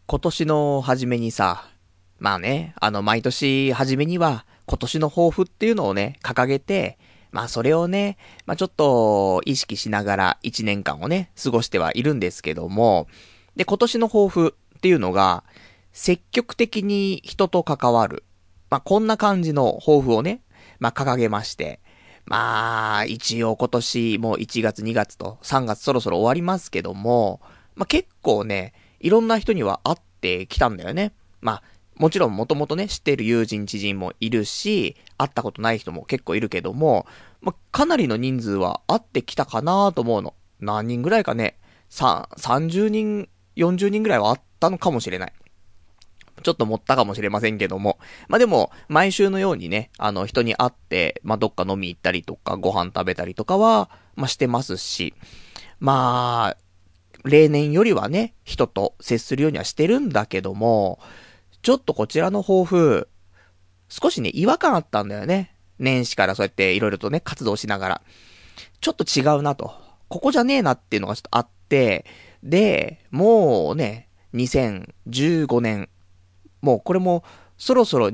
今年の初めにさ、まあね、毎年初めには今年の抱負っていうのをね、掲げて、まあそれをね、まあちょっと意識しながら一年間をね、過ごしてはいるんですけども、で、今年の抱負っていうのが、積極的に人と関わる。まあこんな感じの抱負をね、まあ掲げまして、まあ、一応今年もう1月2月と3月そろそろ終わりますけども、まあ結構ね、いろんな人には会ってきたんだよね。まあ、もちろんもともとね、知っている友人知人もいるし、会ったことない人も結構いるけども、まあ、かなりの人数は会ってきたかなと思うの。何人ぐらいかね。30人、40人ぐらいは会ったのかもしれない。ちょっと持ったかもしれませんけども。まあ、でも、毎週のようにね、人に会って、まあ、どっか飲み行ったりとか、ご飯食べたりとかは、まあ、してますし、まあ、例年よりはね、人と接するようにはしてるんだけども、ちょっとこちらの抱負、少しね、違和感あったんだよね。年始からそうやっていろいろとね、活動しながら。ちょっと違うなと。ここじゃねえなっていうのがちょっとあって、で、もうね、2015年、もうこれもそろそろ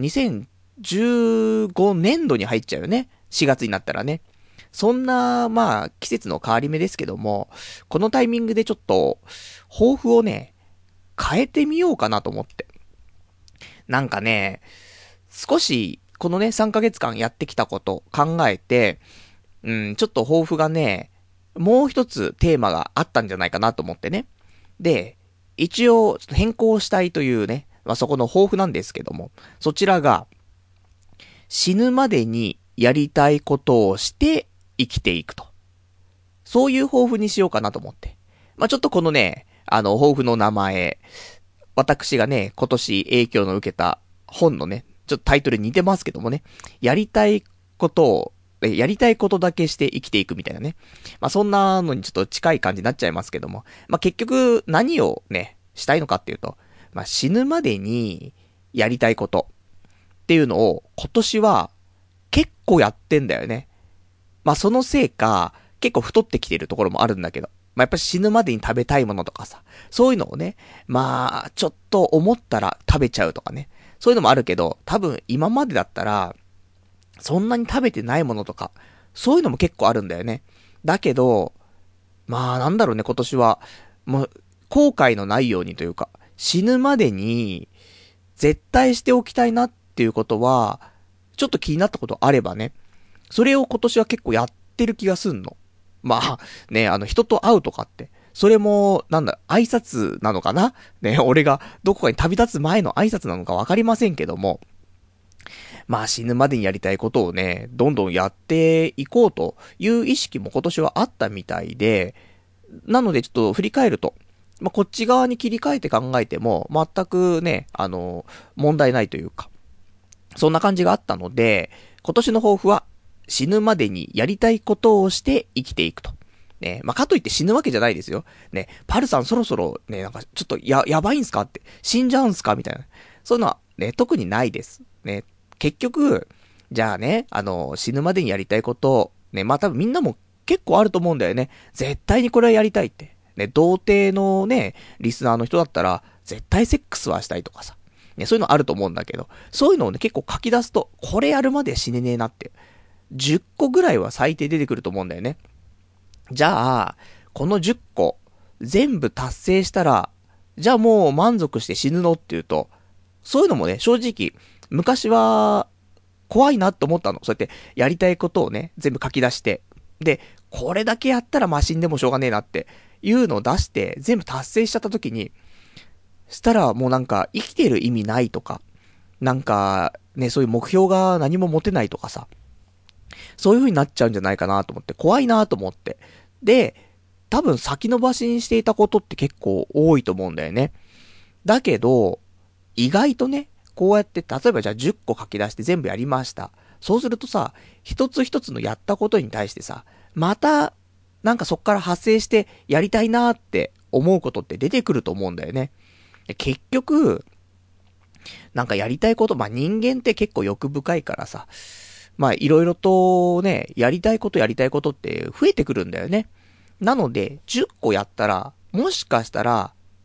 2015年度に入っちゃうよね。4月になったらね。そんな、まあ、季節の変わり目ですけども、このタイミングでちょっと、抱負をね、変えてみようかなと思って。なんかね、少し、このね、3ヶ月間やってきたこと考えて、ちょっと抱負がね、もう一つテーマがあったんじゃないかなと思ってね。で、一応、ちょっと変更したいというね、まあ、そこの抱負なんですけども、そちらが、死ぬまでにやりたいことをして生きていくと。そういう抱負にしようかなと思って。まあ、ちょっとこのね、抱負の名前、私がね、今年影響の受けた本のね、ちょっとタイトル似てますけどもね、やりたいことを、やりたいことだけして生きていくみたいなね。まあ、そんなのにちょっと近い感じになっちゃいますけども。まあ、結局何をね、したいのかっていうと、まあ、死ぬまでにやりたいことっていうのを今年は結構やってんだよね。まあ、そのせいか、結構太ってきてるところもあるんだけど。まあ、やっぱり死ぬまでに食べたいものとかさ。そういうのをね、まあ、ちょっと思ったら食べちゃうとかね。そういうのもあるけど、多分今までだったら、そんなに食べてないものとか、そういうのも結構あるんだよね。だけど、まあなんだろうね、今年は、もう、後悔のないようにというか、死ぬまでに、絶対しておきたいなっていうことは、ちょっと気になったことあればね、それを今年は結構やってる気がすんの。まあ、ね、人と会うとかって、それも、なんだ、挨拶なのかなね、俺がどこかに旅立つ前の挨拶なのかわかりませんけども、まあ死ぬまでにやりたいことをね、どんどんやっていこうという意識も今年はあったみたいで、なのでちょっと振り返ると、まあこっち側に切り替えて考えても、全くね、問題ないというか、そんな感じがあったので、今年の抱負は、死ぬまでにやりたいことをして生きていくと。ね、まあ、かといって死ぬわけじゃないですよ。ね、パルさんそろそろね、なんかちょっとやばいんすかって、死んじゃうんすかみたいな。そういうのはね、特にないです。ね、結局、じゃあね、死ぬまでにやりたいことを、ね、まあ、多分みんなも結構あると思うんだよね。絶対にこれはやりたいって。ね、童貞のね、リスナーの人だったら、絶対セックスはしたいとかさ。ね、そういうのあると思うんだけど、そういうのをね、結構書き出すと、これやるまで死ねねえなって。10個ぐらいは最低出てくると思うんだよね。じゃあ、この10個、全部達成したら、じゃあもう満足して死ぬのっていうと、そういうのもね、正直、昔は、怖いなって思ったの。そうやって、やりたいことをね、全部書き出して。で、これだけやったらマシンでもしょうがねえなって、いうのを出して、全部達成しちゃった時に、したらもうなんか、生きてる意味ないとか、なんか、ね、そういう目標が何も持てないとかさ、そういう風になっちゃうんじゃないかなと思って、怖いなと思って。で、多分先延ばしにしていたことって結構多いと思うんだよね。だけど、意外とね、こうやって、例えばじゃあ10個書き出して全部やりました。そうするとさ、一つ一つのやったことに対してさ、また、なんかそっから派生してやりたいなーって思うことって出てくると思うんだよね。で結局、なんかやりたいこと、まあ人間って結構欲深いからさ、まあいろいろとね、やりたいことって増えてくるんだよね。なので、10個やったら、もしかしたら、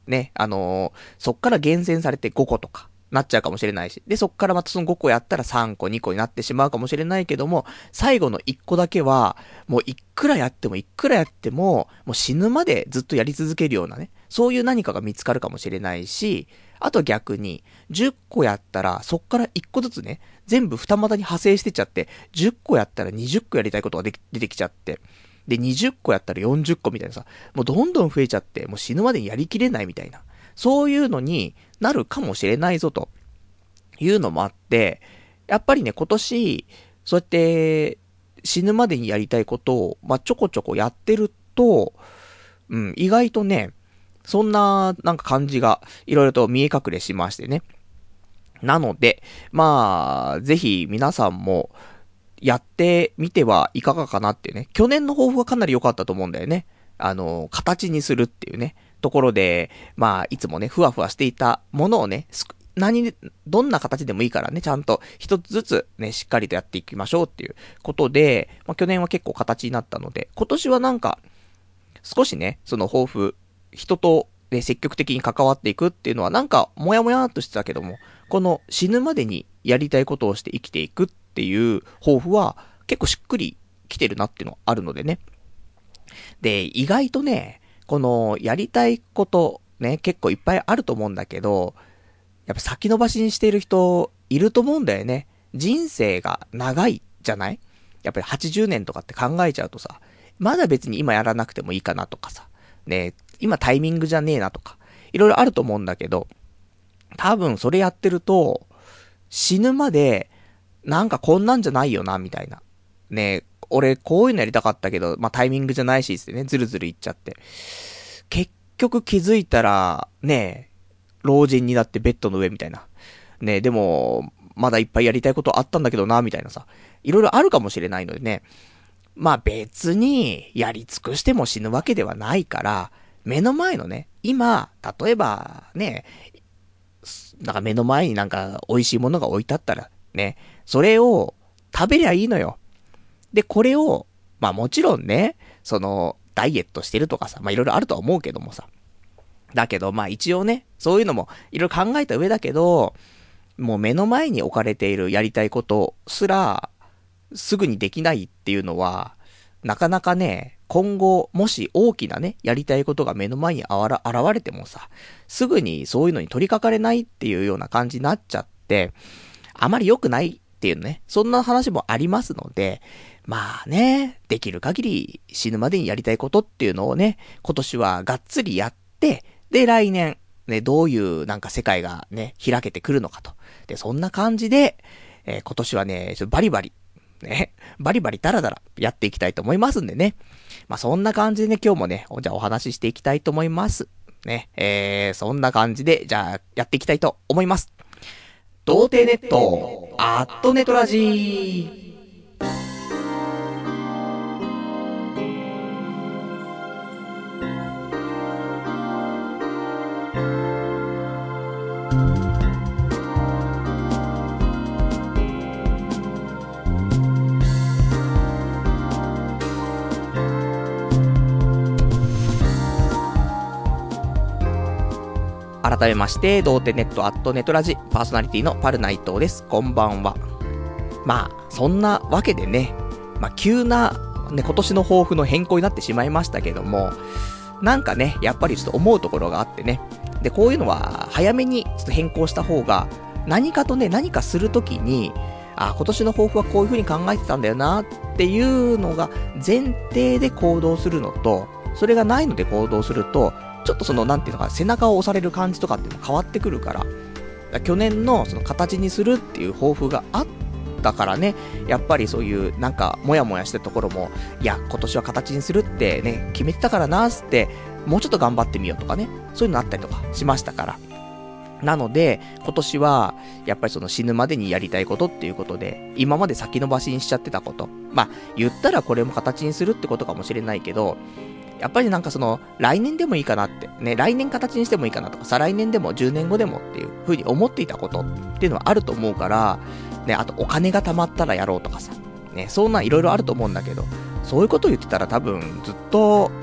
ね、そっから厳選されて5個とかなっちゃうかもしれないし、で、そっからまたその5個やったら3個、2個になってしまうかもしれないけども、最後の1個だけは、もういくらやっても、もう死ぬまでずっとやり続けるようなね、そういう何かが見つかるかもしれないし、あと逆に、10個やったら、そっから1個ずつね、全部二股に派生してっちゃって、10個やったら20個やりたいことが出てきちゃって、で、20個やったら40個みたいなさ、もうどんどん増えちゃって、もう死ぬまでにやりきれないみたいな、そういうのになるかもしれないぞというのもあって、やっぱりね、今年、そうやって死ぬまでにやりたいことを、まあ、ちょこちょこやってると、意外とね、そんな、なんか感じが、いろいろと見え隠れしましてね。なので、まあ、ぜひ皆さんも、やってみてはいかがかなっていうね。去年の抱負はかなり良かったと思うんだよね。形にするっていうね。ところで、まあ、いつもね、ふわふわしていたものをね、どんな形でもいいからね、ちゃんと一つずつね、しっかりとやっていきましょうっていうことで、まあ、去年は結構形になったので、今年はなんか、少しね、その抱負、人と、ね、積極的に関わっていくっていうのはなんか、もやもやーっとしてたけども、この死ぬまでにやりたいことをして生きていくっていう抱負は、結構しっくりきてるなっていうのあるのでね。で、意外とね、この、やりたいこと、ね、結構いっぱいあると思うんだけど、やっぱ先延ばしにしてる人、いると思うんだよね。人生が長いじゃない？やっぱり80年とかって考えちゃうとさ、まだ別に今やらなくてもいいかなとかさ、ね、今タイミングじゃねえなとか、いろいろあると思うんだけど、多分それやってると、死ぬまで、なんかこんなんじゃないよな、みたいな。ね、俺こういうのやりたかったけど、まあ、タイミングじゃないし、ってね、ずるずるいっちゃって。結局気づいたら、ね、老人になってベッドの上みたいな。ね、でも、まだいっぱいやりたいことあったんだけどな、みたいなさ。いろいろあるかもしれないのでね。まあ別に、やり尽くしても死ぬわけではないから、目の前のね、今、例えば、ね、なんか目の前になんか美味しいものが置いてあったら、ね、それを食べりゃいいのよ。で、これを、まあもちろんね、ダイエットしてるとかさ、まあいろいろあるとは思うけどもさ。だけど、まあ一応ね、そういうのもいろいろ考えた上だけど、もう目の前に置かれているやりたいことすら、すぐにできないっていうのは、なかなかね、今後、もし大きなね、やりたいことが目の前に現れてもさ、すぐにそういうのに取り掛かれないっていうような感じになっちゃって、あまり良くないっていうね、そんな話もありますので、まあね、できる限り死ぬまでにやりたいことっていうのをね、今年はがっつりやって、で、来年、ね、どういうなんか世界がね、開けてくるのかと。で、そんな感じで、今年はね、ちょっとバリバリ、ね、バリバリダラダラやっていきたいと思いますんでね。まあ、そんな感じでね、今日もね、じゃあお話ししていきたいと思います。ね、そんな感じで、じゃあ、やっていきたいと思います。童貞ネット、アットネトラジー。改めまして、童貞ネットアットネトラジパーソナリティのパルナイトです。こんばんは。まあ、そんなわけでね、まあ、急な、ね、今年の抱負の変更になってしまいましたけども、なんかね、やっぱりちょっと思うところがあってね。で、こういうのは、早めにちょっと変更した方が、何かとね、何かするときに、今年の抱負はこういう風に考えてたんだよな、っていうのが前提で行動するのと、それがないので行動すると、ちょっとなんていうのか、背中を押される感じとかっていうの変わってくるから、去年の形にするっていう抱負があったからね、やっぱりそういうなんかモヤモヤしたところも、いや、今年は形にするってね、決めてたからなーって、もうちょっと頑張ってみようとかね、そういうのあったりとかしましたから。なので、今年は、やっぱり死ぬまでにやりたいことっていうことで、今まで先延ばしにしちゃってたこと。まあ、言ったらこれも形にするってことかもしれないけど、やっぱりなんか来年でもいいかなって、ね、来年形にしてもいいかなとか、再来年でも10年後でもっていう風に思っていたことっていうのはあると思うから、ね、あとお金が貯まったらやろうとかさ、ね、そんないろいろあると思うんだけど、そういうことを言ってたら多分ずっと、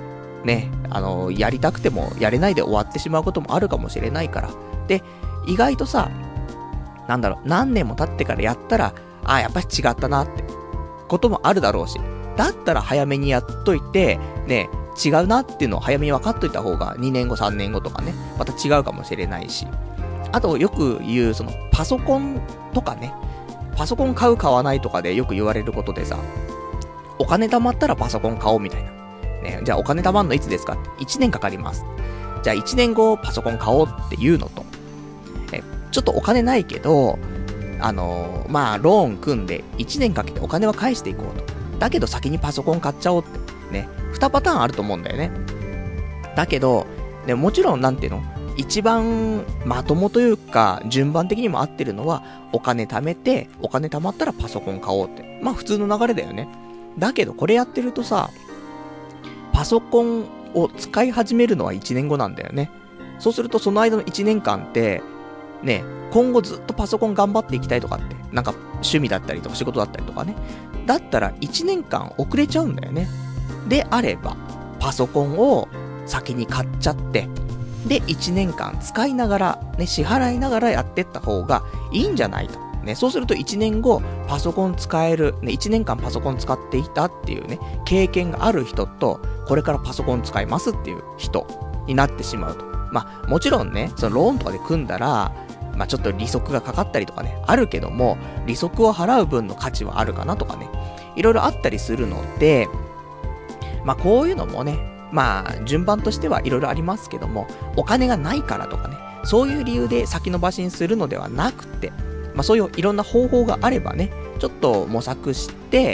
ね、やりたくてもやれないで終わってしまうこともあるかもしれないから。で、意外とさ、何年も経ってからやったら、やっぱり違ったなってこともあるだろうし、だったら早めにやっといて、ね、違うなっていうのを早めに分かっといた方が、2年後3年後とかね、また違うかもしれないし。あとよく言う、パソコンとかね、パソコン買う買わないとかでよく言われることでさ、お金貯まったらパソコン買おうみたいな。ね、じゃあお金貯まんのいつですかって、1年かかります。じゃあ1年後パソコン買おうっていうのと、ちょっとお金ないけど、ローン組んで1年かけてお金は返していこうと。だけど先にパソコン買っちゃおうって。ね。2パターンあると思うんだよね。だけど、ね、もちろん一番まともというか、順番的にも合ってるのは、お金貯めて、お金貯まったらパソコン買おうって。まあ普通の流れだよね。だけどこれやってるとさ、パソコンを使い始めるのは1年後なんだよね。そうするとその間の1年間って、ね、今後ずっとパソコン頑張っていきたいとかって、趣味だったりとか仕事だったりとかね。だったら1年間遅れちゃうんだよね。であれば、パソコンを先に買っちゃって、で、1年間使いながら、ね、支払いながらやってった方がいいんじゃないと。ね、そうすると1年後、パソコン使える、ね、1年間パソコン使っていたっていうね、経験がある人と、これからパソコン使いますっていう人になってしまうと。まあ、もちろんね、そのローンとかで組んだら、まあ、ちょっと利息がかかったりとかね、あるけども、利息を払う分の価値はあるかなとかね、いろいろあったりするので、まあ、こういうのもね、まあ、順番としてはいろいろありますけども、お金がないからとかね、そういう理由で先延ばしにするのではなくて、まあ、そういういろんな方法があればね、ちょっと模索して、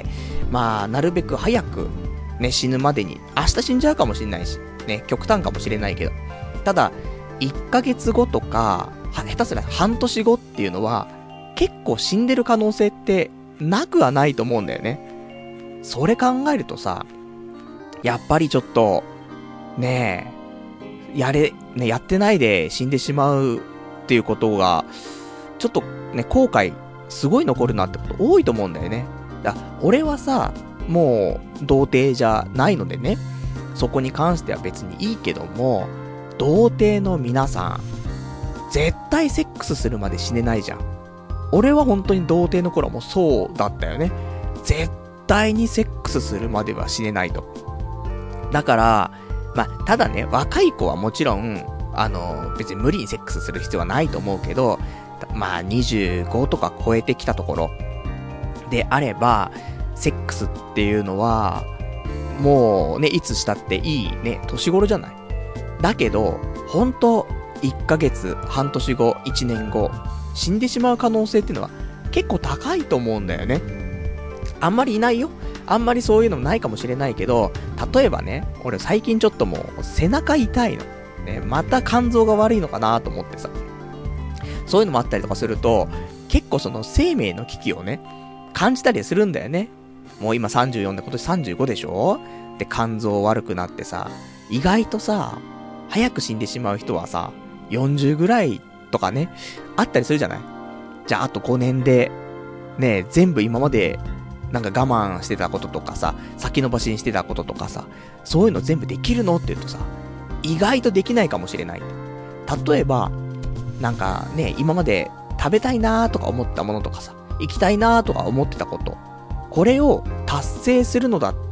まあ、なるべく早く、ね、死ぬまでに、明日死んじゃうかもしれないし、ね、極端かもしれないけど、ただ、1ヶ月後とか、下手すら半年後っていうのは、結構死んでる可能性ってなくはないと思うんだよね。それ考えるとさ、やっぱりちょっと、ねえ、やってないで死んでしまうっていうことが、ちょっとね、後悔、すごい残るなってこと多いと思うんだよね。俺はさ、もう、童貞じゃないのでね、そこに関しては別にいいけども、童貞の皆さん、絶対セックスするまで死ねないじゃん。俺は本当に童貞の頃はもうそうだったよね。絶対にセックスするまでは死ねないと。だから、まあ、ただね、若い子はもちろん、別に無理にセックスする必要はないと思うけど、まあ、25とか超えてきたところであれば、セックスっていうのは、もうね、いつしたっていいね、年頃じゃない。だけど、本当1ヶ月、半年後、1年後、死んでしまう可能性っていうのは結構高いと思うんだよね。あんまりいないよ。あんまりそういうのもないかもしれないけど、例えばね、俺最近ちょっともう背中痛いの。ね、また肝臓が悪いのかなと思ってさ。そういうのもあったりとかすると、結構その生命の危機をね、感じたりするんだよね。もう今34で今年35でしょ？で、肝臓悪くなってさ、意外とさ、早く死んでしまう人はさ、40ぐらいとかね、あったりするじゃない？じゃああと5年で、ね、全部今までなんか我慢してたこととかさ、先延ばしにしてたこととかさ、そういうの全部できるのって言うとさ、意外とできないかもしれない。例えば、なんかね、今まで食べたいなーとか思ったものとかさ、行きたいなーとか思ってたこと、これを達成するのだって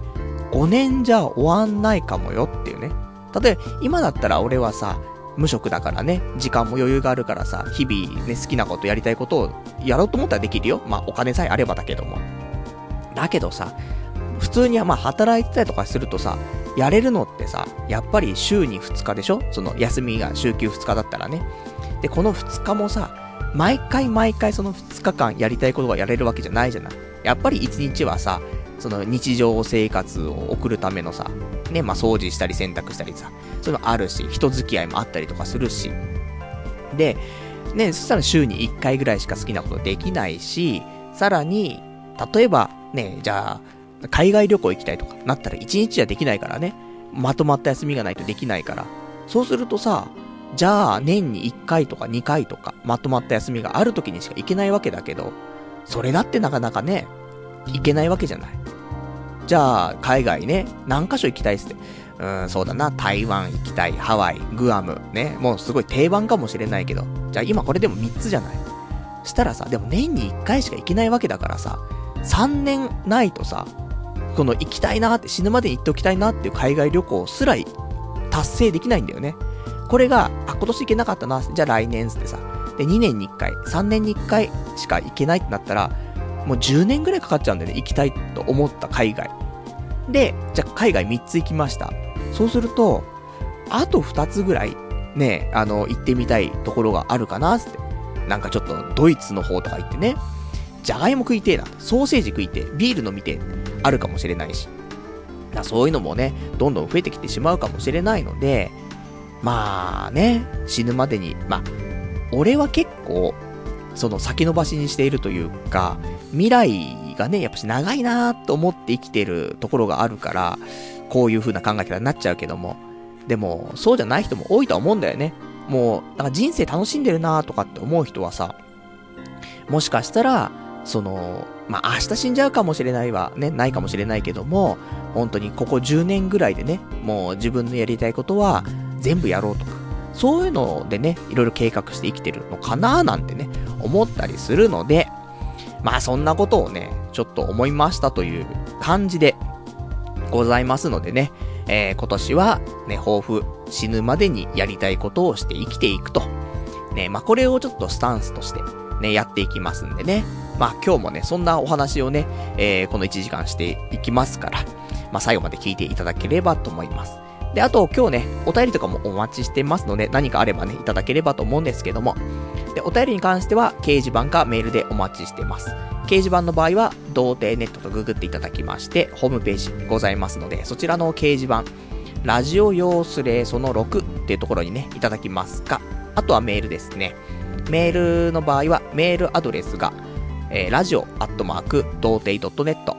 、5年じゃ終わんないかもよっていうね。例えば、今だったら俺はさ、無職だからね、時間も余裕があるからさ、日々ね、好きなことやりたいことをやろうと思ったらできるよ。まあ、お金さえあればだけども。だけどさ、普通にまあ働いてたりとかするとさ、やれるのってさ、やっぱり週に2日でしょ？その休みが週休2日だったらね。で、この2日もさ、毎回その2日間やりたいことがやれるわけじゃないじゃない。やっぱり1日はさ、その日常生活を送るためのさ、ね、まあ掃除したり洗濯したりさ、そういうのあるし、人付き合いもあったりとかするし。で、ね、そしたら週に1回ぐらいしか好きなことできないし、さらに、例えば、ね、じゃあ、海外旅行行きたいとかなったら1日じゃできないからね。まとまった休みがないとできないから。そうするとさ、じゃあ年に1回とか2回とかまとまった休みがある時にしか行けないわけだけど、それだってなかなかね、行けないわけじゃない。じゃあ海外ね、何カ所行きたいっすって。 そうだな、台湾行きたい、ハワイ、グアム、ね、もうすごい定番かもしれないけど、じゃあ今これでも3つじゃない。したらさ、でも年に1回しか行けないわけだからさ、3年ないとさ、この行きたいなって、死ぬまでに行っておきたいなっていう海外旅行すら達成できないんだよね。これが、今年行けなかったな、じゃあ来年ってさ、で、2年に1回、3年に1回しか行けないってなったら、もう10年ぐらいかかっちゃうんだよね、行きたいと思った海外。で、じゃあ海外3つ行きました。そうすると、あと2つぐらい、ね、行ってみたいところがあるかなって。なんかちょっとドイツの方とか行ってね、じゃがいも食いてえな、ソーセージ食いてえ、ビール飲みてえ、あるかもしれないし。そういうのもね、どんどん増えてきてしまうかもしれないので、まあね、死ぬまでに、俺は結構、その先延ばしにしているというか、未来がね、やっぱし長いなーと思って生きてるところがあるから、こういう風な考え方になっちゃうけども、でも、そうじゃない人も多いとは思うんだよね。もう、なんか人生楽しんでるなーとかって思う人はさ、もしかしたら、明日死んじゃうかもしれないわ、ね、ないかもしれないけども、本当にここ10年ぐらいでね、もう自分のやりたいことは全部やろうとか、そういうのでね、いろいろ計画して生きてるのかなーなんてね、思ったりするので、そんなことをね、ちょっと思いましたという感じでございますのでね、今年はね、抱負、死ぬまでにやりたいことをして生きていくと。ね、これをちょっとスタンスとしてね、やっていきますんでね。今日もね、そんなお話をね、この1時間していきますから、最後まで聞いていただければと思います。で、あと今日ね、お便りとかもお待ちしてますので、何かあればね、いただければと思うんですけども。で、お便りに関しては、掲示板かメールでお待ちしてます。掲示板の場合は、童貞ネットとググっていただきまして、ホームページございますので、そちらの掲示板、ラジオ用スレその6っていうところにね、いただきますか。あとはメールですね。メールの場合は、メールアドレスが、radio@doutei.net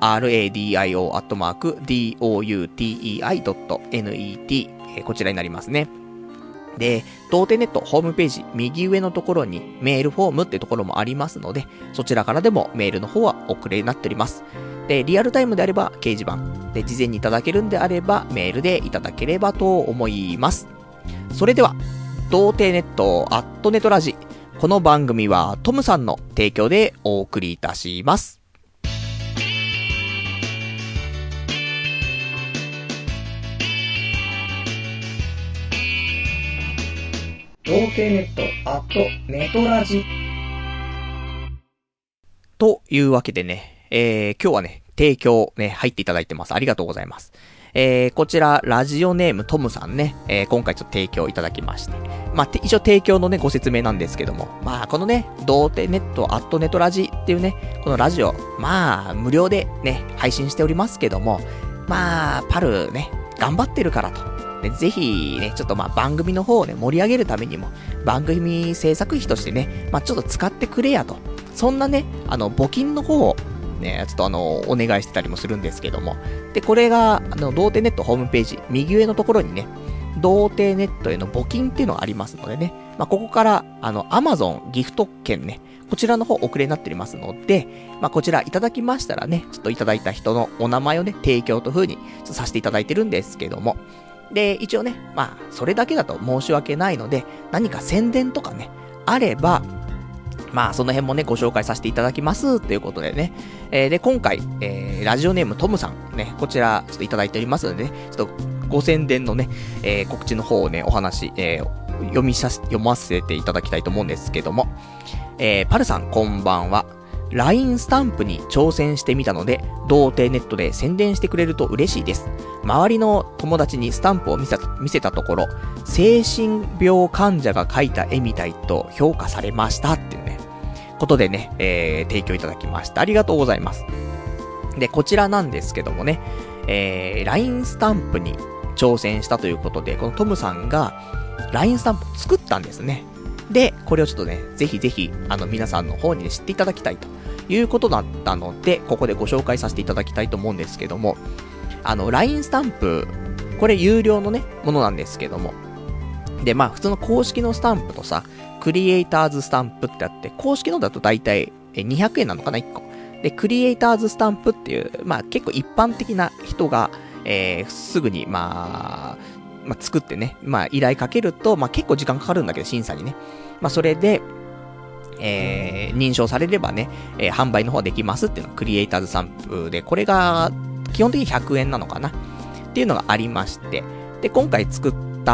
radio@doutei.net、こちらになりますね。で、童貞ネットホームページ右上のところにメールフォームっていうところもありますので、そちらからでもメールの方は送れになっております。で、リアルタイムであれば掲示板で、事前にいただけるんであればメールでいただければと思います。それでは、童貞ネットネトラジ、この番組はトムさんの提供でお送りいたします。童貞ネットネトラジというわけでね、今日はね、提供ね、入っていただいてます。ありがとうございます。こちら、ラジオネームトムさんね、今回ちょっと提供いただきまして。一応提供のね、ご説明なんですけども。このね、童貞ネットネトラジっていうね、このラジオ、無料でね、配信しておりますけども、パルね、頑張ってるからと。でぜひね、ちょっと番組の方をね、盛り上げるためにも、番組制作費としてね、ちょっと使ってくれやと。そんなね、募金の方を、ね、ちょっとお願いしてたりもするんですけども。で、これが、童貞ネットホームページ、右上のところにね、童貞ネットへの募金っていうのがありますのでね、ここから、Amazon ギフト券ね、こちらの方お送りになっておりますので、こちらいただきましたらね、ちょっといただいた人のお名前をね、提供という風に、ちょっとさせていただいてるんですけども。で、一応ね、それだけだと申し訳ないので、何か宣伝とかね、あれば、その辺もね、ご紹介させていただきますということでね。で、今回、ラジオネームトムさんね、こちらちょっといただいておりますのでね、ちょっとご宣伝のね、告知の方をね、お話、読ませていただきたいと思うんですけども、パルさんこんばんは。LINE スタンプに挑戦してみたので、童貞ネットで宣伝してくれると嬉しいです。周りの友達にスタンプを見せたところ、精神病患者が描いた絵みたいと評価されましたっていうね、ことでね、提供いただきました。ありがとうございます。で、こちらなんですけどもね、LINE スタンプに挑戦したということで、このトムさんが LINE スタンプを作ったんですね。で、これをちょっとね、ぜひぜひ、皆さんの方に、ね、知っていただきたいということだったので、ここでご紹介させていただきたいと思うんですけども、LINE スタンプ、これ有料のね、ものなんですけども、で、普通の公式のスタンプとさ、クリエイターズスタンプってあって、公式のだと大体200円なのかな、1個。で、クリエイターズスタンプっていう、結構一般的な人がすぐに、作ってね、依頼かけると、結構時間かかるんだけど、審査にね。それで、認証されればね、販売の方できますっていうのがクリエイターズスタンプで、これが、基本的に100円なのかなっていうのがありまして、で、今回作った、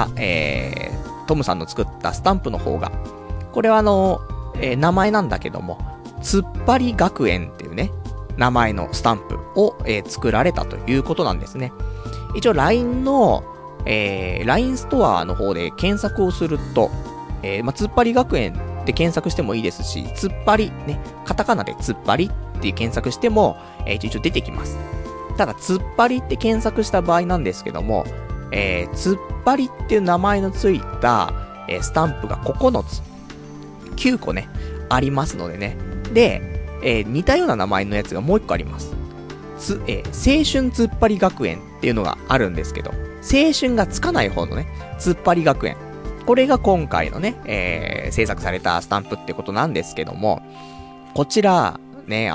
トムさんの作ったスタンプの方が、これは名前なんだけども、つっぱり学園っていうね、名前のスタンプを、作られたということなんですね。一応 LINE の、LINE ストアの方で検索をすると、つっぱり学園って検索してもいいですし、つっぱり、ね、カタカナでつっぱりっていう検索しても、一応出てきます。ただ、つっぱりって検索した場合なんですけども、つっぱりっていう名前のついた、スタンプが9つ、9個ね、ありますのでね。で、似たような名前のやつがもう1個あります。青春つっぱり学園っていうのがあるんですけど、青春がつかない方のね、つっぱり学園。これが今回のね、制作されたスタンプってことなんですけども、こちら、ね、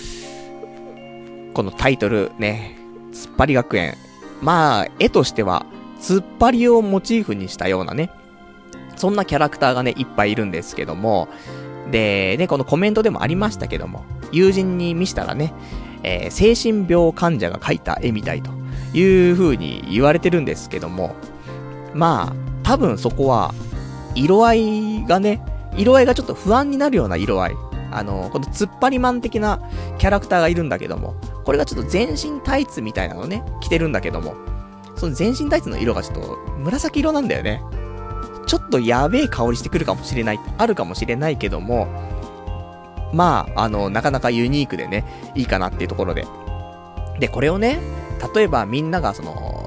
このタイトルね、つっぱり学園。絵としては、つっぱりをモチーフにしたようなね、そんなキャラクターがね、いっぱいいるんですけども、で、ね、このコメントでもありましたけども、友人に見したらね、精神病患者が描いた絵みたいという風に言われてるんですけども、多分そこは、色合いがちょっと不安になるような色合い。この突っ張りマン的なキャラクターがいるんだけども、これがちょっと全身タイツみたいなのね、着てるんだけども、その全身タイツの色がちょっと紫色なんだよね。ちょっとやべえ香りしてくるかもしれない、あるかもしれないけども、なかなかユニークでね、いいかなっていうところで。で、これをね、例えばみんなが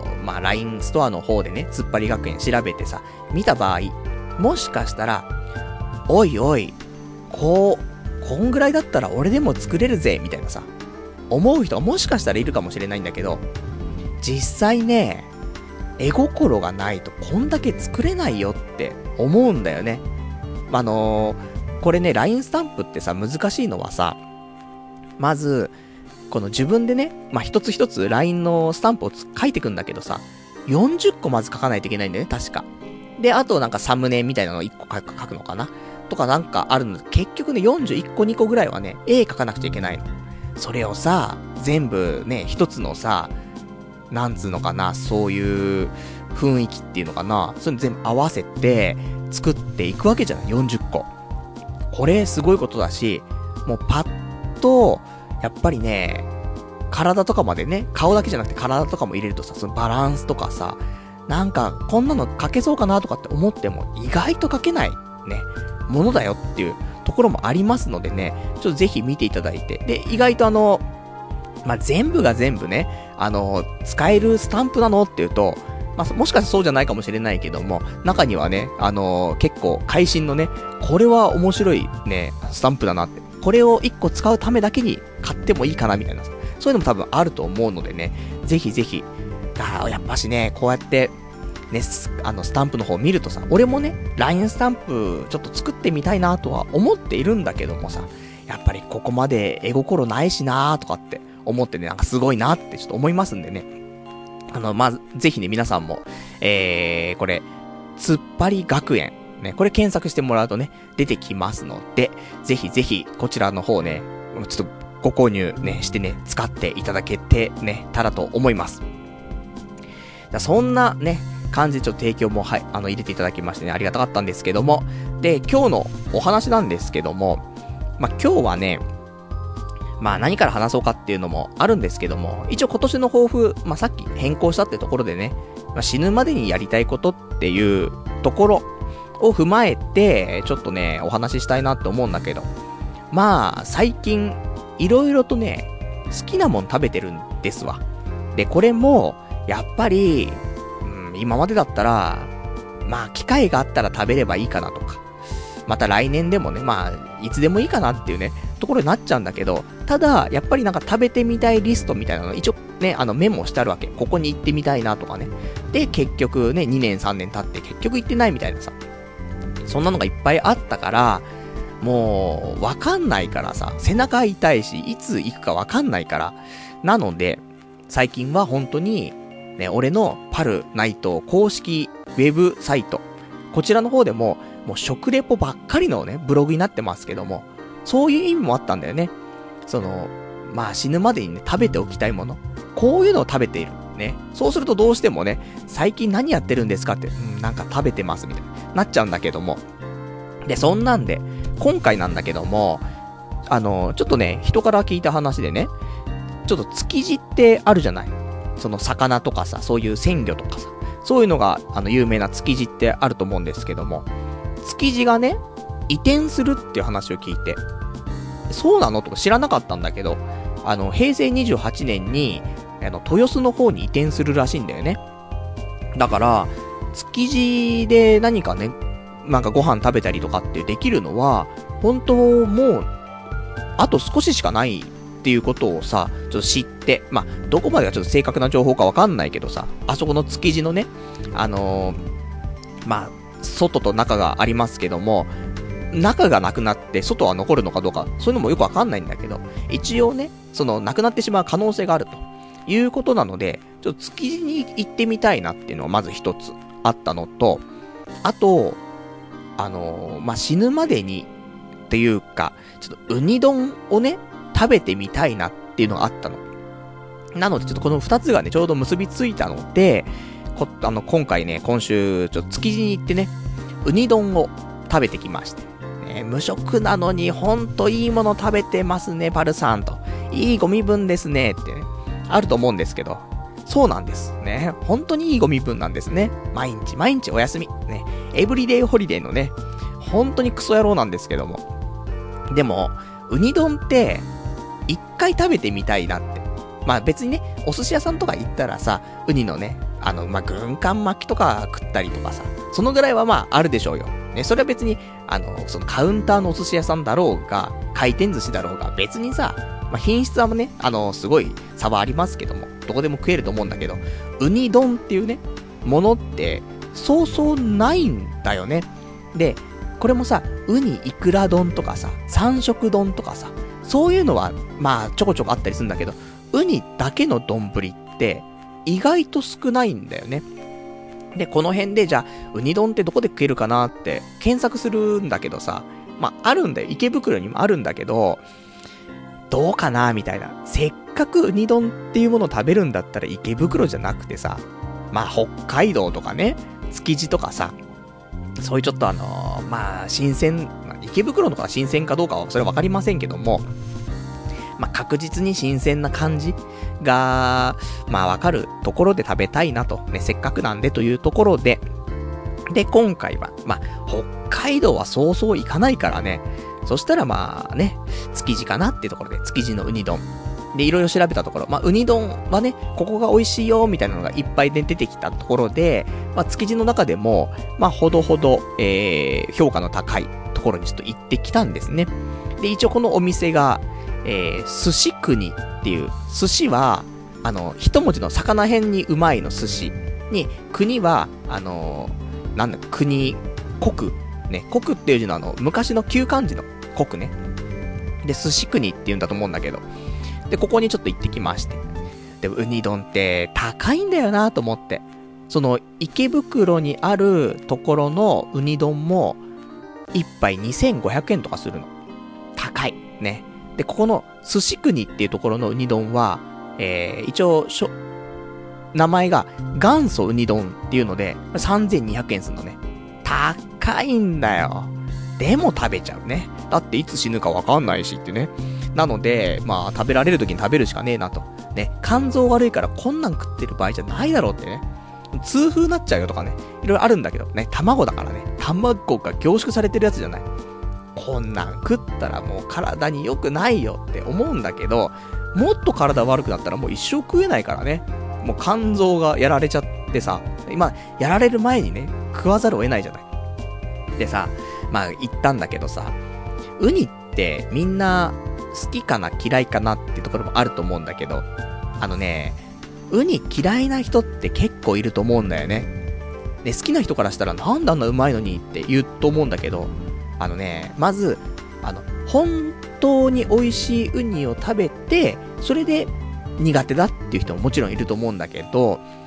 LINE ストアの方でね、つっぱり学園調べてさ、見た場合、もしかしたら、おいおい、こんぐらいだったら俺でも作れるぜ、みたいなさ、思う人がもしかしたらいるかもしれないんだけど、実際ね、絵心がないとこんだけ作れないよって思うんだよね。これね、LINE スタンプってさ、難しいのはさ、まず、この自分でね、一つ一つ LINE のスタンプを書いてくんだけどさ、40個まず書かないといけないんだよね、確か。で、あとなんかサムネみたいなのを1個書くのかなとかなんかあるんだ。結局ね、41個2個ぐらいはね、絵書かなくちゃいけないの。それをさ、全部ね、一つのさ、なんつうのかな、そういう雰囲気っていうのかな、それ全部合わせて作っていくわけじゃない、40個。これすごいことだし、もうパッと、やっぱりね、体とかまでね、顔だけじゃなくて体とかも入れるとさ、そのバランスとかさ、なんかこんなの描けそうかなとかって思っても意外と描けないね、ものだよっていうところもありますのでね、ちょっとぜひ見ていただいて、で、意外と全部が全部ね、使えるスタンプなのっていうと、もしかしたらそうじゃないかもしれないけども、中にはね、結構会心のね、これは面白いね、スタンプだなって、これを1個使うためだけに買ってもいいかなみたいな、そういうのも多分あると思うのでね、ぜひぜひ、やっぱしね、こうやって、ね、スタンプの方を見るとさ、俺もね、LINE スタンプちょっと作ってみたいなとは思っているんだけどもさ、やっぱりここまで絵心ないしなーとかって思ってね、なんかすごいなってちょっと思いますんでね。ぜひね、皆さんも、これ、つっぱり学園、ね、これ検索してもらうとね、出てきますので、ぜひぜひ、こちらの方ね、ちょっとご購入ね、してね、使っていただけてね、たらと思います。そんなね、感じでちょっと提供も入れていただきましてね、ありがたかったんですけども、で、今日のお話なんですけども、今日はね、何から話そうかっていうのもあるんですけども、一応今年の抱負、さっき変更したってところでね、死ぬまでにやりたいことっていうところを踏まえて、ちょっとね、お話ししたいなって思うんだけど、最近、いろいろとね、好きなもん食べてるんですわ。で、これも、やっぱり、今までだったら、機会があったら食べればいいかなとか、また来年でもね、いつでもいいかなっていうね、ところになっちゃうんだけど、ただ、やっぱりなんか食べてみたいリストみたいなの、一応ね、メモしてあるわけ。ここに行ってみたいなとかね。で、結局ね、2年3年経って結局行ってないみたいなさ。そんなのがいっぱいあったから、もう、わかんないからさ、背中痛いし、いつ行くかわかんないから。なので、最近は本当に、 ね、俺のパルナイト公式ウェブサイト、こちらの方でも、もう食レポばっかりのね、ブログになってますけども、そういう意味もあったんだよね。まあ死ぬまでにね、食べておきたいもの。こういうのを食べている。ね。そうするとどうしてもね、最近何やってるんですかって、なんか食べてますみたいな、なっちゃうんだけども。で、そんなんで、今回なんだけども、ちょっとね、人から聞いた話でね、ちょっと築地ってあるじゃない。その魚とかさ、そういう鮮魚とかさ、そういうのが、有名な築地ってあると思うんですけども、築地がね、移転するっていう話を聞いて、そうなのとか知らなかったんだけど、平成28年に、豊洲の方に移転するらしいんだよね。だから、築地で何かね、なんかご飯食べたりとかってできるのは、本当もう、あと少ししかないっていうことをさ、ちょっと知って、まあ、どこまでがちょっと正確な情報かわかんないけどさ、あそこの築地のね、まあ、外と中がありますけども、中がなくなって外は残るのかどうか、そういうのもよくわかんないんだけど、一応ね、なくなってしまう可能性があるということなので、ちょっと築地に行ってみたいなっていうのはまず一つあったのと、あと、まあ、死ぬまでにっていうか、ちょっとウニ丼をね、食べてみたいなっていうのがあったの。なのでちょっとこの二つがね、ちょうど結びついたので、今回ね、今週、ちょっと築地に行ってね、ウニ丼を食べてきまして。ね、無食なのにほんといいもの食べてますね、パルさんと。いいご身分ですね、ってね、あると思うんですけど、そうなんですね。本当にいいご身分なんですね。毎日お休み。ね。エブリデイホリデーのね、本当にクソ野郎なんですけども。でも、ウニ丼って、一回食べてみたいなって。まあ別にね、お寿司屋さんとか行ったらさ、ウニのね、まあ軍艦巻きとか食ったりとかさ、そのぐらいはまああるでしょうよ。ね、それは別に、そのカウンターのお寿司屋さんだろうが、回転寿司だろうが、別にさ、まあ品質はね、すごい差はありますけども、どこでも食えると思うんだけど、ウニ丼っていうね、ものって、そうそうないんだよね。で、これもさ、ウニイクラ丼とかさ、三色丼とかさ、そういうのは、まあ、ちょこちょこあったりするんだけど、ウニだけの丼って、意外と少ないんだよね。で、この辺で、じゃあ、ウニ丼ってどこで食えるかなって、検索するんだけどさ、まあ、あるんだよ。池袋にもあるんだけど、どうかなみたいな。せっかくウニ丼っていうものを食べるんだったら池袋じゃなくてさ、まあ北海道とかね、築地とかさ、そういうちょっとまあ新鮮、池袋のから新鮮かどうかはそれはわかりませんけども、まあ確実に新鮮な感じが、まあわかるところで食べたいなと、ね、せっかくなんでというところで、で、今回は、まあ北海道はそうそう行かないからね、そしたらまあね、築地かなっていうところで、築地のウニ丼。で、いろいろ調べたところ、まあ、ウニ丼はね、ここが美味しいよ、みたいなのがいっぱいで出てきたところで、まあ、築地の中でも、まあ、ほどほど、評価の高いところにちょっと行ってきたんですね。で、一応このお店が、寿司国っていう、寿司は、一文字の魚辺にうまいの寿司に、国は、なんだ、国ね、国っていう字の昔の旧漢字の国ね。で、寿司国って言うんだと思うんだけど。で、ここにちょっと行ってきまして。で、ウニ丼って高いんだよなと思って。池袋にあるところのウニ丼も、一杯2500円とかするの。高い。ね。で、ここの寿司国っていうところのウニ丼は、一応、名前が元祖ウニ丼っていうので、3200円するのね。高いんだよ。でも食べちゃうね。だっていつ死ぬかわかんないしってね。なので、まあ食べられる時に食べるしかねえなと。ね、肝臓悪いからこんなん食ってる場合じゃないだろうってね。痛風になっちゃうよとかね。いろいろあるんだけどね、卵だからね。卵が凝縮されてるやつじゃない。こんなん食ったらもう体に良くないよって思うんだけど、もっと体悪くなったらもう一生食えないからね。もう肝臓がやられちゃってさ、今、やられる前にね、食わざるを得ないじゃない。でさ、まあ言ったんだけどさ、ウニってみんな好きかな嫌いかなっていうところもあると思うんだけど、ウニ嫌いな人って結構いると思うんだよね。で、好きな人からしたらなんであんなうまいのにって言うと思うんだけど、まず、本当に美味しいウニを食べて、それで苦手だっていう人ももちろんいると思うんだけど、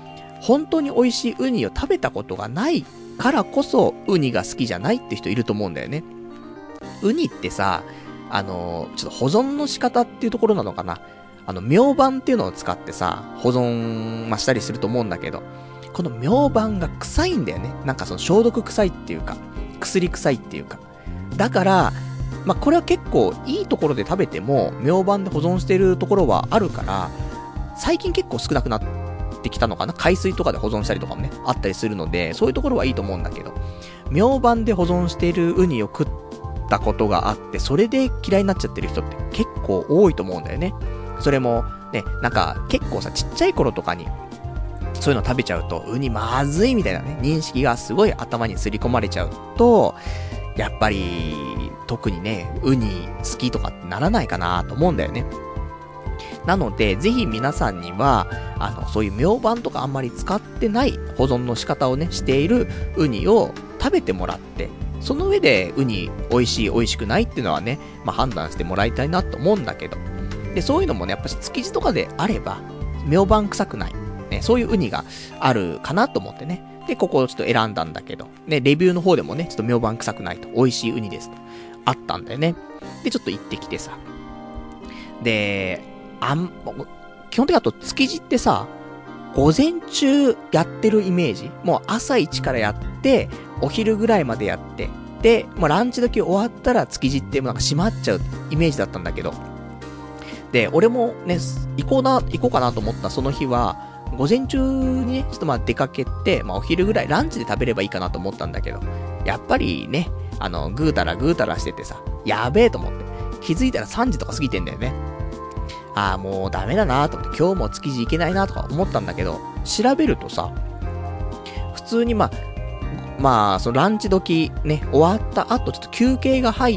本当に美味しいウニを食べたことがないからこそ、ウニが好きじゃないって人いると思うんだよね。ウニってさ、ちょっと保存の仕方っていうところなのかな。明板っていうのを使ってさ、保存、したりすると思うんだけど、この明板が臭いんだよね。なんかその消毒臭いっていうか、薬臭いっていうか。だから、これは結構いいところで食べても、明板で保存してるところはあるから、最近結構少なくなってきたのかな。海水とかで保存したりとかもね、あったりするので、そういうところはいいと思うんだけど、明板で保存しているウニを食ったことがあって、それで嫌いになっちゃってる人って結構多いと思うんだよね。それも、ね、なんか結構さ、ちっちゃい頃とかに、そういうの食べちゃうと、ウニまずいみたいなね、認識がすごい頭にすり込まれちゃうと、やっぱり、特にね、ウニ好きとかってならないかなと思うんだよね。なので、ぜひ皆さんには、そういう明板とかあんまり使ってない保存の仕方をね、しているウニを食べてもらって、その上でウニ美味しい美味しくないっていうのはね、判断してもらいたいなと思うんだけど。で、そういうのもね、やっぱり築地とかであれば、明板臭くない。ね、そういうウニがあるかなと思ってね。で、ここをちょっと選んだんだけど、ね、レビューの方でもね、ちょっと明板臭くないと、美味しいウニですと、あったんだよね。で、ちょっと行ってきてさ。で、基本的だと築地ってさ、午前中やってるイメージ。もう朝一からやって、お昼ぐらいまでやって、で、もうランチ時終わったら築地ってもうなんか閉まっちゃうイメージだったんだけど。で、俺もね、行こうかなと思ったその日は、午前中にね、ちょっと出かけて、お昼ぐらいランチで食べればいいかなと思ったんだけど、やっぱりね、ぐうたらしててさ、やべえと思って。気づいたら3時とか過ぎてんだよね。もうダメだなと思って、今日も築地行けないなとか思ったんだけど、調べるとさ、普通にそのランチ時ね、終わった後ちょっと休憩が入って、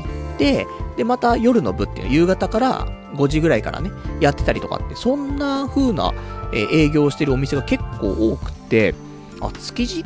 で、また夜の部っていうの、夕方から5時ぐらいからね、やってたりとかって、そんな風な、営業してるお店が結構多くて、築地って、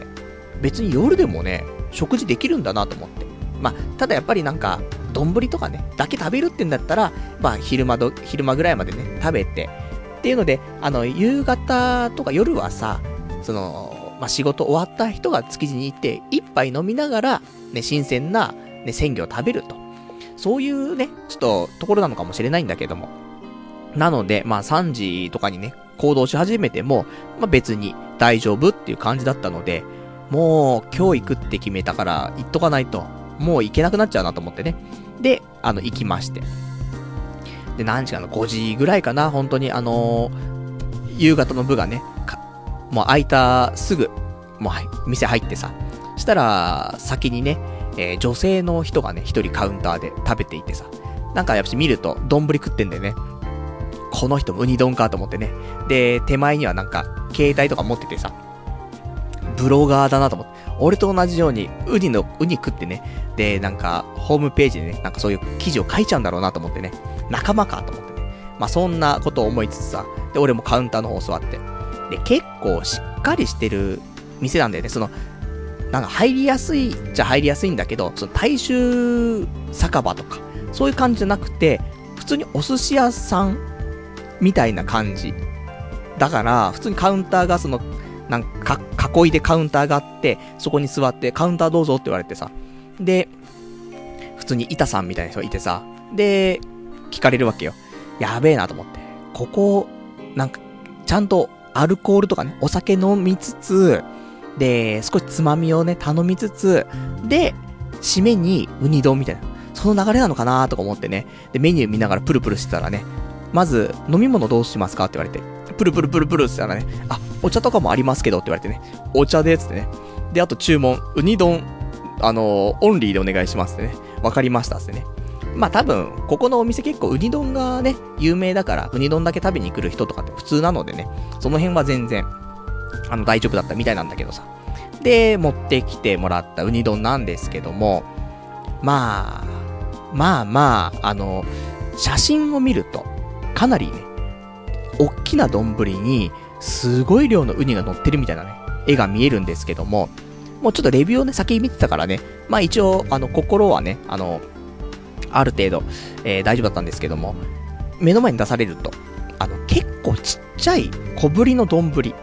別に夜でもね、食事できるんだなと思って。ただやっぱりなんか、丼とかね、だけ食べるってんだったら、昼間ぐらいまでね、食べて、っていうので、夕方とか夜はさ、仕事終わった人が築地に行って、一杯飲みながら、ね、新鮮な、ね、鮮魚を食べると。そういうね、ちょっと、ところなのかもしれないんだけども。なので、3時とかにね、行動し始めても、別に大丈夫っていう感じだったので、もう、今日行くって決めたから、行っとかないと、もう行けなくなっちゃうなと思ってね。で、行きまして。で、何時かな、5時ぐらいかな、本当に夕方の部がね、もう開いたすぐ、もう店入ってさ、したら、先にね、女性の人がね、一人カウンターで食べていてさ、なんかやっぱ見ると、丼食ってんだよね。この人もウニ丼かと思ってね。で、手前にはなんか、携帯とか持っててさ、ブロガーだなと思って。俺と同じように、ウニ食ってね、で、なんか、ホームページでね、なんかそういう記事を書いちゃうんだろうなと思ってね、仲間かと思ってね。そんなことを思いつつさ、で、俺もカウンターの方座って。で、結構しっかりしてる店なんだよね。なんか入りやすいじゃ入りやすいんだけど、大衆酒場とか、そういう感じじゃなくて、普通にお寿司屋さんみたいな感じ。だから、普通にカウンターがなんか、囲いでカウンターがあって、そこに座って、カウンターどうぞって言われてさ。で、普通に板さんみたいな人がいてさ。で、聞かれるわけよ。やべえなと思って。ここ、なんか、ちゃんとアルコールとかね、お酒飲みつつ、で、少しつまみをね、頼みつつ、で、締めにウニ丼みたいな。その流れなのかなとか思ってね。で、メニュー見ながらプルプルしてたらね、まず、飲み物どうしますかって言われて、プルプルプルプルって言ったらね、お茶とかもありますけどって言われてね、お茶でつってね。で、あと注文、ウニ丼、オンリーでお願いしますってね。わかりましたってね。多分、ここのお店結構ウニ丼がね、有名だから、ウニ丼だけ食べに来る人とかって普通なのでね、その辺は全然、大丈夫だったみたいなんだけどさ。で、持ってきてもらったウニ丼なんですけども、写真を見ると、かなりね、おっきな丼に、すごい量のウニが乗ってるみたいなね、絵が見えるんですけども、もうちょっとレビューをね、先に見てたからね、一応、心はね、ある程度、大丈夫だったんですけども、目の前に出されると、結構ちっちゃい小ぶりの丼。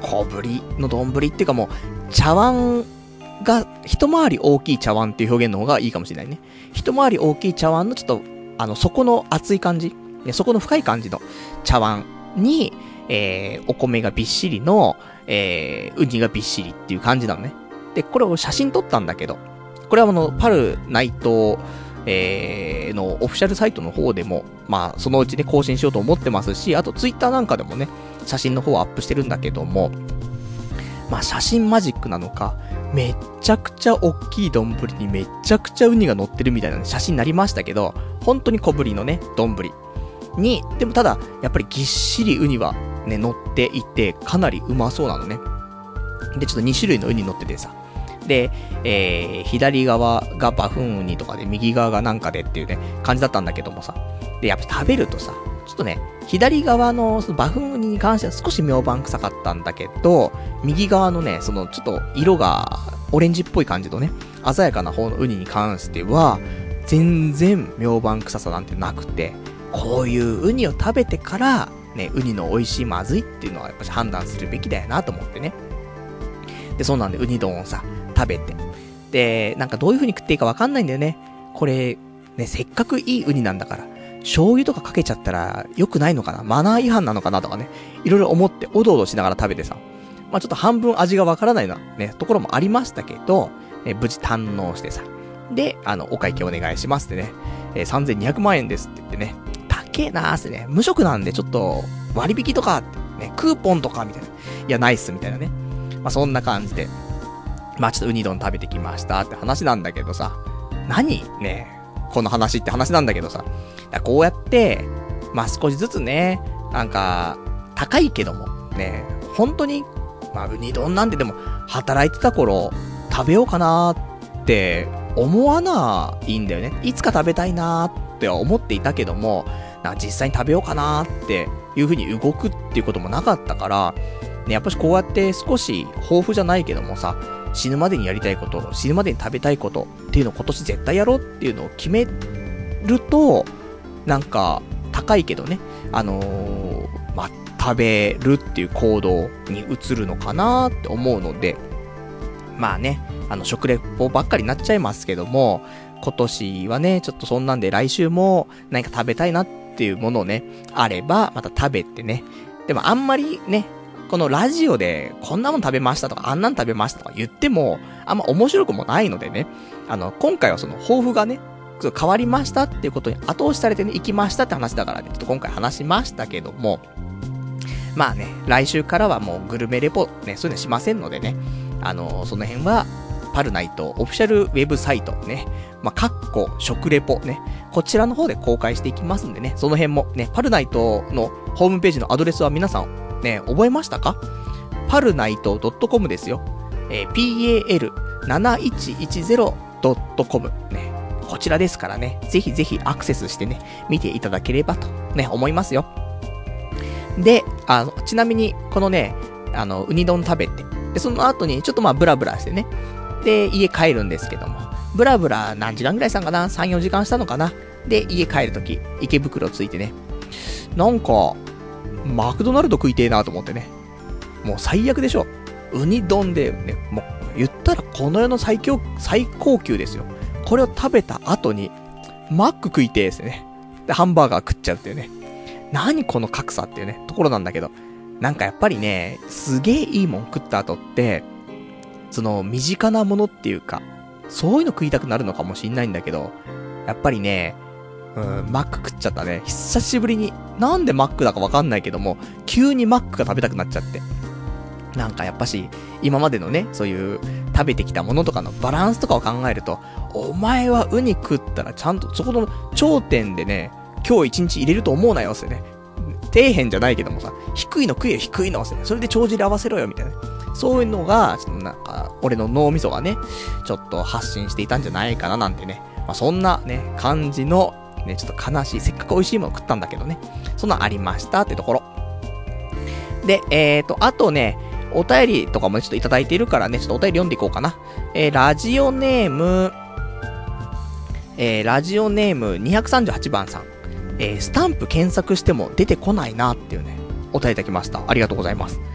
小ぶりの丼っていうかもう、茶碗が、一回り大きい茶碗っていう表現の方がいいかもしれないね。一回り大きい茶碗のちょっと、底の厚い感じ、底の深い感じの茶碗に、お米がびっしりの、ウニがびっしりっていう感じなのね。で、これを写真撮ったんだけど、これはパルナイト、のオフィシャルサイトの方でも、まあ、そのうちね、更新しようと思ってますし、あとツイッターなんかでもね、写真の方をアップしてるんだけども、まあ、写真マジックなのか、めっちゃくちゃ大きい丼にめっちゃくちゃウニが乗ってるみたいな、ね、写真になりましたけど、本当に小ぶりのね、丼に、でもただ、やっぱりぎっしりウニはね、乗っていて、かなりうまそうなのね。で、ちょっと2種類のウニ乗っててさ、で、左側がバフンウニとかで、右側がなんかでっていうね、感じだったんだけどもさ。で、やっぱ食べるとさ、ちょっとね、左側のそのバフンウニに関しては少し妙板臭かったんだけど、右側のね、そのちょっと色がオレンジっぽい感じのね、鮮やかな方のウニに関しては、全然妙板臭さなんてなくて、こういうウニを食べてから、ね、ウニの美味しいまずいっていうのはやっぱり判断するべきだよなと思ってね。で、そうなんで、ウニ丼をさ、食べて。で、なんかどういう風に食っていいかわかんないんだよね。これ、ね、せっかくいいウニなんだから、醤油とかかけちゃったら良くないのかな、マナー違反なのかなとかね、いろいろ思っておどおどしながら食べてさ、まあちょっと半分味がわからないな、ね、ところもありましたけど、無事堪能してさ。で、お会計お願いしますってね、3200万円ですって言ってね、高えなーってね、無職なんでちょっと割引とかって、ね、クーポンとかみたいな。いや、ナイスみたいなね。まあそんな感じで、まあちょっとウニ丼食べてきましたって話なんだけどさ、何ね、この話って話なんだけどさ、こうやって、まあ少しずつね、なんか、高いけども、ね、本当に、まあウニ丼なんてでも、働いてた頃、食べようかなーって思わないんだよね。いつか食べたいなーって思っていたけども、なんか実際に食べようかなーっていう風に動くっていうこともなかったから、ね、やっぱしこうやって少し豊富じゃないけどもさ、死ぬまでにやりたいこと、死ぬまでに食べたいことっていうのを今年絶対やろうっていうのを決めると、なんか高いけどね、まあ、食べるっていう行動に移るのかなって思うので、まあね、食レポばっかりになっちゃいますけども、今年はね、ちょっとそんなんで来週も何か食べたいなっていうものをね、あれば、また食べてね。でもあんまりね、このラジオでこんなもん食べましたとか、あんなん食べましたとか言っても、あんま面白くもないのでね、今回はその抱負がね、変わりましたっていうことに後押しされてね、行きましたって話だからね、ちょっと今回話しましたけども、まあね、来週からはもうグルメレポ、ね、そういうのしませんのでね、その辺は、パルナイトオフィシャルウェブサイトね、まあ、食レポね、こちらの方で公開していきますんでね、その辺もね、パルナイトのホームページのアドレスは皆さんね、覚えましたか？パルナイト .com ですよ。PAL7110.com ね。こちらですからね、ぜひぜひアクセスしてね、見ていただければとね、思いますよ。で、ちなみに、このね、ウニ丼食べて、で、その後にちょっとまあブラブラしてね、で、家帰るんですけども、ブラブラ何時間ぐらいしたんかな？ 3、4時間したのかな？で、家帰るとき、池袋着いてね、なんか、マクドナルド食いてえなと思ってね。もう最悪でしょ。ウニ丼でね、もう言ったらこの世の最高級ですよ。これを食べた後に、マック食いてえですね。で、ハンバーガー食っちゃうっていうね。何この格差っていうね、ところなんだけど。なんかやっぱりね、すげえいいもん食った後って、その身近なものっていうか、そういうの食いたくなるのかもしんないんだけど、やっぱりね、マック食っちゃったね。久しぶりに。なんでマックだかわかんないけども、急にマックが食べたくなっちゃって。なんかやっぱし、今までのね、そういう食べてきたものとかのバランスとかを考えると、お前はウニ食ったらちゃんとそこの頂点でね、今日一日入れると思うなよってね。底辺じゃないけどもさ、低いの食えよ低いのってね。それで帳尻合わせろよみたいな。そういうのが、ちょっとなんか、俺の脳みそがね、ちょっと発信していたんじゃないかななんてね。まあそんなね、感じの、ね、ちょっと悲しい、せっかく美味しいもの食ったんだけどね。そんなありましたってところ。で、あとね、お便りとかもちょっといただいているからね、ちょっとお便り読んでいこうかな。ラジオネーム238番さん。スタンプ検索しても出てこないなっていうね、お便りいただきました。ありがとうございます。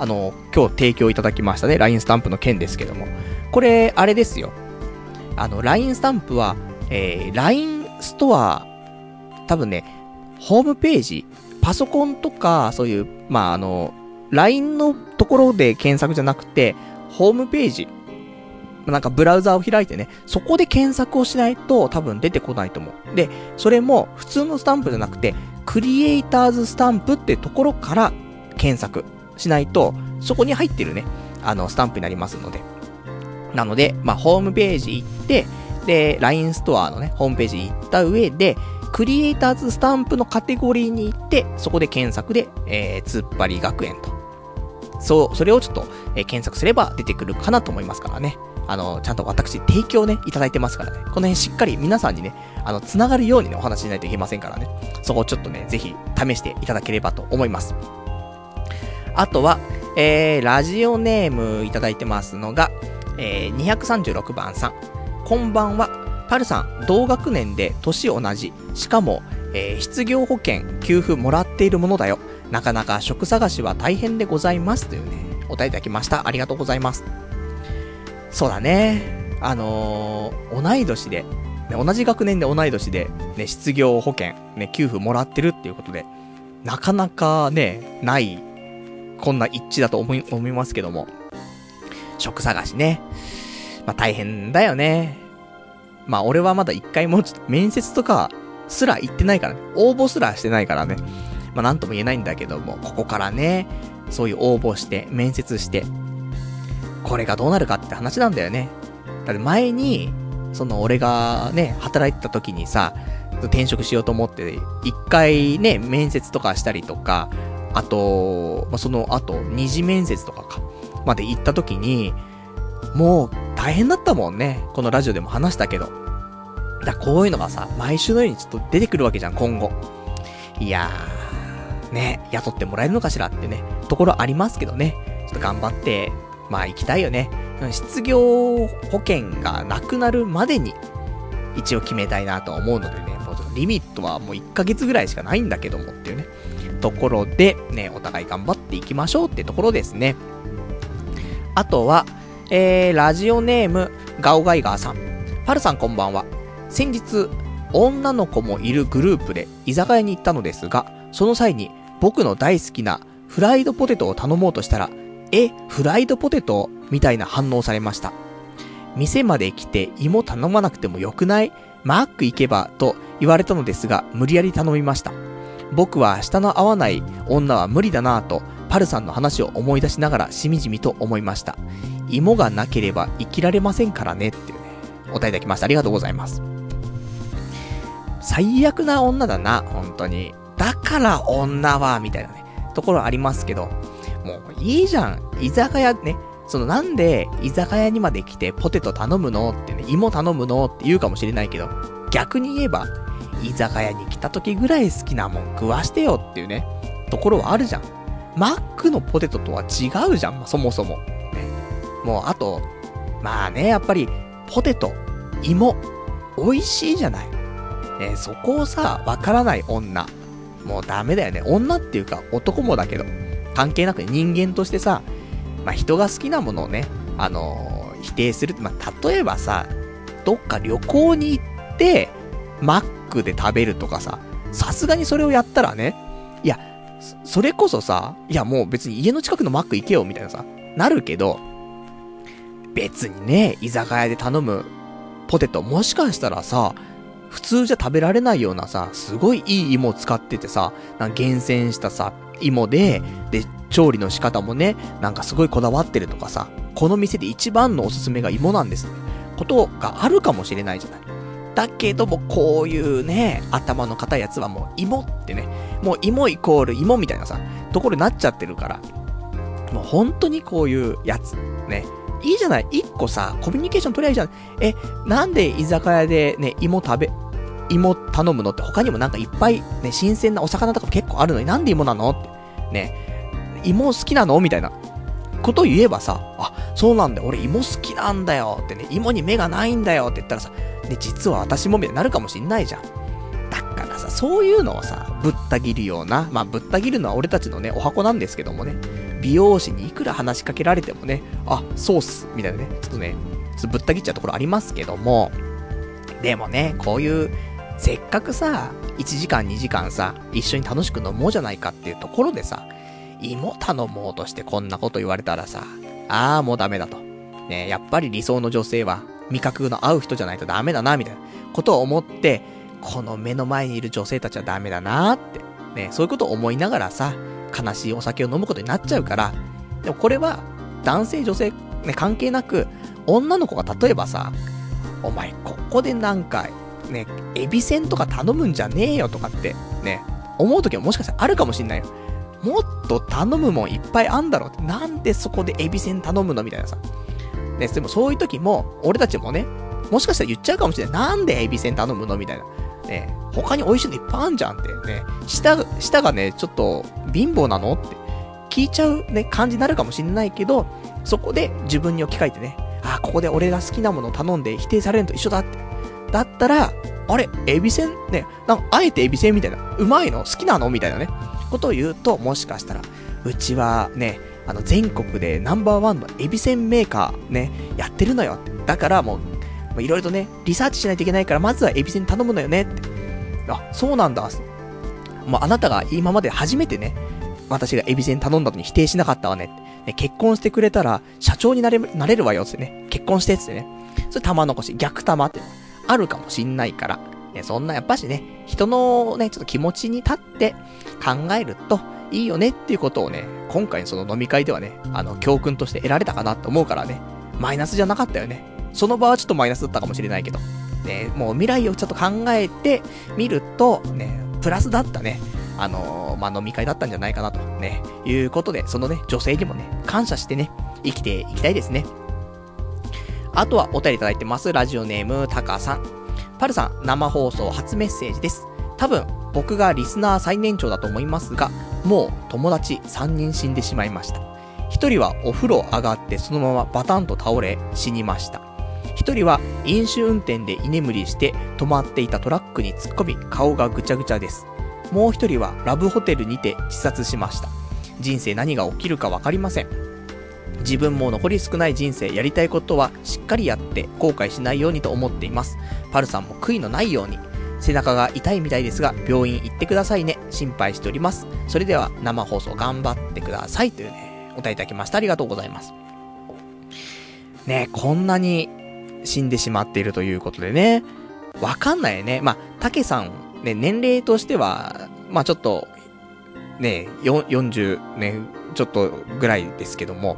今日提供いただきましたね、LINE スタンプの件ですけども。これ、あれですよ。LINE スタンプは、LINE ストア、多分ね、ホームページ、パソコンとか、そういう、LINE のところで検索じゃなくて、ホームページ、なんかブラウザを開いてね、そこで検索をしないと多分出てこないと思う。で、それも普通のスタンプじゃなくて、クリエイターズスタンプってところから検索しないと、そこに入ってるね、スタンプになりますので。なので、ホームページ行って、で、LINE ストアのね、ホームページ行った上で、クリエイターズスタンプのカテゴリーに行って、そこで検索で、つっぱり学園と。それをちょっと、検索すれば出てくるかなと思いますからね。ちゃんと私提供ね、いただいてますからね。この辺しっかり皆さんにね、繋がるようにね、お話ししないといけませんからね。そこをちょっとね、ぜひ試していただければと思います。あとは、ラジオネームいただいてますのが、236番さん。こんばんは。パルさん、同学年で年同じ。しかも、失業保険、給付もらっているものだよ。なかなか職探しは大変でございます。というね、お便りいただきました。ありがとうございます。そうだね。同い年で、ね、同じ学年で同い年で、ね、失業保険、ね、給付もらってるっていうことで、なかなかね、ない、こんな一致だと思いますけども。職探しね。大変だよね。俺はまだ一回もちょっと面接とかすら行ってないからね。応募すらしてないからね。なんとも言えないんだけども、ここからね、そういう応募して、面接して、これがどうなるかって話なんだよね。だって前に、俺がね、働いてた時にさ、転職しようと思って、一回ね、面接とかしたりとか、あと、その後、二次面接とかまで行った時に、もう大変だったもんね。このラジオでも話したけど。こういうのがさ、毎週のようにちょっと出てくるわけじゃん、今後。いやー、ね、雇ってもらえるのかしらってね、ところありますけどね。ちょっと頑張って、行きたいよね。失業保険がなくなるまでに、一応決めたいなと思うのでね、もうちょっとリミットはもう1ヶ月ぐらいしかないんだけどもっていうね、ところで、ね、お互い頑張っていきましょうってところですね。あとは、ラジオネーム、ガオガイガーさん。パルさんこんばんは。先日、女の子もいるグループで居酒屋に行ったのですが、その際に僕の大好きなフライドポテトを頼もうとしたら、フライドポテトみたいな反応されました。店まで来て芋頼まなくてもよくない？マック行けばと言われたのですが、無理やり頼みました。僕は舌の合わない女は無理だなぁと、パルさんの話を思い出しながらしみじみと思いました。芋がなければ生きられませんからねっていうね、お答えいただきました。ありがとうございます。最悪な女だな、本当に。だから女は、みたいなね、ところありますけど、もういいじゃん。居酒屋ね、なんで居酒屋にまで来てポテト頼むのってね、芋頼むのって言うかもしれないけど、逆に言えば、居酒屋に来た時ぐらい好きなもん食わしてよっていうね、ところはあるじゃん。マックのポテトとは違うじゃん、そもそも。もうあと、やっぱりポテト、芋、美味しいじゃない。そこをさ、わからない女。もうダメだよね。女っていうか男もだけど、関係なく人間としてさ、人が好きなものをね、否定するって、例えばさ、どっか旅行に行って、マックで食べるとかさ、さすがにそれをやったらね、いや、それこそさ、いやもう別に家の近くのマック行けよみたいなさ、なるけど、別にね、居酒屋で頼むポテト、もしかしたらさ、普通じゃ食べられないようなさ、すごいいい芋を使っててさ、厳選したさ、芋で、調理の仕方もね、すごいこだわってるとかさ、この店で一番のおすすめが芋なんです。ことがあるかもしれないじゃない。だけども、こういうね、頭の固いやつはもう芋ってね、もう芋イコール芋みたいなさ、ところになっちゃってるから、もう本当にこういうやつ、ね、いいじゃない。一個さ、コミュニケーション取りゃいいじゃん。なんで居酒屋でね、芋頼むのって他にもいっぱいね、新鮮なお魚とかも結構あるのになんで芋なのって。ね、芋好きなのみたいなことを言えばさ、あ、そうなんだよ。俺芋好きなんだよってね、芋に目がないんだよって言ったらさ、ね、実は私もみたいになるかもしんないじゃん。だからさ、そういうのをさ、ぶった切るような、ぶった切るのは俺たちのね、お箱なんですけどもね。 美容師にいくら話しかけられてもね、あ、そうっす、みたいなね、ちょっとぶった切っちゃうところありますけども、でもね、こういう、せっかくさ、1時間2時間さ、一緒に楽しく飲もうじゃないかっていうところでさ、芋頼もうとしてこんなこと言われたらさ、もうダメだと。ね、やっぱり理想の女性は、味覚の合う人じゃないとダメだな、みたいなことを思って、この目の前にいる女性たちはダメだなって、ね、そういうことを思いながらさ、悲しいお酒を飲むことになっちゃうから、でもこれは、男性女性、ね、関係なく、女の子が例えばさ、お前ここでなんか、ね、エビせんとか頼むんじゃねえよとかって、ね、思うときはもしかしたらあるかもしんないよ。もっと頼むもんいっぱいあんだろって、なんでそこでエビせん頼むのみたいなさ。ね、でもそういう時も、俺たちもね、もしかしたら言っちゃうかもしれない。なんでエビせん頼むのみたいな。ね、他に美味しいのいっぱいあんじゃんって。ね、舌がね、ちょっと貧乏なのって聞いちゃうね、感じになるかもしれないけど、そこで自分に置き換えてね、ここで俺が好きなものを頼んで否定されるのと一緒だって。だったら、あれ、エビせんね、なんかあえてエビせんみたいな。うまいの好きなのみたいなね。ことを言うと、もしかしたら、うちはね、全国でナンバーワンのエビせんメーカーね、やってるのよって。だからもういろいろとね、リサーチしないといけないから、まずはエビせん頼むのよねって。あ、そうなんだ。もうあなたが今まで初めてね、私がエビせん頼んだのに否定しなかったわね。ね、結婚してくれたら、社長になれるわよってね。結婚してってね。それ玉残し、逆玉ってあるかもしんないから。ね、そんなやっぱしね、人のね、ちょっと気持ちに立って考えるといいよねっていうことをね、今回のその飲み会ではね、教訓として得られたかなと思うからね、マイナスじゃなかったよね。その場はちょっとマイナスだったかもしれないけど、ね、もう未来をちょっと考えてみると、ね、プラスだったね、飲み会だったんじゃないかなと、ね、いうことで、そのね、女性にもね、感謝してね、生きていきたいですね。あとはお便りいただいてます。ラジオネーム、タカさん。パルさん、生放送初メッセージです。多分、僕がリスナー最年長だと思いますが、もう友達3人死んでしまいました。1人はお風呂上がってそのままバタンと倒れ死にました。1人は飲酒運転で居眠りして止まっていたトラックに突っ込み顔がぐちゃぐちゃです。もう1人はラブホテルにて自殺しました。人生何が起きるかわかりません。自分も残り少ない人生、やりたいことはしっかりやって後悔しないようにと思っています。パルさんも悔いのないように。背中が痛いみたいですが病院行ってくださいね。心配しております。それでは生放送頑張ってくださいというね、お便りいただきました。ありがとうございます。ね、こんなに死んでしまっているということでね、わかんないよね。たけさんね、年齢としてはちょっとね、40ねちょっとぐらいですけども、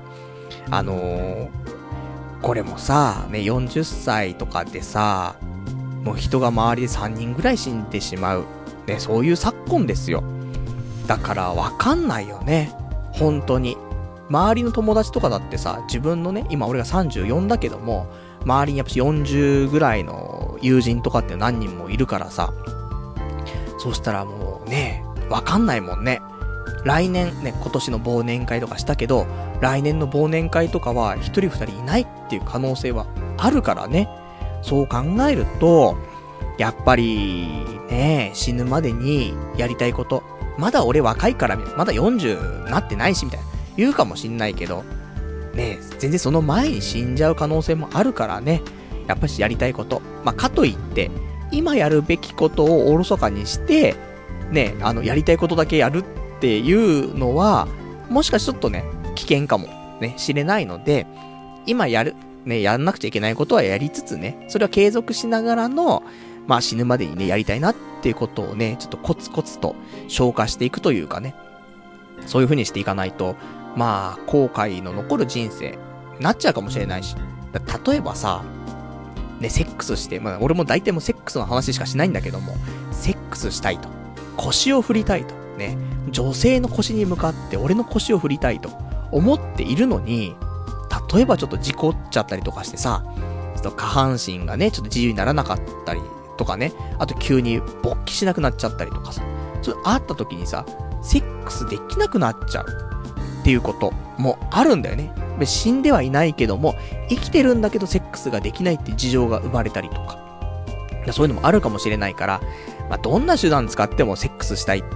これもさ、ね、40歳とかでさ、もう人が周りで3人ぐらい死んでしまう。ね、そういう昨今ですよ。だからわかんないよね。本当に。周りの友達とかだってさ、自分のね、今俺が34だけども、周りにやっぱ40ぐらいの友人とかって何人もいるからさ、そしたらもうね、わかんないもんね。来年ね、今年の忘年会とかしたけど、来年の忘年会とかは一人二人いないっていう可能性はあるからね。そう考えると、やっぱりね、死ぬまでにやりたいこと、まだ俺若いからまだ40なってないしみたいな言うかもしんないけどね、全然その前に死んじゃう可能性もあるからね。やっぱしやりたいこと、かといって今やるべきことをおろそかにしてね、やりたいことだけやるっていうのはもしかしてちょっとね、危険かもね知れないので、今やんなくちゃいけないことはやりつつね、それは継続しながらの死ぬまでにねやりたいなっていうことをね、ちょっとコツコツと消化していくというかね、そういう風にしていかないと後悔の残る人生なっちゃうかもしれないし、例えばさね、セックスして、俺も大体もうセックスの話しかしないんだけども、セックスしたいと、腰を振りたいとね、女性の腰に向かって俺の腰を振りたいと思っているのに、例えばちょっと事故っちゃったりとかしてさ、ちょっと下半身がねちょっと自由にならなかったりとかね、あと急に勃起しなくなっちゃったりとかさ、そうあった時にさ、セックスできなくなっちゃうっていうこともあるんだよね。死んではいないけども生きてるんだけどセックスができないって事情が生まれたりとか、そういうのもあるかもしれないから、どんな手段使ってもセックスしたい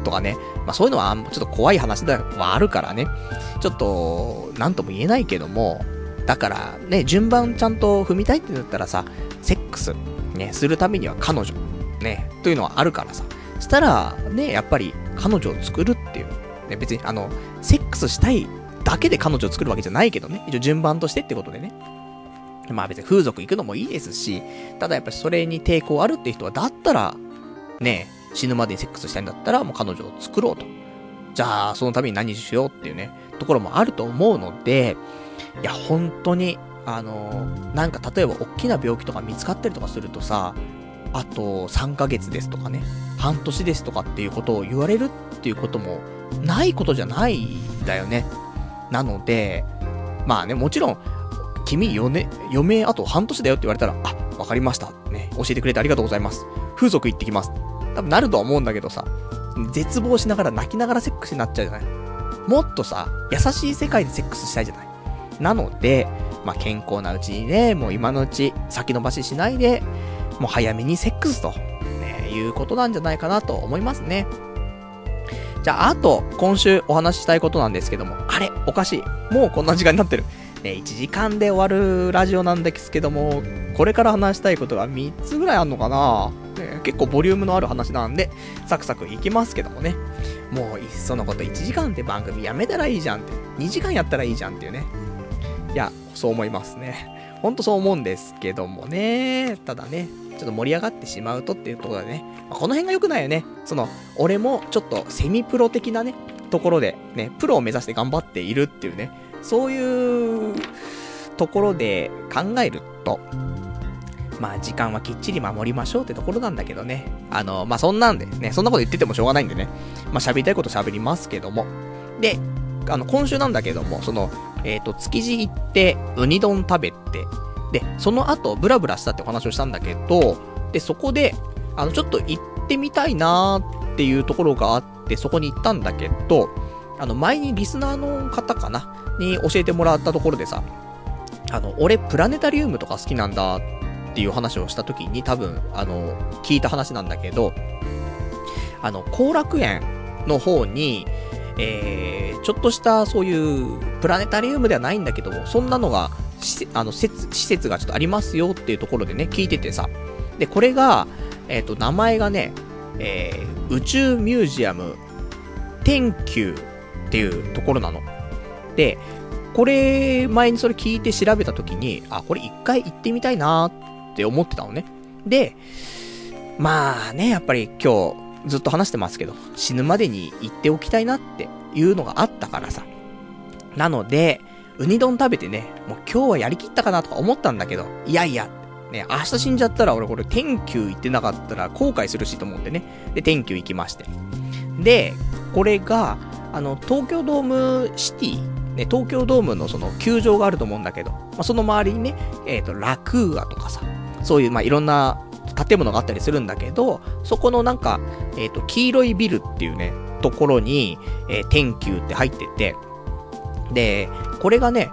とかね、まあそういうのはちょっと怖い話ではあるからね、ちょっと、なんとも言えないけども、だからね、順番ちゃんと踏みたいって言ったらさ、セックス、ね、するためには彼女、ね、というのはあるからさ、したら、ね、やっぱり彼女を作るっていう、ね、別にセックスしたいだけで彼女を作るわけじゃないけどね、一応順番としてってことでね。まあ別に風俗行くのもいいですし、ただやっぱりそれに抵抗あるっていう人は、だったら、ね、死ぬまでにセックスしたいんだったら、もう彼女を作ろうと。じゃあ、そのために何しようっていうね、ところもあると思うので、いや、本当に、なんか例えば大きな病気とか見つかったりとかするとさ、あと3ヶ月ですとかね、半年ですとかっていうことを言われるっていうこともないことじゃないんだよね。なので、まあね、もちろん、君余命あと半年だよって言われたら、あ、わかりました。ね、教えてくれてありがとうございます。風俗行ってきます。多分なるとは思うんだけどさ、絶望しながら泣きながらセックスになっちゃうじゃない。もっとさ、優しい世界でセックスしたいじゃない。なので、まあ健康なうちにね、もう今のうち先延ばししないで、もう早めにセックスと、ね、いうことなんじゃないかなと思いますね。じゃあ、あと、今週お話ししたいことなんですけども、あれおかしい。もうこんな時間になってる。ね、1時間で終わるラジオなんですけども、これから話したいことが3つぐらいあんのかな、ね、結構ボリュームのある話なんで、サクサクいきますけどもね。もういっそのこと1時間って番組やめたらいいじゃんって。2時間やったらいいじゃんっていうね。いや、そう思いますね。ほんとそう思うんですけどもね。ただね、ちょっと盛り上がってしまうとっていうところでね、この辺が良くないよね。俺もちょっとセミプロ的なね、ところでね、プロを目指して頑張っているっていうね、そういうところで考えると、まあ時間はきっちり守りましょうってところなんだけどね。まあそんなんでね、そんなこと言っててもしょうがないんでね。まあ喋りたいこと喋りますけども。で、今週なんだけども、築地行って、ウニ丼食べて、で、その後、ブラブラしたってお話をしたんだけど、で、そこで、ちょっと行ってみたいなーっていうところがあって、そこに行ったんだけど、前にリスナーの方かなに教えてもらったところでさ、俺、プラネタリウムとか好きなんだっていう話をしたときに、多分、聞いた話なんだけど、後楽園の方に、ちょっとしたそういうプラネタリウムではないんだけども、そんなのが施設がちょっとありますよっていうところでね、聞いててさ。で、これが、名前がね、宇宙ミュージアム天球っていうところなの。で、これ、前にそれ聞いて調べたときに、あ、これ一回行ってみたいなーって思ってたのね。で、まあね、やっぱり今日、ずっと話してますけど、死ぬまでに行っておきたいなっていうのがあったからさ。なので、ウニ丼食べてね、もう今日はやりきったかなとか思ったんだけど、いやいや、ね、明日死んじゃったら俺これ天球行ってなかったら後悔するしと思ってね。で、天球行きまして。で、これが、東京ドームシティ、ね、東京ドームのその球場があると思うんだけど、まあ、その周りにね、ラクーアとかさ、そういうまあいろんな建物があったりするんだけど、そこのなんか、黄色いビルっていうね、ところに、天球って入ってて、で、これがね、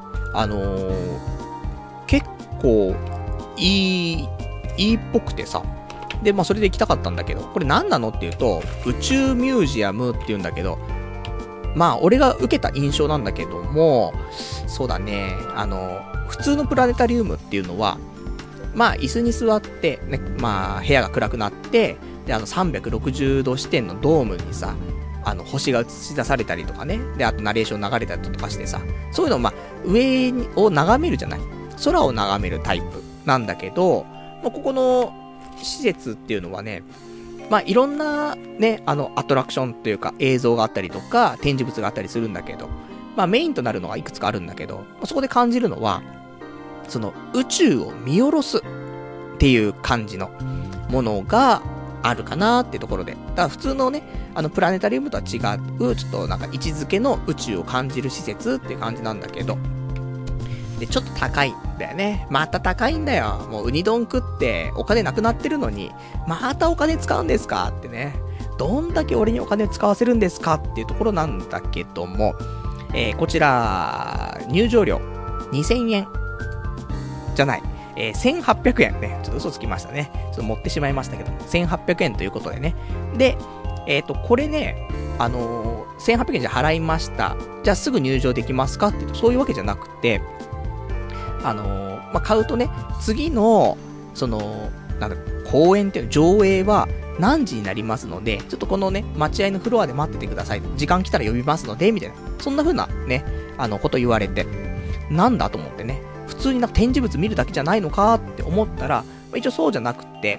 結構、いいっぽくてさ、で、まあそれで行きたかったんだけど、これ何なのっていうと、宇宙ミュージアムっていうんだけど、まあ俺が受けた印象なんだけども、そうだね、普通のプラネタリウムっていうのは、まあ椅子に座って、ね、まあ部屋が暗くなって、で360度視点のドームにさ、星が映し出されたりとかね、で、あとナレーション流れたりとかしてさ、そういうのをまあ、上を眺めるじゃない。空を眺めるタイプなんだけど、まあ、ここの施設っていうのはね、まあ、いろんなね、アトラクションというか映像があったりとか、展示物があったりするんだけど、まあ、メインとなるのがいくつかあるんだけど、そこで感じるのは、その宇宙を見下ろすっていう感じのものがあるかなーってところで。だから普通のね、プラネタリウムとは違う、ちょっとなんか位置づけの宇宙を感じる施設っていう感じなんだけど、で、ちょっと高いんだよね。また高いんだよ。もうウニ丼食ってお金なくなってるのに、またお金使うんですかってね。どんだけ俺にお金を使わせるんですかっていうところなんだけども、こちら、入場料2000円じゃない。1800円ね。ちょっと嘘つきましたね。ちょっと持ってしまいましたけど、1800円ということでね。で、これね、 1800円じゃ払いました。じゃあすぐ入場できますかって言うと、そういうわけじゃなくて、買うとね、次の、公演っていうの、上映は何時になりますので、ちょっとこのね、待合のフロアで待っててください。時間来たら呼びますので、みたいな。そんな風なね、こと言われて、なんだと思ってね、普通になんか展示物見るだけじゃないのかって思ったら、一応そうじゃなくて、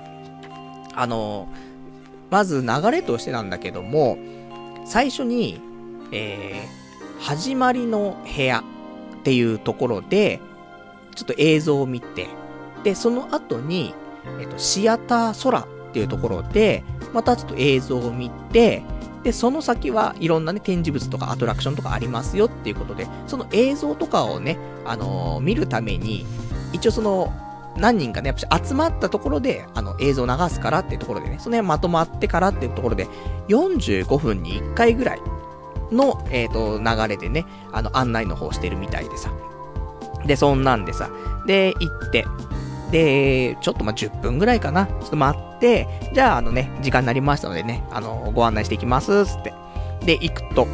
まず流れとしてなんだけども、最初に、始まりの部屋っていうところで、ちょっと映像を見て、で、その後に、シアター空っていうところで、またちょっと映像を見て、で、その先はいろんなね、展示物とかアトラクションとかありますよっていうことで、その映像とかをね、見るために、一応何人かね、やっぱ集まったところで、映像を流すからっていうところでね、その辺まとまってからっていうところで、45分に1回ぐらいの、流れでね、案内の方してるみたいでさ。で、そんなんでさ、で、行って、で、ちょっと10分ぐらいかな。ちょっと待って、じゃあ時間になりましたのでね、ご案内していきます、つって。で、行くと、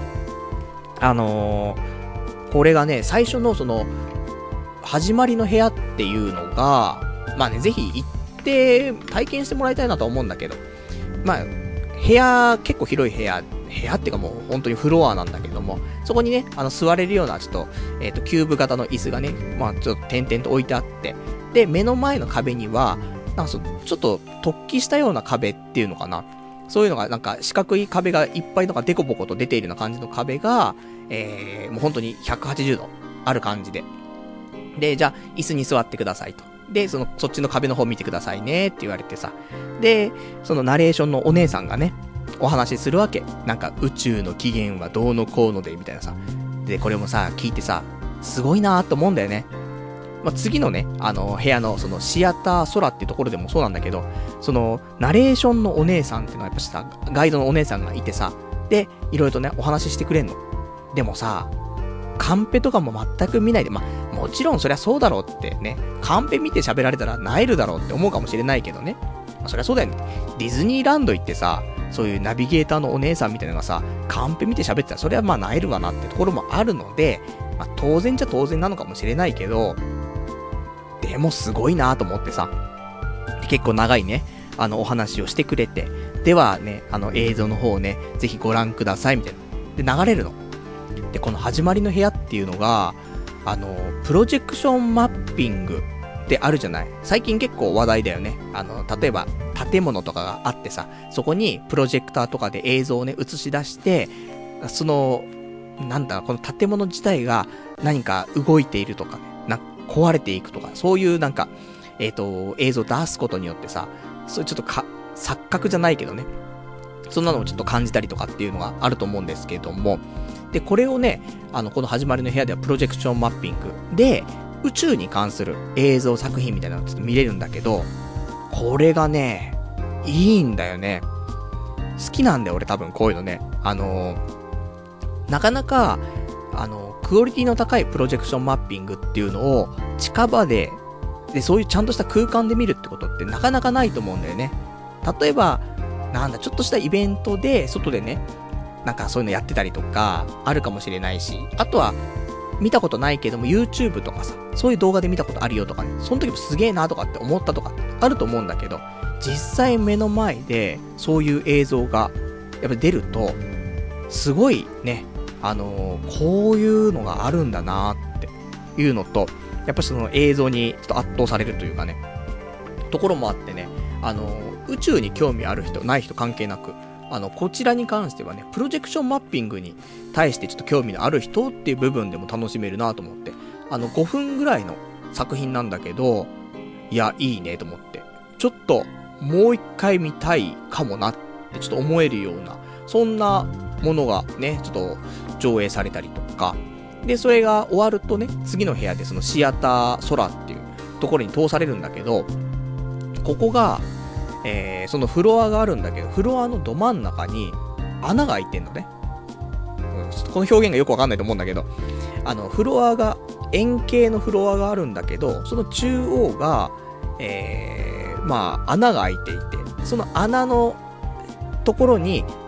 これがね、最初の始まりの部屋っていうのが、ぜひ行って体験してもらいたいなと思うんだけど、部屋、結構広い部屋っていうかもう本当にフロアなんだけども、そこにね、座れるようなちょっと、キューブ型の椅子がね、ちょっと点々と置いてあって、で、目の前の壁には、ちょっと突起したような壁っていうのかな。そういうのが、四角い壁がいっぱいデコボコと出ているような感じの壁が、もう本当に180度ある感じで。で、じゃあ、椅子に座ってくださいと。で、そっちの壁の方見てくださいねって言われてさ。で、そのナレーションのお姉さんがね、お話しするわけ。宇宙の起源はどうのこうので、みたいなさ。で、これもさ、聞いてさ、すごいなーと思うんだよね。次のね、部屋のシアター空っていうところでもそうなんだけど、ナレーションのお姉さんっていうのはやっぱさ、ガイドのお姉さんがいてさ、で、いろいろとね、お話ししてくれんの。でもさ、カンペとかも全く見ないで、もちろんそりゃそうだろうってね、カンペ見て喋られたら萎えるだろうって思うかもしれないけどね。そりゃそうだよね。ディズニーランド行ってさ、そういうナビゲーターのお姉さんみたいなのがさ、カンペ見て喋ってたらそれは萎えるわなってところもあるので、当然じゃ当然なのかもしれないけど、でもすごいなと思ってさ、結構長いね、お話をしてくれて、ではね、映像の方をね、ぜひご覧くださいみたいな。で、流れるの。で、この始まりの部屋っていうのが、プロジェクションマッピングってあるじゃない。最近結構話題だよね。例えば、建物とかがあってさ、そこにプロジェクターとかで映像をね、映し出して、この建物自体が何か動いているとかね、壊れていくとか、そういう映像を出すことによってさ、そういうちょっと錯覚じゃないけどね、そんなのをちょっと感じたりとかっていうのがあると思うんですけども、で、これをね、この始まりの部屋ではプロジェクションマッピングで、宇宙に関する映像作品みたいなのをちょっと見れるんだけど、これがね、いいんだよね。好きなんだよ、俺多分こういうのね。なかなか、クオリティの高いプロジェクションマッピングっていうのを近場で、そういうちゃんとした空間で見るってことってなかなかないと思うんだよね。例えば、ちょっとしたイベントで、外でね、そういうのやってたりとか、あるかもしれないし、あとは、見たことないけども YouTube とかさ、そういう動画で見たことあるよとかね、その時もすげえなとかって思ったとかあると思うんだけど、実際目の前でそういう映像がやっぱ出ると、すごいね、こういうのがあるんだなっていうのと、やっぱその映像にちょっと圧倒されるというかね、ところもあってね、宇宙に興味ある人、ない人関係なく、こちらに関してはね、プロジェクションマッピングに対してちょっと興味のある人っていう部分でも楽しめるなと思って、5分ぐらいの作品なんだけど、いや、いいねと思って、ちょっともう一回見たいかもなってちょっと思えるような、そんなものがね、ちょっと上映されたりとか、で、それが終わるとね、次の部屋でそのシアター空っていうところに通されるんだけど、ここが、そのフロアがあるんだけど、フロアのど真ん中に穴が開いてんのね。この表現がよくわかんないと思うんだけど、フロアが、円形のフロアがあるんだけど、その中央が、穴が開いていて、その穴のところに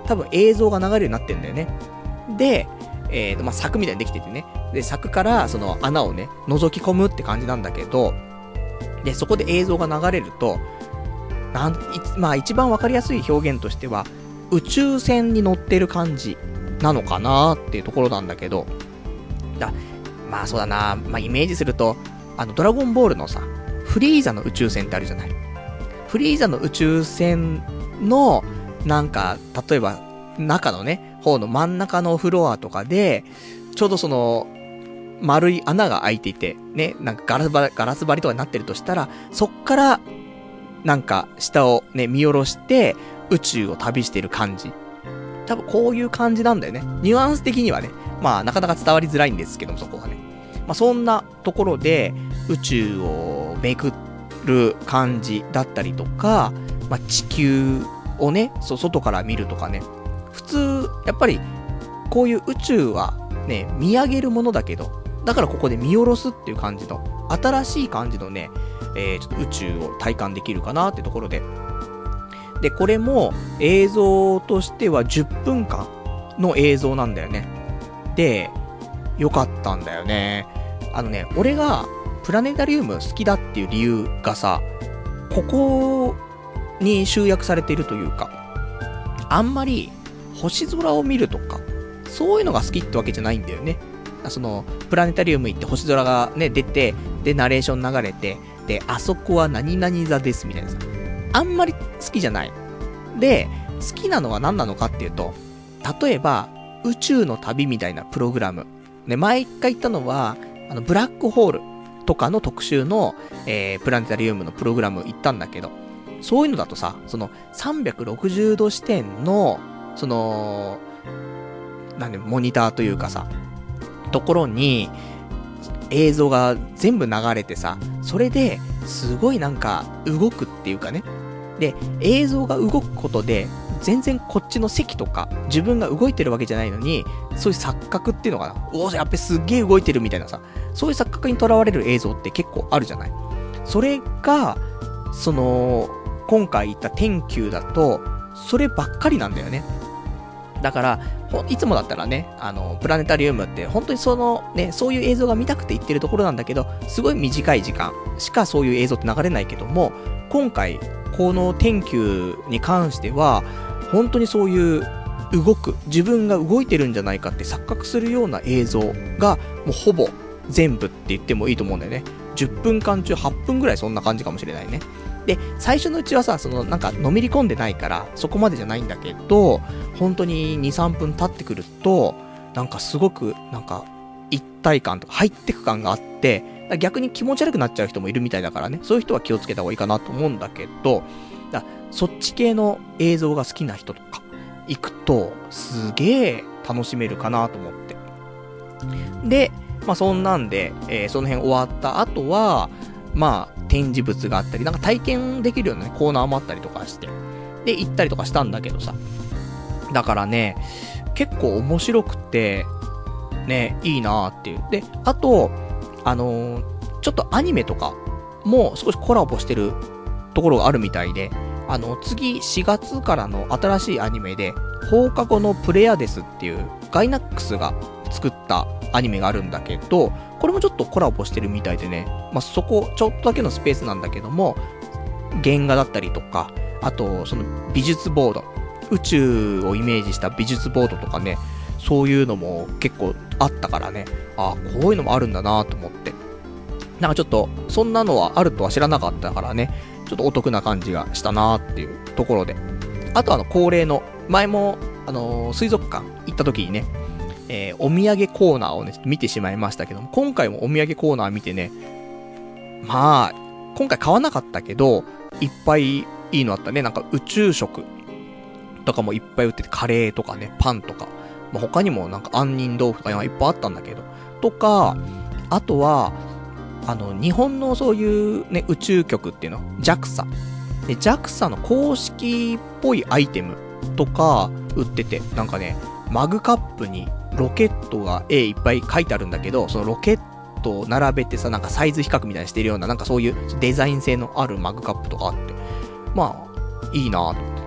多分映像が流れるようになってんだよね。で、まあ、柵みたいにできててね。で、柵からその穴をね、覗き込むって感じなんだけど、で、そこで映像が流れると、まあ一番わかりやすい表現としては、宇宙船に乗ってる感じなのかなっていうところなんだけど、まあそうだな、まあイメージすると、ドラゴンボールのさ、フリーザの宇宙船ってあるじゃない。フリーザの宇宙船の、なんか、例えば、中のね、方の真ん中のフロアとかで、ちょうどその、丸い穴が開いていて、ね、なんかガラス張りとかになってるとしたら、そっから、なんか、下をね、見下ろして、宇宙を旅してる感じ。多分こういう感じなんだよね。ニュアンス的にはね。まあ、なかなか伝わりづらいんですけども、そこはね。まあ、そんなところで、宇宙を巡る感じだったりとか、まあ、地球をね、外から見るとかね。普通、やっぱり、こういう宇宙はね、見上げるものだけど、だからここで見下ろすっていう感じの、新しい感じのね、ちょっと宇宙を体感できるかなってところで。で、これも映像としては10分間の映像なんだよね。で、よかったんだよね。俺がプラネタリウム好きだっていう理由がさ、ここに集約されているというか、あんまり星空を見るとか、そういうのが好きってわけじゃないんだよね。その、プラネタリウム行って星空がね、出て、で、ナレーション流れて、で、あそこは何々座ですみたいなさ。あんまり好きじゃない。で、好きなのは何なのかっていうと、例えば、宇宙の旅みたいなプログラム。ね、前一回言ったのは、ブラックホールとかの特集の、プラネタリウムのプログラム行ったんだけど、そういうのだとさ、その、360度視点の、その、モニターというかさ、ところに、映像が全部流れてさ、それですごいなんか動くっていうかね。で、映像が動くことで、全然こっちの席とか、自分が動いてるわけじゃないのに、そういう錯覚っていうのかな。やっぱすっげえ動いてるみたいなさ、そういう錯覚にとらわれる映像って結構あるじゃない。それが、その、今回言った天球だと、そればっかりなんだよね。だから、いつもだったらね、プラネタリウムって本当にそのね、そういう映像が見たくて行ってるところなんだけど、すごい短い時間しかそういう映像って流れないけども、今回、この天球に関しては、本当にそういう自分が動いてるんじゃないかって錯覚するような映像が、もうほぼ全部って言ってもいいと思うんだよね。10分間中8分ぐらいそんな感じかもしれないね。で、最初のうちはさ、なんか、のめり込んでないから、そこまでじゃないんだけど、本当に2、3分経ってくると、なんかすごく、なんか、一体感とか入ってく感があって、逆に気持ち悪くなっちゃう人もいるみたいだからね、そういう人は気をつけた方がいいかなと思うんだけど、そっち系の映像が好きな人とか、行くと、すげえ楽しめるかなと思って。で、まあそんなんで、その辺終わった後は、まあ、展示物があったり、なんか体験できるような、ね、コーナーもあったりとかして、で、行ったりとかしたんだけどさ。だからね、結構面白くて、ね、いいなーっていう。で、あと、ちょっとアニメとかも少しコラボしてるところがあるみたいで、次4月からの新しいアニメで、放課後のプレアデスっていうガイナックスが作ったアニメがあるんだけど、これもちょっとコラボしてるみたいでね、まあ、そこ、ちょっとだけのスペースなんだけども、原画だったりとか、あと、その美術ボード、宇宙をイメージした美術ボードとかね、そういうのも結構あったからね、こういうのもあるんだなと思って。なんかちょっと、そんなのはあるとは知らなかったからね、ちょっとお得な感じがしたなっていうところで。あと恒例の、前も、水族館行った時にね、お土産コーナーをね、見てしまいましたけども、今回もお土産コーナー見てね、まあ、今回買わなかったけど、いっぱいいいのあったね。なんか宇宙食とかもいっぱい売ってて、カレーとかね、パンとか、まあ、他にもなんか杏仁豆腐とかいっぱいあったんだけど、とか、あとは、日本のそういうね、宇宙局っていうの、JAXA。で、JAXA の公式っぽいアイテムとか売ってて、なんかね、マグカップにロケットが絵いっぱい書いてあるんだけど、そのロケットを並べてさ、なんかサイズ比較みたいにしてるような、なんかそういうデザイン性のあるマグカップとかあって、まあ、いいなぁと思って。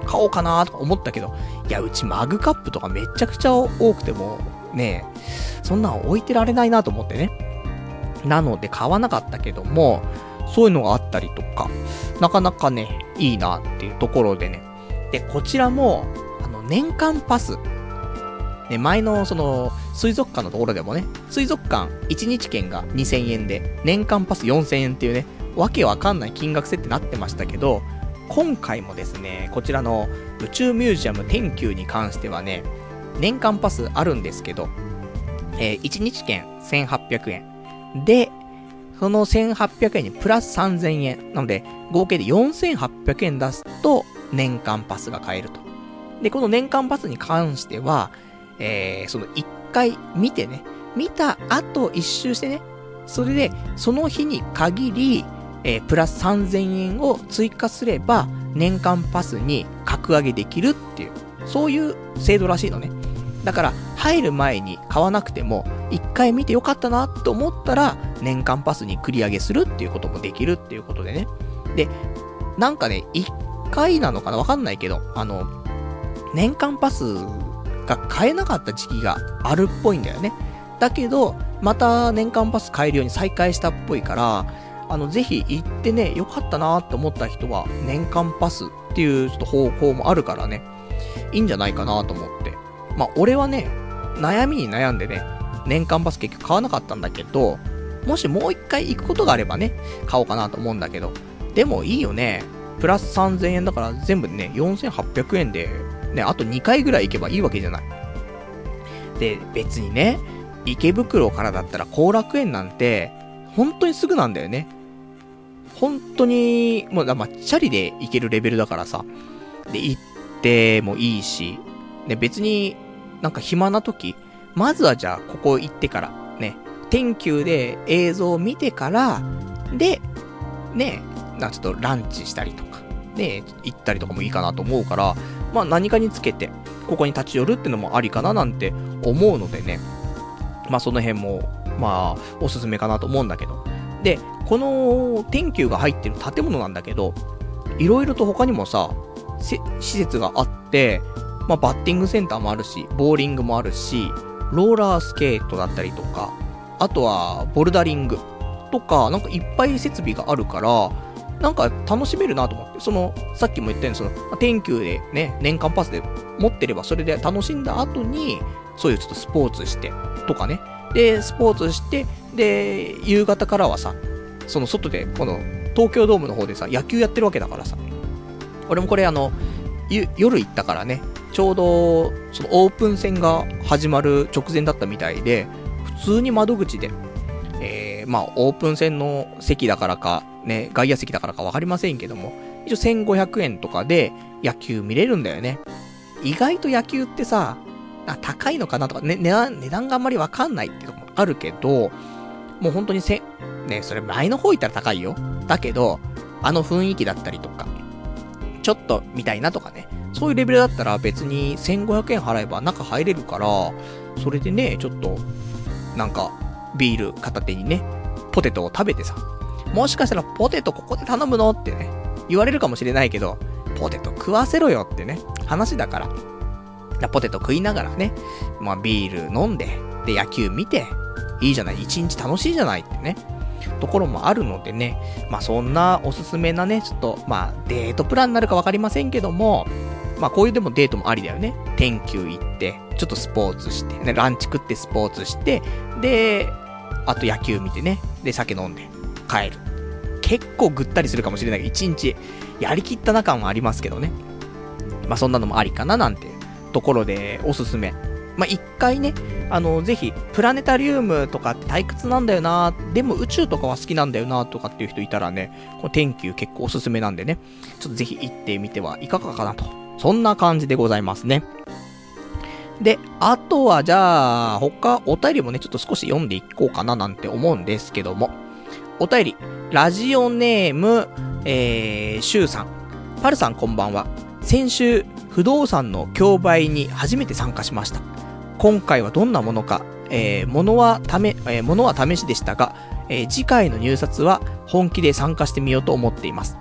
買おうかなとか思ったけど、いや、うちマグカップとかめちゃくちゃ多くても、ね、そんなの置いてられないなと思ってね。なので買わなかったけども、そういうのがあったりとか、なかなかね、いいなっていうところでね。で、こちらも、年間パス。ね、前の水族館のところでもね、水族館1日券が2000円で、年間パス4000円っていうね、わけわかんない金額設定になってましたけど、今回もですね、こちらの宇宙ミュージアム天宮に関してはね、年間パスあるんですけど、1日券1800円。で、その1800円にプラス3000円。なので、合計で4800円出すと、年間パスが買えると。で、この年間パスに関しては、その1回見てね、見た後一周してね、それで、その日に限り、プラス3000円を追加すれば、年間パスに格上げできるっていう、そういう制度らしいのね。だから、入る前に買わなくても、一回見てよかったなと思ったら、年間パスに繰り上げするっていうこともできるっていうことでね。で、なんかね、一回なのかなわかんないけど、年間パスが買えなかった時期があるっぽいんだよね。だけど、また年間パス買えるように再開したっぽいから、ぜひ行ってね、よかったなと思った人は、年間パスっていうちょっと方法もあるからね、いいんじゃないかなと思って。まあ、俺はね、悩みに悩んでね、年間パス結局買わなかったんだけど、もしもう一回行くことがあればね、買おうかなと思うんだけど、でもいいよね。プラス3000円だから全部でね、4800円で、ね、あと2回ぐらい行けばいいわけじゃない。で、別にね、池袋からだったら後楽園なんて、本当にすぐなんだよね。本当に、もう、まあ、チャリで行けるレベルだからさ。で、行ってもいいし、ね、別になんか暇な時、まずはじゃあここ行ってから、ね、天宮で映像を見てから、で、ね、ちょっとランチしたりとか、ね、行ったりとかもいいかなと思うから、まあ何かにつけて、ここに立ち寄るってのもありかななんて思うのでね、まあその辺も、まあ、おすすめかなと思うんだけど。で、この天宮が入ってる建物なんだけど、いろいろと他にもさ、施設があって、まあバッティングセンターもあるし、ボーリングもあるし、ローラースケートだったりとか、あとはボルダリングとか、なんかいっぱい設備があるから、なんか楽しめるなと思って、さっきも言ったように、天宮でね、年間パスで持ってればそれで楽しんだ後に、そういうちょっとスポーツして、とかね。で、スポーツして、で、夕方からはさ、その外で、この、東京ドームの方でさ、野球やってるわけだからさ。俺もこれ夜行ったからね、ちょうど、そのオープン戦が始まる直前だったみたいで、普通に窓口で、まあ、オープン戦の席だからか、ね、外野席だからかわかりませんけども、一応1500円とかで野球見れるんだよね。意外と野球ってさ、高いのかなとか、ね、値段があんまりわかんないっていうのもあるけど、もう本当にね、それ前の方行ったら高いよ。だけど、雰囲気だったりとか、ちょっと見たいなとかね、そういうレベルだったら別に1500円払えば中入れるから、それでね、ちょっと、なんか、ビール片手にね、ポテトを食べてさ、もしかしたらポテトここで頼むのってね、言われるかもしれないけど、ポテト食わせろよってね、話だから。ポテト食いながらね、まあビール飲んで、で野球見て、いいじゃない、一日楽しいじゃないってね、ところもあるのでね、まあそんなおすすめなね、ちょっと、まあデートプランになるかわかりませんけども、まあこういうでもデートもありだよね。天宮行って、ちょっとスポーツして、ね、ランチ食ってスポーツして、で、あと野球見てね、で酒飲んで、帰る。結構ぐったりするかもしれないけど、一日やりきったな感はありますけどね。まあそんなのもありかななんてところでおすすめ。まあ一回ね、ぜひプラネタリウムとかって退屈なんだよな、でも宇宙とかは好きなんだよなとかっていう人いたらね、この天宮結構おすすめなんでね、ちょっとぜひ行ってみてはいかがかなと、そんな感じでございますね。で、あとはじゃあ他お便りもねちょっと少し読んでいこうかななんて思うんですけども、お便りラジオネームシュウさん、パルさんこんばんは。先週不動産の競売に初めて参加しました。今回はどんなものか、物は試しでしたが、次回の入札は本気で参加してみようと思っています。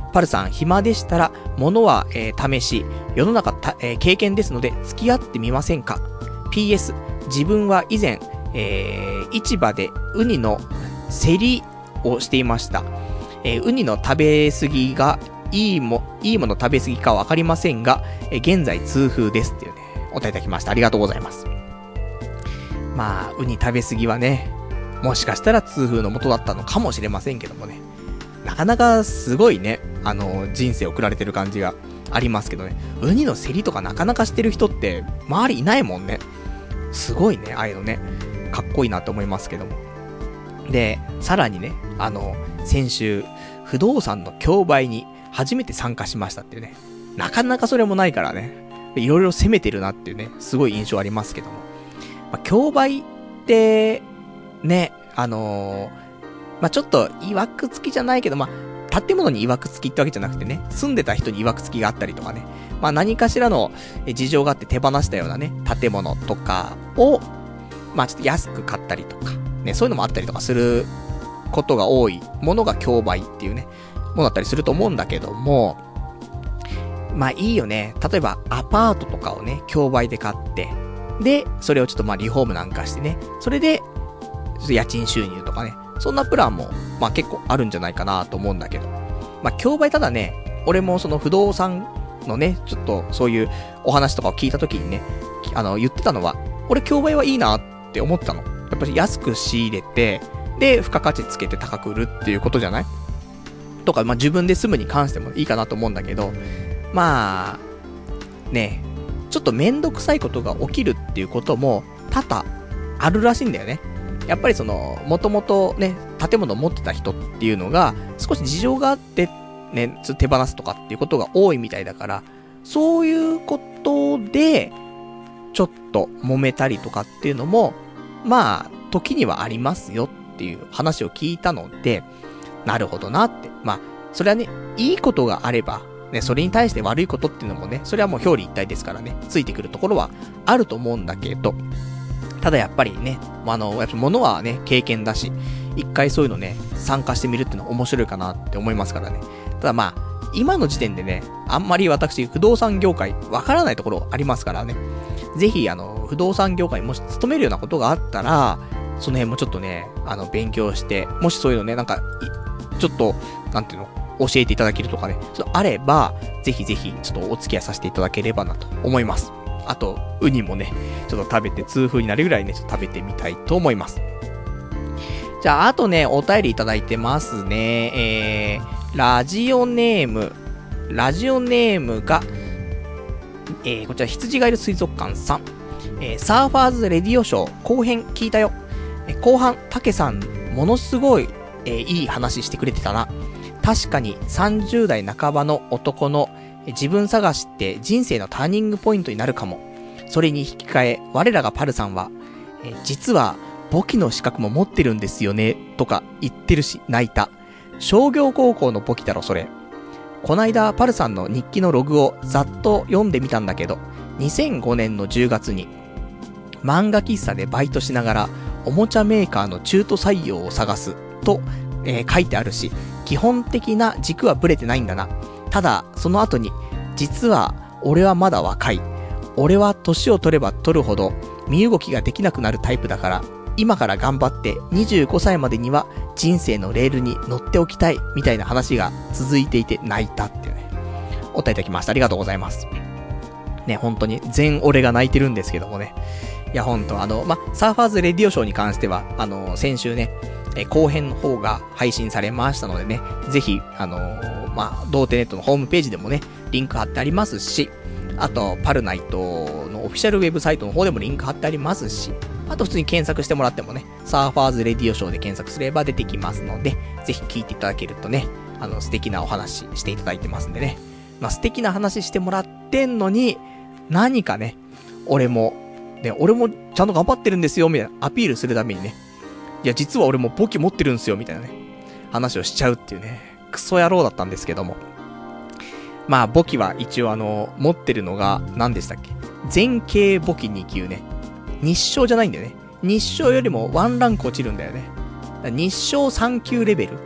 パルさん暇でしたら、物は、試し、世の中経験ですので、付き合ってみませんか？ PS、自分は以前、市場でウニの競りをしていました。ウニの食べ過ぎがいいもの食べ過ぎかわかりませんが、現在痛風ですっていうね、お答えいただきました。ありがとうございます。まあ、ウニ食べ過ぎはね、もしかしたら痛風の元だったのかもしれませんけどもね。なかなかすごいね、人生を送られてる感じがありますけどね。ウニの競りとかなかなかしてる人って、周りいないもんね。すごいね、ああいうのね。かっこいいなと思いますけども。で、さらにね、先週、不動産の競売に初めて参加しましたっていうね。なかなかそれもないからね。いろいろ攻めてるなっていうね、すごい印象ありますけども。まあ、競売って、ね、まあ、ちょっと、曰く付きじゃないけど、まあ、建物に曰く付きってわけじゃなくてね、住んでた人に曰く付きがあったりとかね、まあ、何かしらの事情があって手放したようなね、建物とかを、まあ、ちょっと安く買ったりとか、ね、そういうのもあったりとかすることが多いものが競売っていうね、ものだったりすると思うんだけども、まあ、いいよね。例えば、アパートとかをね、競売で買って、で、それをちょっとまあ、リフォームなんかしてね、それで、ちょっと家賃収入とかね、そんなプランも、まあ結構あるんじゃないかなと思うんだけど。まあ競売ただね、俺もその不動産のね、ちょっとそういうお話とかを聞いたときにね、言ってたのは、俺競売はいいなって思ったの。やっぱり安く仕入れて、で、付加価値つけて高く売るっていうことじゃない？とか、まあ自分で住むに関してもいいかなと思うんだけど、まあ、ね、ちょっとめんどくさいことが起きるっていうことも多々あるらしいんだよね。やっぱりもともとね、建物を持ってた人っていうのが、少し事情があって、ね、手放すとかっていうことが多いみたいだから、そういうことで、ちょっと揉めたりとかっていうのも、まあ、時にはありますよっていう話を聞いたので、なるほどなって。まあ、それはね、いいことがあれば、ね、それに対して悪いことっていうのもね、それはもう表裏一体ですからね、ついてくるところはあると思うんだけど、ただやっぱりね、やっぱ物はね、経験だし、一回そういうのね、参加してみるっていうのは面白いかなって思いますからね。ただまあ、今の時点でね、あんまり私、不動産業界、わからないところありますからね。ぜひ、不動産業界もし勤めるようなことがあったら、その辺もちょっとね、勉強して、もしそういうのね、なんか、ちょっと、なんていうの、教えていただけるとかね、ちょっとあれば、ぜひぜひ、ちょっとお付き合いさせていただければなと思います。あと、ウニもね、ちょっと食べて痛風になるぐらいね、ちょっと食べてみたいと思います。じゃあ、あとね、お便りいただいてますね。ラジオネームが、こちら、羊がいる水族館さん。サーファーズレディオショー後編聞いたよ。後半、タケさん、ものすごい、いい話してくれてたな。確かに30代半ばの男の自分探しって人生のターニングポイントになるかも。それに引き換え、我らがパルさんは、実は簿記の資格も持ってるんですよね、とか言ってるし、泣いた。商業高校の簿記だろ、それ。こないだパルさんの日記のログをざっと読んでみたんだけど、2005年の10月に、漫画喫茶でバイトしながら、おもちゃメーカーの中途採用を探す、と、書いてあるし、基本的な軸はブレてないんだな。ただ、その後に、実は、俺はまだ若い。俺は年を取れば取るほど、身動きができなくなるタイプだから、今から頑張って25歳までには人生のレールに乗っておきたい、みたいな話が続いていて泣いたっていうね。お答えいただきました。ありがとうございます。ね、本当に、全俺が泣いてるんですけどもね。いや、本当サーファーズレディオショーに関しては、先週ね、後編の方が配信されましたのでね、ぜひ、童貞ネットのホームページでもね、リンク貼ってありますし、あと、パルナイトのオフィシャルウェブサイトの方でもリンク貼ってありますし、あと普通に検索してもらってもね、サーファーズレディオショーで検索すれば出てきますので、ぜひ聞いていただけるとね、素敵なお話していただいてますんでね。素敵な話してもらってんのに、何かね、俺もちゃんと頑張ってるんですよ、みたいなアピールするためにね、いや、実は俺も簿記持ってるんですよ、みたいなね、話をしちゃうっていうね、クソ野郎だったんですけども。簿記は一応持ってるのが、何でしたっけ？全経簿記2級ね。日商じゃないんだよね。日商よりもワンランク落ちるんだよね。日商3級レベル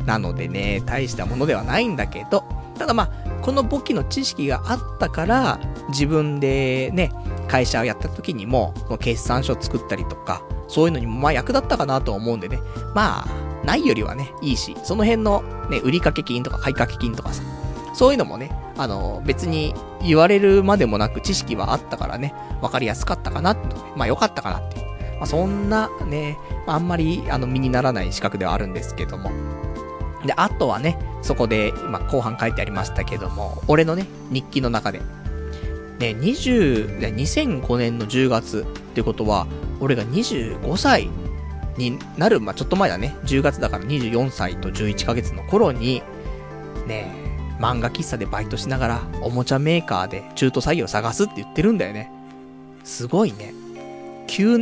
なのでね、大したものではないんだけど、ただまあ、この簿記の知識があったから、自分でね、会社をやった時にも、決算書作ったりとか、そういうのにもまあ役立ったかなと思うんでね、まあ、ないよりはね、いいし、その辺のね、売掛金とか買掛金とかさ、そういうのもね、別に言われるまでもなく知識はあったからね、わかりやすかったかなって、まあ良かったかなっていう。まあそんなね、まああんまり身にならない資格ではあるんですけども。で、あとはね、そこで、今後半書いてありましたけども、俺のね、日記の中で、ね、2005年の10月ってことは、俺が25歳になる、まあちょっと前だね、10月だから24歳と11ヶ月の頃に、ね、漫画喫茶でバイトしながら、おもちゃメーカーで中途採用探すって言ってるんだよね。すごいね。9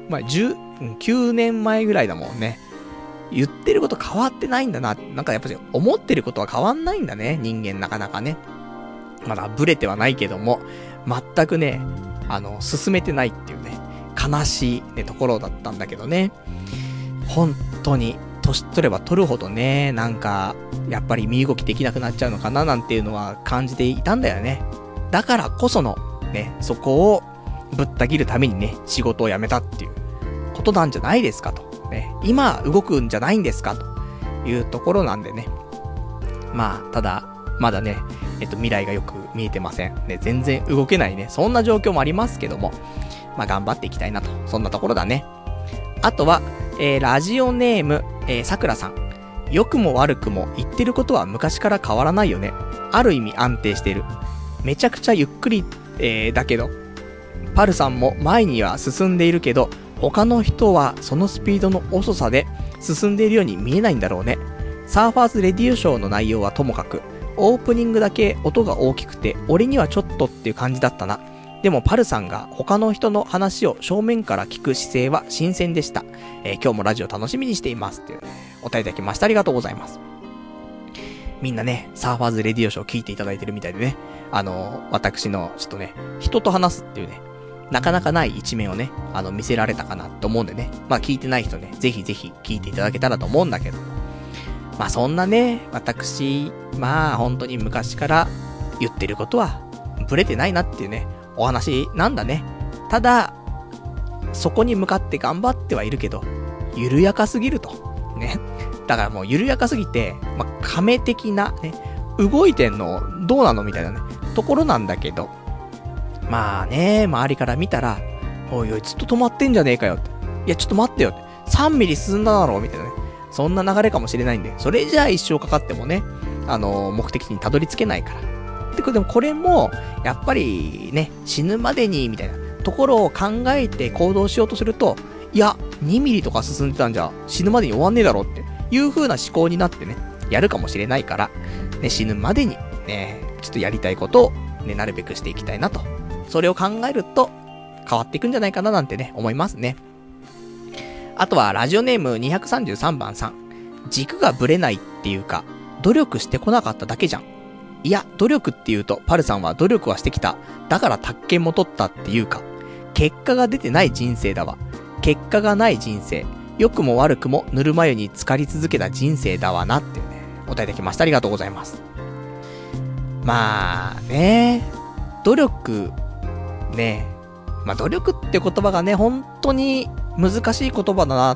年前ぐらいだもんね。言ってること変わってないんだな。なんかやっぱり思ってることは変わんないんだね。人間なかなかね。まだブレてはないけども、全くね、進めてないっていうね、悲しいね、ところだったんだけどね。本当に、年取れば取るほどね、なんか、やっぱり身動きできなくなっちゃうのかななんていうのは感じていたんだよね。だからこその、ね、そこをぶった切るためにね、仕事を辞めたっていうことなんじゃないですかと。ね、今動くんじゃないんですかというところなんでね。まあ、ただ、まだね、未来がよく見えてません。ね、全然動けないね、そんな状況もありますけども、まあ頑張っていきたいなと、そんなところだね。あとは、ラジオネーム、さくらさん。良くも悪くも言ってることは昔から変わらないよね。ある意味安定してる。めちゃくちゃゆっくり、だけど、パルさんも前には進んでいるけど、他の人はそのスピードの遅さで進んでいるように見えないんだろうね。サーファーズレディオショーの内容はともかく、オープニングだけ音が大きくて、俺にはちょっとっていう感じだったな。でもパルさんが他の人の話を正面から聞く姿勢は新鮮でした。今日もラジオ楽しみにしていますっていう、お便りいただきました。ありがとうございます。みんなね、サーファーズレディオショー聞いていただいてるみたいでね、私のちょっとね、人と話すっていうね、なかなかない一面をね、見せられたかなと思うんでね、まあ聞いてない人ね、ぜひぜひ聞いていただけたらと思うんだけど、まあそんなね、私、まあ本当に昔から言ってることはブレてないなっていうね、お話なんだね。ただ、そこに向かって頑張ってはいるけど、緩やかすぎると。ね。だからもう緩やかすぎて、まあ、亀的なね、動いてんのどうなのみたいなね、ところなんだけど、まあね、周りから見たら、おいおい、ずっと止まってんじゃねえかよって。いや、ちょっと待ってよって。3ミリ進んだだろうみたいなね。そんな流れかもしれないんで、それじゃあ一生かかってもね、目的地にたどり着けないから。でもこれも、やっぱりね、死ぬまでに、みたいなところを考えて行動しようとすると、いや、2ミリとか進んでたんじゃ、死ぬまでに終わんねえだろっていう風な思考になってね、やるかもしれないから、ね、死ぬまでに、ね、ちょっとやりたいことを、ね、なるべくしていきたいなと。それを考えると、変わっていくんじゃないかななんてね、思いますね。あとは、ラジオネーム233番さん。軸がぶれないっていうか、努力してこなかっただけじゃん。いや、努力って言うと、パルさんは努力はしてきた。だから宅建も取ったっていうか、結果が出てない人生だわ。結果がない人生。良くも悪くもぬるま湯に浸かり続けた人生だわなっていうね、お答えできました。ありがとうございます。まあね、努力、ね、まあ努力って言葉がね、本当に難しい言葉だなって、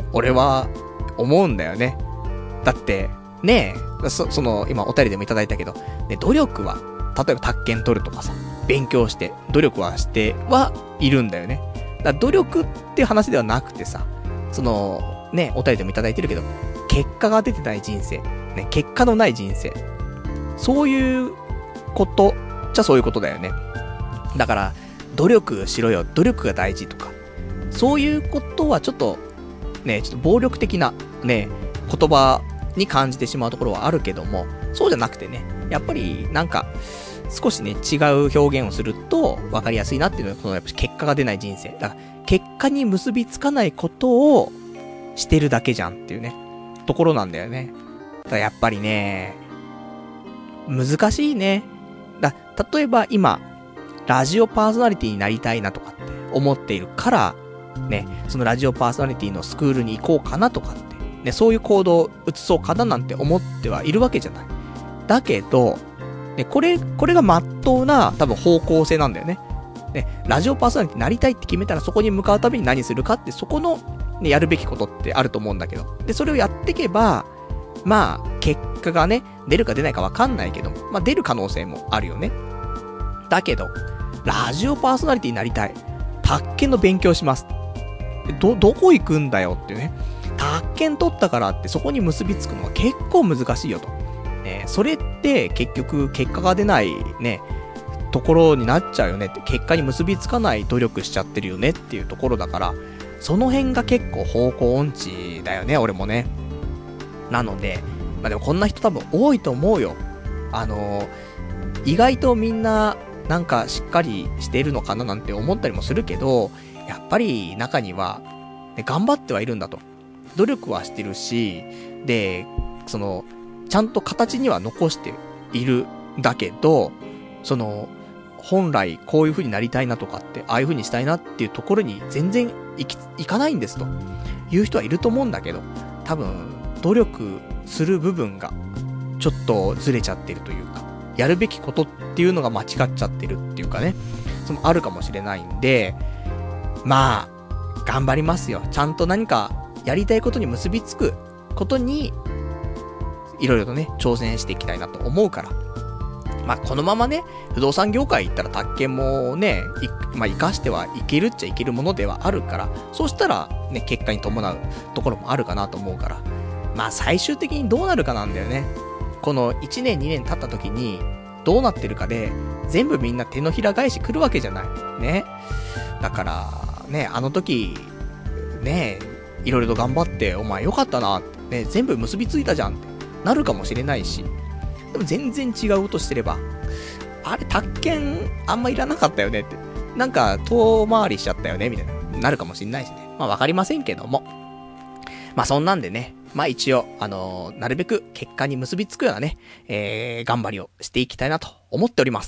俺は思うんだよね。だって、ねえ、その、今お便りでもいただいたけど、ね、努力は、例えば宅建取るとかさ、勉強して、努力はしてはいるんだよね。だから努力っていう話ではなくてさ、その、ね、お便りでもいただいてるけど、結果が出てない人生、ね、結果のない人生。そういうこと、じゃそういうことだよね。だから、努力しろよ、努力が大事とか、そういうことはちょっと、ね、ちょっと暴力的な、ね、言葉に感じてしまうところはあるけども、そうじゃなくてね、やっぱりなんか少しね違う表現をすると分かりやすいなっていうのは、このやっぱ結果が出ない人生だから、結果に結びつかないことをしてるだけじゃんっていうねところなんだよね。だからやっぱりね、難しいね。例えば今ラジオパーソナリティになりたいなとかって思っているからね、そのラジオパーソナリティのスクールに行こうかなとかってね、そういう行動を移そうかななんて思ってはいるわけじゃない。だけど、ね、これが真っ当な多分方向性なんだよね。ね、ラジオパーソナリティになりたいって決めたらそこに向かうために何するかってそこの、ね、やるべきことってあると思うんだけど。で、それをやっていけば、まあ、結果がね、出るか出ないかわかんないけど、まあ出る可能性もあるよね。だけど、ラジオパーソナリティになりたい。宅建の勉強します。どこ行くんだよっていうね。宅建取ったからってそこに結びつくのは結構難しいよと。それって結局結果が出ないね、ところになっちゃうよねって、結果に結びつかない努力しちゃってるよねっていうところだから、その辺が結構方向音痴だよね、俺もね。なので、まあでもこんな人多分多いと思うよ。意外とみんななんかしっかりしてるのかななんて思ったりもするけど、やっぱり中には、ね、頑張ってはいるんだと。努力はしてるし、で、ちゃんと形には残しているんだけど、本来こういう風になりたいなとかって、ああいう風にしたいなっていうところに全然いかないんですという人はいると思うんだけど、多分努力する部分がちょっとずれちゃってるというか、やるべきことっていうのが間違っちゃってるっていうかね、あるかもしれないんで、まあ頑張りますよ。ちゃんと何かやりたいことに結びつくことにいろいろとね挑戦していきたいなと思うから、まあこのままね不動産業界行ったら宅建もねまあ生かしてはいけるっちゃいけるものではあるから、そうしたらね結果に伴うところもあるかなと思うから、まあ最終的にどうなるかなんだよね。この1年2年経った時にどうなってるかで全部みんな手のひら返し来るわけじゃないね。だからね、あの時ねいろいろと頑張ってお前よかったなってね、全部結びついたじゃんってなるかもしれないし、でも全然違うとしてれば、あれ宅建あんまいらなかったよねって、なんか遠回りしちゃったよねみたいなるかもしれないしね。まあわかりませんけども、まあそんなんでね、まあ一応なるべく結果に結びつくようなね、頑張りをしていきたいなと思っております。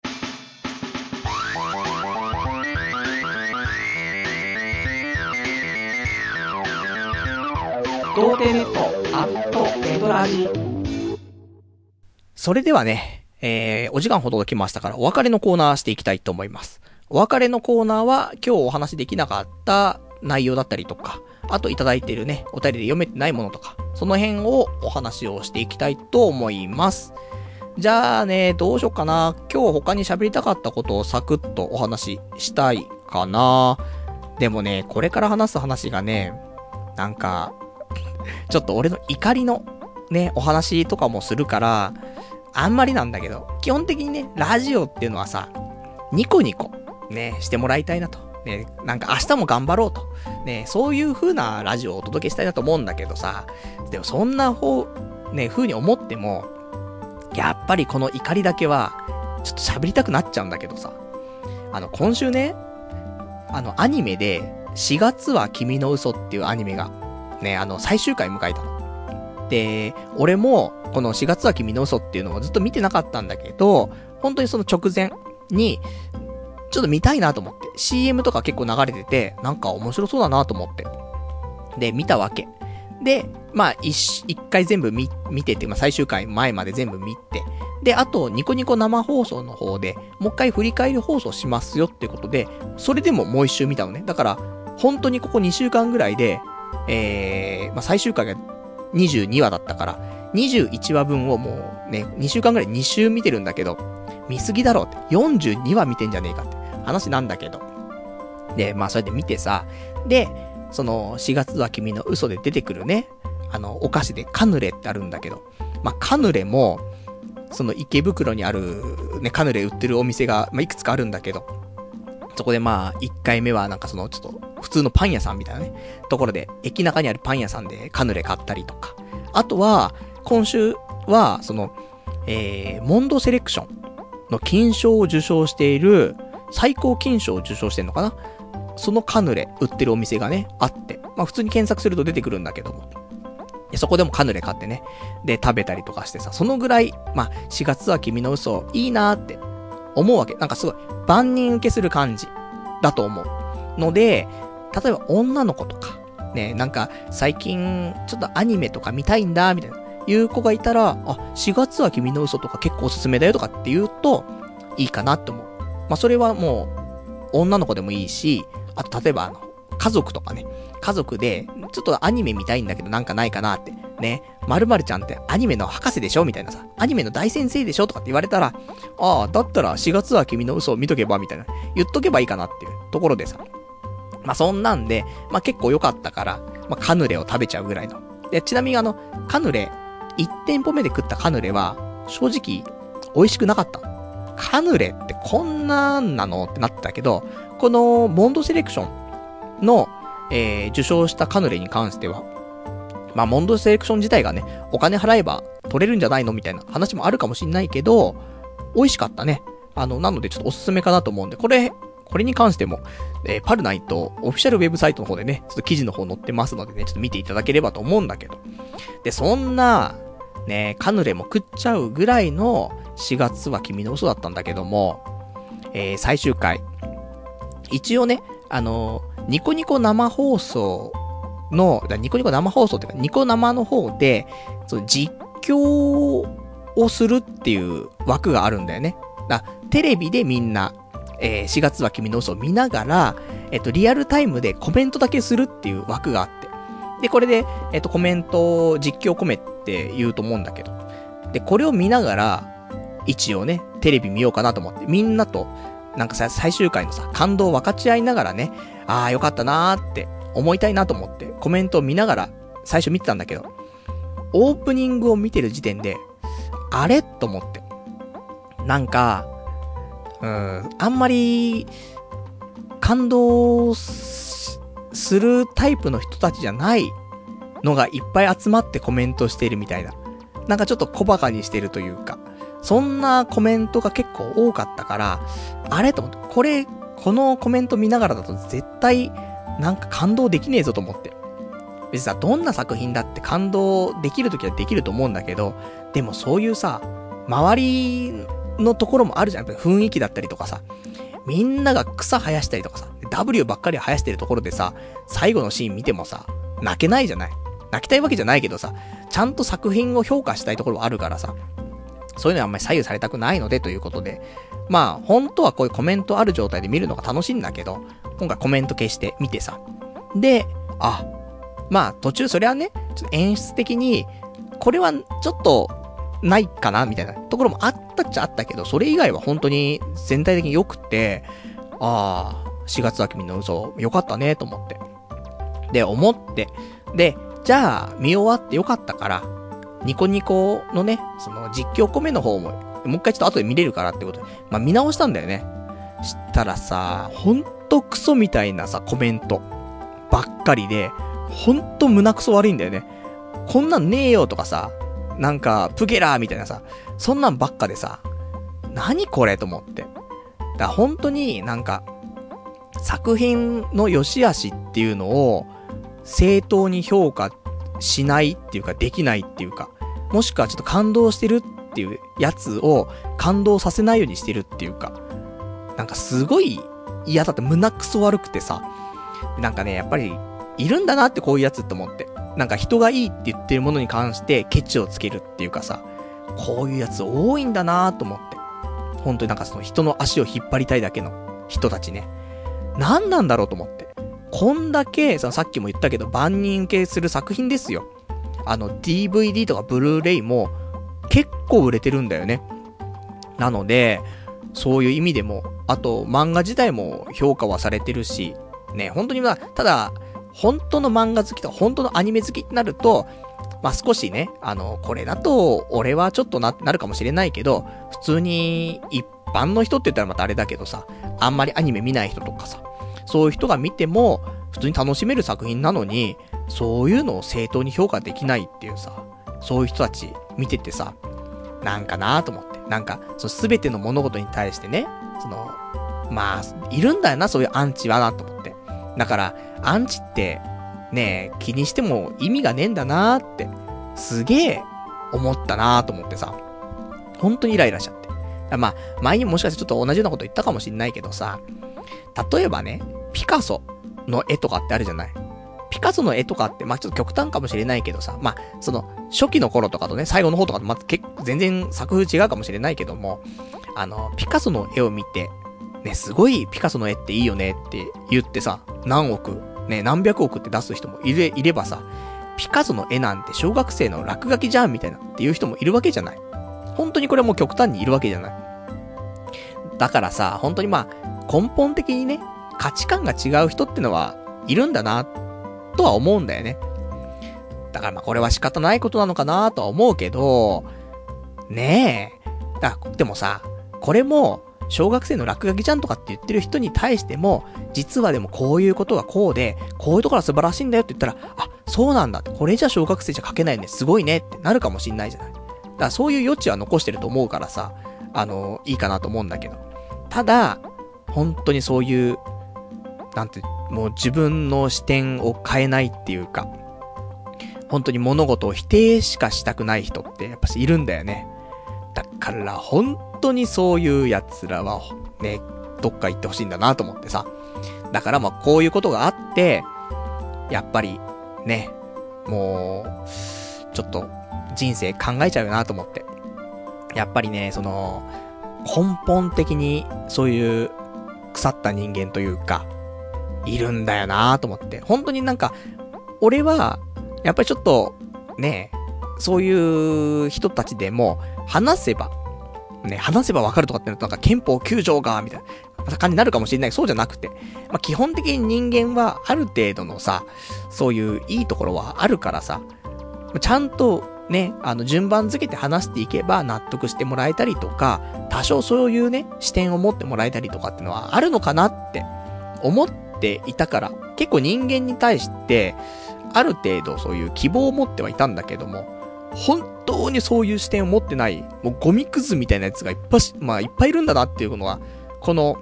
童貞ネットアットネトラジ。それではね、お時間ほど来ましたからお別れのコーナーしていきたいと思います。お別れのコーナーは今日お話できなかった内容だったりとか、あといただいているねお便りで読めてないものとか、その辺をお話をしていきたいと思います。じゃあね、どうしようかな。今日他に喋りたかったことをサクッとお話ししたいかな。でもね、これから話す話がね、なんかちょっと俺の怒りのねお話とかもするからあんまりなんだけど、基本的にねラジオっていうのはさ、ニコニコねしてもらいたいなとね、なんか明日も頑張ろうとね、そういう風なラジオをお届けしたいなと思うんだけどさ、でもそんな風に思ってもやっぱりこの怒りだけはちょっと喋りたくなっちゃうんだけどさ、今週ねアニメで4月は君の嘘っていうアニメがね最終回迎えたので、俺もこの4月は君の嘘っていうのをずっと見てなかったんだけど、本当にその直前にちょっと見たいなと思って CM とか結構流れてて、なんか面白そうだなと思ってで見たわけで、まあ一回全部見てっていう、まあ最終回前まで全部見て、であとニコニコ生放送の方でもう一回振り返り放送しますよってことで、それでももう一周見たのね。だから本当にここ2週間ぐらいでまあ最終回が22話だったから21話分をもうね2週間ぐらい2週見てるんだけど、見すぎだろうって、42話見てんじゃねえかって話なんだけど、でまあそれで見てさ、でその4月は君の嘘で出てくるねお菓子でカヌレってあるんだけど、まあカヌレもその池袋にあるねカヌレ売ってるお店がまあいくつかあるんだけど、そこでまあ1回目はなんかそのちょっと普通のパン屋さんみたいなねところで、駅中にあるパン屋さんでカヌレ買ったりとか、あとは今週はそのモンドセレクションの金賞を受賞している、最高金賞を受賞してんのかな、そのカヌレ売ってるお店がねあって、まあ普通に検索すると出てくるんだけども、そこでもカヌレ買ってね、で食べたりとかしてさ、そのぐらいまあ4月は君の嘘いいなーって思うわけ。なんかすごい万人受けする感じだと思うので、例えば女の子とかね、なんか、最近、ちょっとアニメとか見たいんだ、みたいな、いう子がいたら、あ、4月は君の嘘とか結構おすすめだよとかって言うと、いいかなって思う。まあ、それはもう、女の子でもいいし、あと、例えば家族とかね、家族で、ちょっとアニメ見たいんだけどなんかないかなって、ね、〇〇ちゃんってアニメの博士でしょみたいなさ、アニメの大先生でしょとかって言われたら、ああ、だったら4月は君の嘘を見とけばみたいな、言っとけばいいかなっていうところでさ、まあ、そんなんで、まあ、結構良かったから、まあ、カヌレを食べちゃうぐらいの。で、ちなみにカヌレ、1店舗目で食ったカヌレは、正直、美味しくなかった。カヌレってこんなんなのってなってたけど、この、モンドセレクションの、受賞したカヌレに関しては、まあ、モンドセレクション自体がね、お金払えば取れるんじゃないのみたいな話もあるかもしんないけど、美味しかったね。なのでちょっとおすすめかなと思うんで、これに関しても、パルナイトオフィシャルウェブサイトの方でね、ちょっと記事の方載ってますのでね、ちょっと見ていただければと思うんだけど。で、そんな、ね、カヌレも食っちゃうぐらいの4月は君の嘘だったんだけども、最終回。一応ね、ニコニコ生放送の、ニコニコ生放送っていうか、ニコ生の方で、その実況をするっていう枠があるんだよね。テレビでみんな、4月は君の嘘を見ながら、リアルタイムでコメントだけするっていう枠があって。で、これで、コメント、実況コメって言うと思うんだけど。で、これを見ながら、一応ね、テレビ見ようかなと思って、みんなと、なんかさ、最終回のさ、感動を分かち合いながらね、ああ、よかったなーって思いたいなと思って、コメントを見ながら、最初見てたんだけど、オープニングを見てる時点で、あれと思って。なんか、あんまり、感動するタイプの人たちじゃないのがいっぱい集まってコメントしているみたいな。なんかちょっと小馬鹿にしてるというか、そんなコメントが結構多かったから、あれと思って、このコメント見ながらだと絶対、なんか感動できねえぞと思って。別にさ、どんな作品だって感動できるときはできると思うんだけど、でもそういうさ、周りのところもあるじゃん。やっぱり雰囲気だったりとかさ、みんなが草生やしたりとかさ、W ばっかり生やしてるところでさ、最後のシーン見てもさ、泣けないじゃない。泣きたいわけじゃないけどさ、ちゃんと作品を評価したいところはあるからさ、そういうのはあんまり左右されたくないのでということで、まあ、本当はこういうコメントある状態で見るのが楽しいんだけど、今回コメント消して見てさ。で、まあ途中それはね、ちょっと演出的に、これはちょっと、ないかなみたいなところもあったっちゃあったけど、それ以外は本当に全体的に良くて、4月は君の嘘、良かったね、と思って。で、で、じゃあ、見終わって良かったから、ニコニコのね、その実況コメの方も、もう一回ちょっと後で見れるからってことで、まあ見直したんだよね。したらさ、ほんとクソみたいなさ、コメントばっかりで、ほんと胸クソ悪いんだよね。こんなんねえよとかさ、なんか、プゲラーみたいなさ、そんなんばっかでさ、何これと思って。だから本当になんか、作品の良し悪しっていうのを、正当に評価しないっていうか、できないっていうか、もしくはちょっと感動してるっていうやつを感動させないようにしてるっていうか、なんかすごい嫌だって胸クソ悪くてさ、なんかね、やっぱり、いるんだなってこういうやつって思って。なんか人がいいって言ってるものに関してケチをつけるっていうかさ、こういうやつ多いんだなと思って。本当になんかその人の足を引っ張りたいだけの人たちね。何なんだろうと思って。こんだけ、さっきも言ったけど万人受けする作品ですよ。DVD とかブルーレイも結構売れてるんだよね。なので、そういう意味でも、あと漫画自体も評価はされてるし、ね、本当にまあ、ただ、本当の漫画好きとか本当のアニメ好きってなると、まあ、少しね、これだと、俺はちょっとなるかもしれないけど、普通に一般の人って言ったらまたあれだけどさ、あんまりアニメ見ない人とかさ、そういう人が見ても、普通に楽しめる作品なのに、そういうのを正当に評価できないっていうさ、そういう人たち見ててさ、なんかなぁと思って。なんか、その全ての物事に対してね、まあ、いるんだよな、そういうアンチはなと思って。だから、アンチって、ね、気にしても意味がねえんだなーって、すげえ思ったなーと思ってさ、本当にイライラしちゃって。まあ、前にもしかしてちょっと同じようなこと言ったかもしんないけどさ、例えばね、ピカソの絵とかってあるじゃない。ピカソの絵とかって、まあ、ちょっと極端かもしれないけどさ、まあ、その、初期の頃とかとね、最後の方とかとまた全然作風違うかもしれないけども、ピカソの絵を見て、ね、すごいピカソの絵っていいよねって言ってさ、何億、ね、何百億って出す人もいればさ、ピカソの絵なんて小学生の落書きじゃんみたいなっていう人もいるわけじゃない。本当にこれはもう極端にいるわけじゃない。だからさ、本当にまあ、根本的にね、価値観が違う人ってのはいるんだな、とは思うんだよね。だからまあこれは仕方ないことなのかなとは思うけど、ねえ。でもさ、これも、小学生の落書きじゃんとかって言ってる人に対しても、実はでもこういうことがこうで、こういうところは素晴らしいんだよって言ったら、あ、そうなんだって、これじゃ小学生じゃ書けないね、すごいねってなるかもしんないじゃない。だからそういう余地は残してると思うからさ、いいかなと思うんだけど。ただ、本当にそういう、なんて、もう自分の視点を変えないっていうか、本当に物事を否定しかしたくない人ってやっぱしいるんだよね。だから本当にそういう奴らはね、どっか行ってほしいんだなと思ってさ。だからまあこういうことがあって、やっぱりね、もう、ちょっと人生考えちゃうよなと思って。やっぱりね、その、根本的にそういう腐った人間というか、いるんだよなと思って。本当になんか、俺は、やっぱりちょっと、ね、そういう人たちでも、話せばわかるとかってなんか憲法9条が、みたいな感じになるかもしれない。そうじゃなくて。まあ、基本的に人間はある程度のさ、そういういいところはあるからさ、ちゃんとね、順番付けて話していけば納得してもらえたりとか、多少そういうね、視点を持ってもらえたりとかってのはあるのかなって思っていたから、結構人間に対して、ある程度そういう希望を持ってはいたんだけども、本当にそういう視点を持ってない、もうゴミくずみたいなやつがいっぱいいるんだなっていうのは、この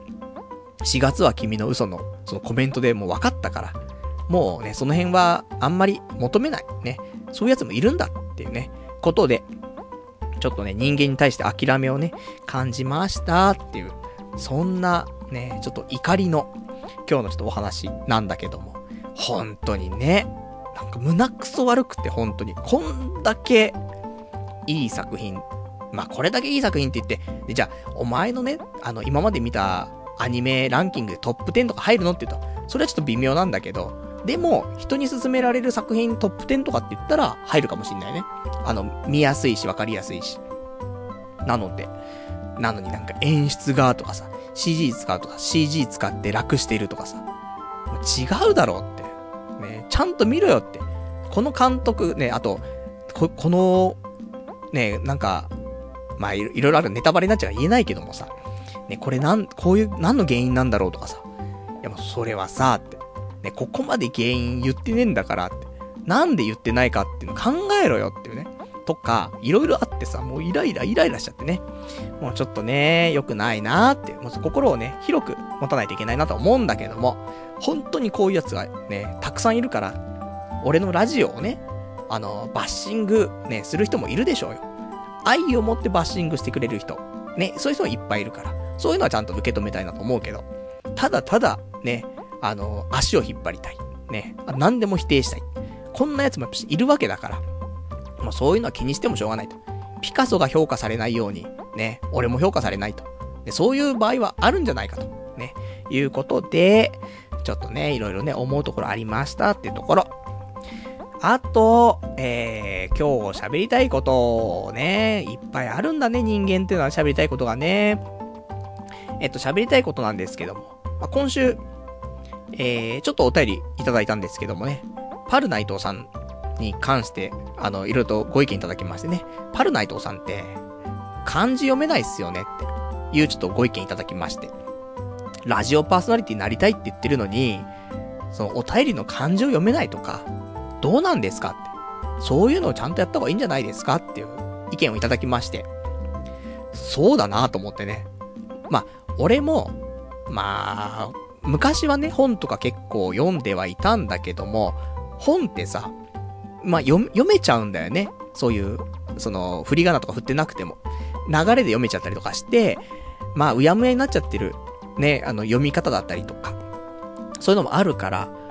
4月は君の嘘のそのコメントでもう分かったから、もうね、その辺はあんまり求めないね。そういうやつもいるんだっていうね、ことで、ちょっとね、人間に対して諦めをね、感じましたっていう、そんなね、ちょっと怒りの今日のちょっとお話なんだけども、本当にね、なんか胸くそ悪くて本当に、こんだけいい作品、まあこれだけいい作品って言って、でじゃあお前のね、今まで見たアニメランキングでトップ10とか入るのって言うと、それはちょっと微妙なんだけど、でも人に勧められる作品トップ10とかって言ったら入るかもしんないね。見やすいし分かりやすいし。なのになんか演出がとかさ、CG 使うとか CG 使って楽しているとかさ、違うだろうって。ね、ちゃんと見ろよって。この監督ね、あと、この、ね、なんか、まあ、いろいろあるネタバレになっちゃうから言えないけどもさ、ね、これこういう、何の原因なんだろうとかさ、いやもうそれはさ、って。ね、ここまで原因言ってねえんだからって。なんで言ってないかっていうの考えろよっていうね。とか、いろいろあってさ、もうイライラしちゃってね。もうちょっとね、良くないなーって、もう心をね、広く持たないといけないなと思うんだけども、本当にこういうやつがね、たくさんいるから、俺のラジオをね、バッシングね、する人もいるでしょうよ。愛を持ってバッシングしてくれる人。ね、そういう人もいっぱいいるから、そういうのはちゃんと受け止めたいなと思うけど、ただ、ね、足を引っ張りたい。ね、何でも否定したい。こんなやつもやっぱいるわけだから、もうそういうのは気にしてもしょうがないと。ピカソが評価されないように、ね、俺も評価されないと。でそういう場合はあるんじゃないかと。ね、いうことで、ちょっとね、いろいろね、思うところありましたっていうところ。あと、今日喋りたいことね、いっぱいあるんだね、人間っていうのは喋りたいことがね。喋りたいことなんですけども、まあ、今週、ちょっとお便りいただいたんですけどもね、パル内藤さんに関して、いろいろとご意見いただきましてね、パル内藤さんって、漢字読めないっすよねっていうちょっとご意見いただきまして、ラジオパーソナリティになりたいって言ってるのに、そのお便りの漢字を読めないとか、どうなんですかって。そういうのをちゃんとやった方がいいんじゃないですかっていう意見をいただきまして。そうだなと思ってね。まあ、俺も、まあ、昔はね、本とか結構読んではいたんだけども、本ってさ、まあ読めちゃうんだよね。そういう、その、振り仮名とか振ってなくても。流れで読めちゃったりとかして、まあ、うやむやになっちゃってる、ね、読み方だったりとか。そういうのもあるから、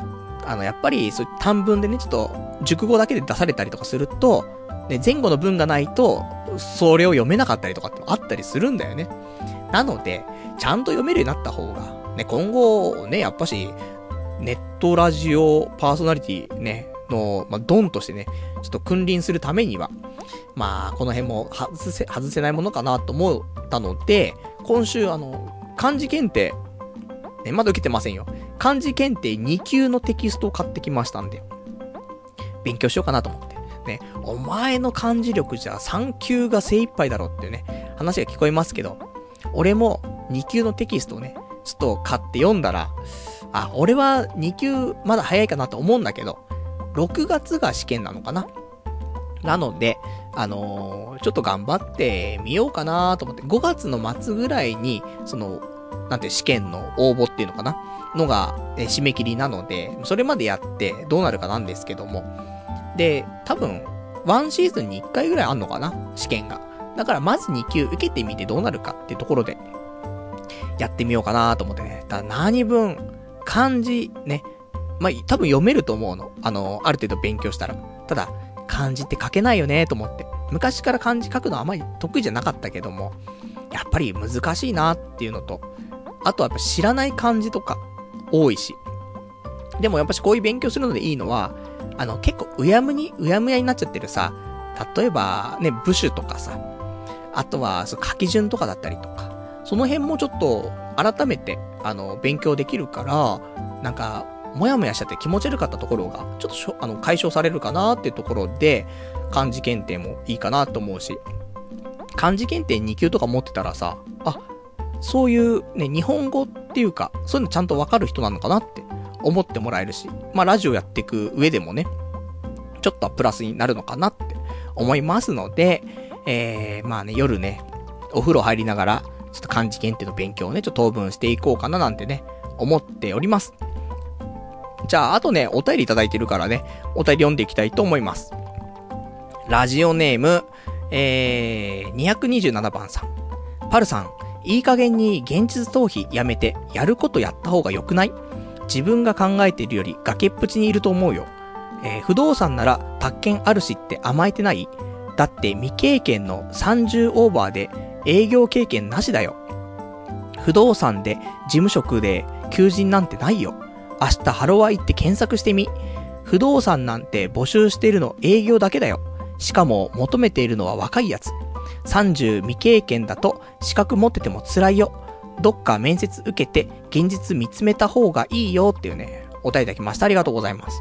やっぱり、そういう短文でね、ちょっと、熟語だけで出されたりとかすると、ね、前後の文がないと、それを読めなかったりとかってあったりするんだよね。なので、ちゃんと読めるようになった方が、ね、今後、ね、やっぱし、ネットラジオパーソナリティね、の、ドンとしてね、ちょっと君臨するためには、この辺も外せないものかなと思ったので、今週漢字検定、ね、まだ受けてませんよ。漢字検定2級のテキストを買ってきましたんで、勉強しようかなと思って。ね、お前の漢字力じゃ3級が精一杯だろっていうね、話が聞こえますけど、俺も2級のテキストをね、ちょっと買って読んだら、俺は2級まだ早いかなと思うんだけど、6月が試験なのかな。なので、ちょっと頑張ってみようかなと思って、5月の末ぐらいに、なんて試験の応募っていうのかなのが、締め切りなので、それまでやってどうなるかなんですけども。で、多分、1シーズンに1回ぐらいあんのかな試験が。だからまず2級受けてみてどうなるかっていうところで、やってみようかなと思ってね。ただ何分、漢字ね、多分読めると思うの。ある程度勉強したら。ただ、漢字って書けないよねと思って。昔から漢字書くのはあまり得意じゃなかったけども、やっぱり難しいなっていうのと、あとはやっぱ知らない漢字とか多いし。でもやっぱしこういう勉強するのでいいのは、結構うやむやになっちゃってるさ、例えばね、部首とかさ、あとは書き順とかだったりとか、その辺もちょっと改めて、勉強できるから、なんか、もやもやしちゃって気持ち悪かったところが、ちょっと解消されるかなっていうところで、漢字検定もいいかなと思うし、漢字検定2級とか持ってたらさ、そういうね、日本語っていうか、そういうのちゃんとわかる人なのかなって思ってもらえるし、ラジオやっていく上でもね、ちょっとプラスになるのかなって思いますので、夜ね、お風呂入りながら、ちょっと漢字検定の勉強をね、ちょっと当分していこうかななんてね、思っております。じゃあ、あとね、お便りいただいてるからね、お便り読んでいきたいと思います。ラジオネーム、227番さん。パルさん、いい加減に現実逃避やめて、やることやった方が良くない？自分が考えているより崖っぷちにいると思うよ。不動産なら宅建あるしって甘えてない？だって未経験の30オーバーで営業経験なしだよ。不動産で事務職で求人なんてないよ。明日ハロワイって検索してみ。不動産なんて募集しているの営業だけだよ。しかも求めているのは若いやつ。30未経験だと資格持ってても辛いよ。どっか面接受けて現実見つめた方がいいよっていうね、お便りいただきました。ありがとうございます。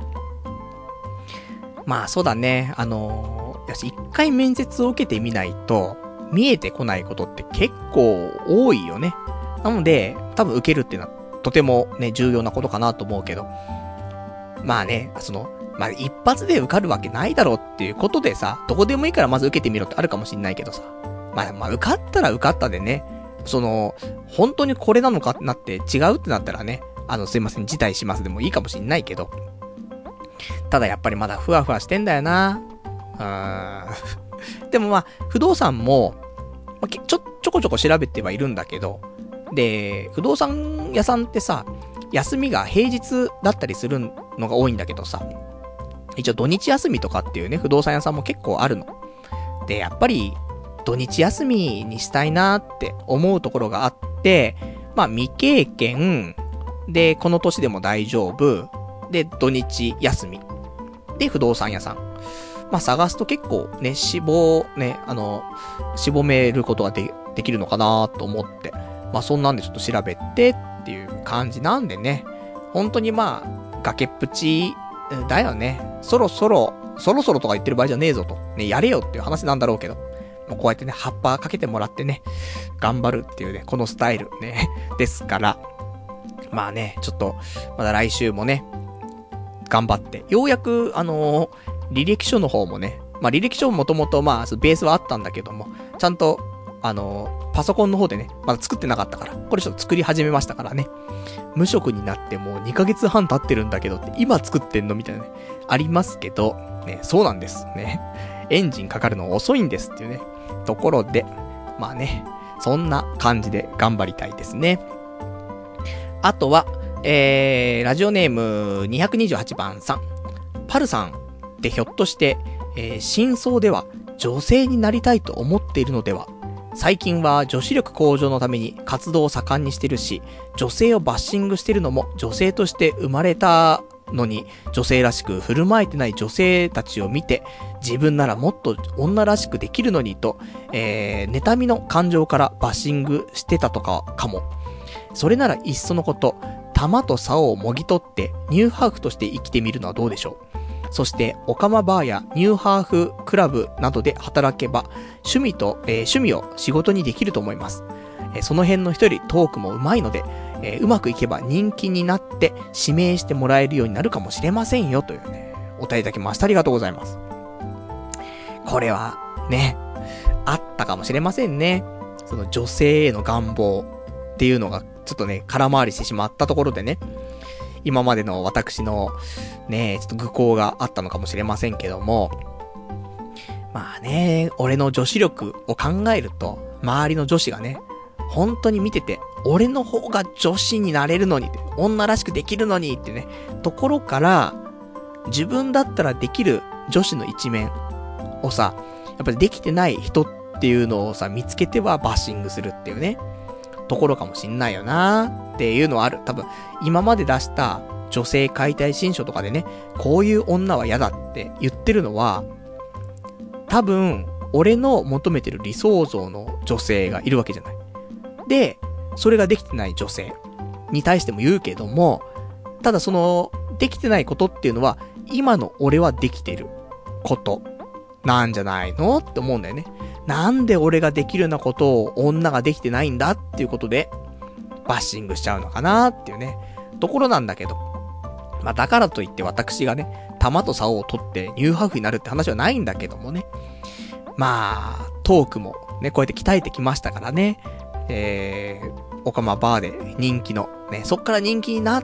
そうだね。一回面接を受けてみないと見えてこないことって結構多いよね。なので、多分受けるっていうのはとてもね、重要なことかなと思うけど。一発で受かるわけないだろうっていうことでさ、どこでもいいからまず受けてみろってあるかもしんないけどさ。受かったら受かったでね、本当にこれなのかってなって違うってなったらね、すいません、辞退しますでもいいかもしんないけど。ただやっぱりまだふわふわしてんだよな。でも不動産も、ちょこちょこ調べてはいるんだけど、で、不動産屋さんってさ、休みが平日だったりするのが多いんだけどさ、一応土日休みとかっていうね、不動産屋さんも結構あるの。で、やっぱり、土日休みにしたいなって思うところがあって、未経験、で、この年でも大丈夫、で、土日休み、で、不動産屋さん。探すと結構ね、絞めることができるのかなと思って、そんなんでちょっと調べてっていう感じなんでね、本当に崖っぷちだよね。そろそろとか言ってる場合じゃねえぞと。ね、やれよっていう話なんだろうけど。もうこうやってね、葉っぱかけてもらってね、頑張るっていうね、このスタイルね、ですから。ちょっと、まだ来週もね、頑張って。ようやく、履歴書の方もね、履歴書もともとベースはあったんだけども、ちゃんと、パソコンの方でね、まだ作ってなかったから、これちょっと作り始めましたからね。無職になってもう2ヶ月半経ってるんだけどって、今作ってんのみたいなね、ありますけど、ね、そうなんですね。エンジンかかるの遅いんですっていうね、ところで、そんな感じで頑張りたいですね。あとは、 ラジオネーム228番さん。パルさんってひょっとして、真相では女性になりたいと思っているのでは。最近は女子力向上のために活動を盛んにしてるし、女性をバッシングしてるのも女性として生まれたのに女性らしく振る舞えてない女性たちを見て、自分ならもっと女らしくできるのにと、妬みの感情からバッシングしてたとかかも。それならいっそのこと、玉と竿をもぎ取ってニューハーフとして生きてみるのはどうでしょう。そしてオカマバーやニューハーフクラブなどで働けば趣味を仕事にできると思います。その辺の人よりトークも上手いので、うまくいけば人気になって指名してもらえるようになるかもしれませんよというね、お便りいただきました。ありがとうございます。これはね、あったかもしれませんね。その女性への願望っていうのがちょっとね、空回りしてしまったところでね、今までの私のね、ちょっと愚行があったのかもしれませんけども、まあね、俺の女子力を考えると、周りの女子がね、本当に見てて、俺の方が女子になれるのに、女らしくできるのにってね、ところから、自分だったらできる女子の一面をさ、やっぱりできてない人っていうのをさ、見つけてはバッシングするっていうね、ところかもしんないよなっていうのはある。多分、今まで出した女性解体新書とかでね、こういう女は嫌だって言ってるのは、多分、俺の求めてる理想像の女性がいるわけじゃない。で、それができてない女性に対しても言うけども、ただその、できてないことっていうのは、今の俺はできてることなんじゃないのって思うんだよね。なんで俺ができるようなことを女ができてないんだっていうことで、バッシングしちゃうのかなっていうね、ところなんだけど。まあだからといって私がね、玉と竿を取ってニューハーフになるって話はないんだけどもね。まあ、トークもね、こうやって鍛えてきましたからね。オカマバーで人気の、ね、そっから人気になって、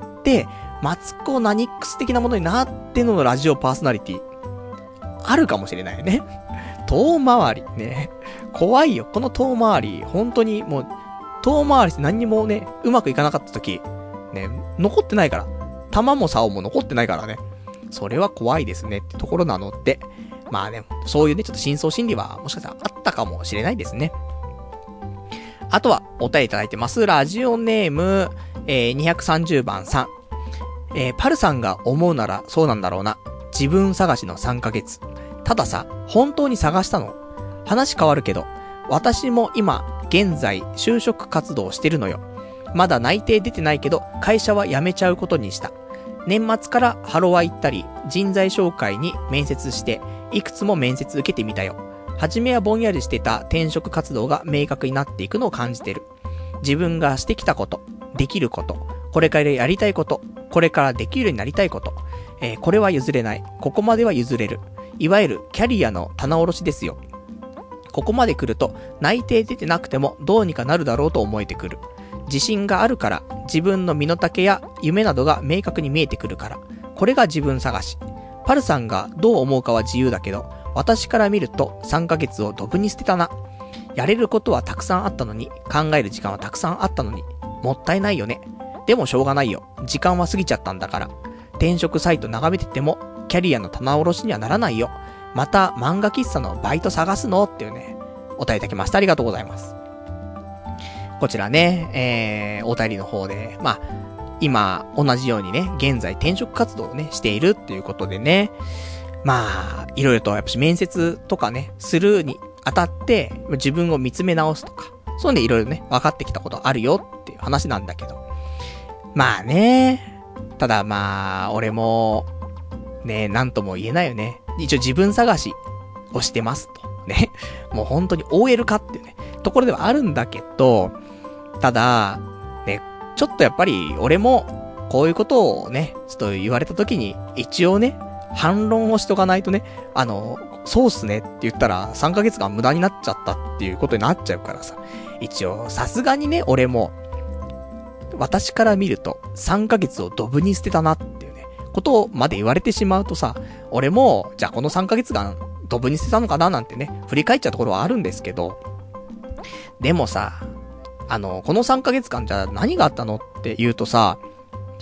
マツコナニックス的なものになってのラジオパーソナリティ、あるかもしれないよね。遠回りね。怖いよ。この遠回り、本当にもう、遠回りして何にもね、うまくいかなかった時、ね、残ってないから。玉も竿も残ってないからね。それは怖いですねってところなので、まあね、そういうね、ちょっと深層心理はもしかしたらあったかもしれないですね。あとは、お便りいただいてます。ラジオネーム、230番さん。パルさんが思うならそうなんだろうな。自分探しの3ヶ月。たださ、本当に探したの？話変わるけど、私も今、現在、就職活動してるのよ。まだ内定出てないけど、会社は辞めちゃうことにした。年末からハロワ行ったり、人材紹介に面接して、いくつも面接受けてみたよ。初めはぼんやりしてた転職活動が明確になっていくのを感じてる。自分がしてきたこと、できること、これからやりたいこと、これからできるようになりたいこと、これは譲れない、ここまでは譲れる。いわゆるキャリアの棚卸しですよ。ここまで来ると内定出てなくてもどうにかなるだろうと思えてくる。自信があるから自分の身の丈や夢などが明確に見えてくるから。これが自分探し。パルさんがどう思うかは自由だけど、私から見ると3ヶ月をドブに捨てたな。やれることはたくさんあったのに、考える時間はたくさんあったのに、もったいないよね。でもしょうがないよ。時間は過ぎちゃったんだから。転職サイト眺めててもキャリアの棚卸しにはならないよ。また漫画喫茶のバイト探すのっていうね、お便りいただきました。ありがとうございます。こちらね、お便りの方で、まあ、今、同じようにね、現在転職活動をね、しているっていうことでね、まあ、いろいろとやっぱし面接とかね、するにあたって、自分を見つめ直すとか、そういうのでいろいろね、分かってきたことあるよっていう話なんだけど。まあね、ただまあ、俺も、ね、なんとも言えないよね。一応自分探しをしてますと。ね。もう本当に OL かっていうね、ところではあるんだけど、ただ、ね、ちょっとやっぱり俺も、こういうことをね、ちょっと言われた時に、一応ね、反論をしとかないとね、そうっすねって言ったら3ヶ月間無駄になっちゃったっていうことになっちゃうからさ。一応、さすがにね、俺も、私から見ると3ヶ月をドブに捨てたなっていうね、ことまで言われてしまうとさ、俺も、じゃあこの3ヶ月間ドブに捨てたのかななんてね、振り返っちゃうところはあるんですけど、でもさ、この3ヶ月間じゃあ何があったのって言うとさ、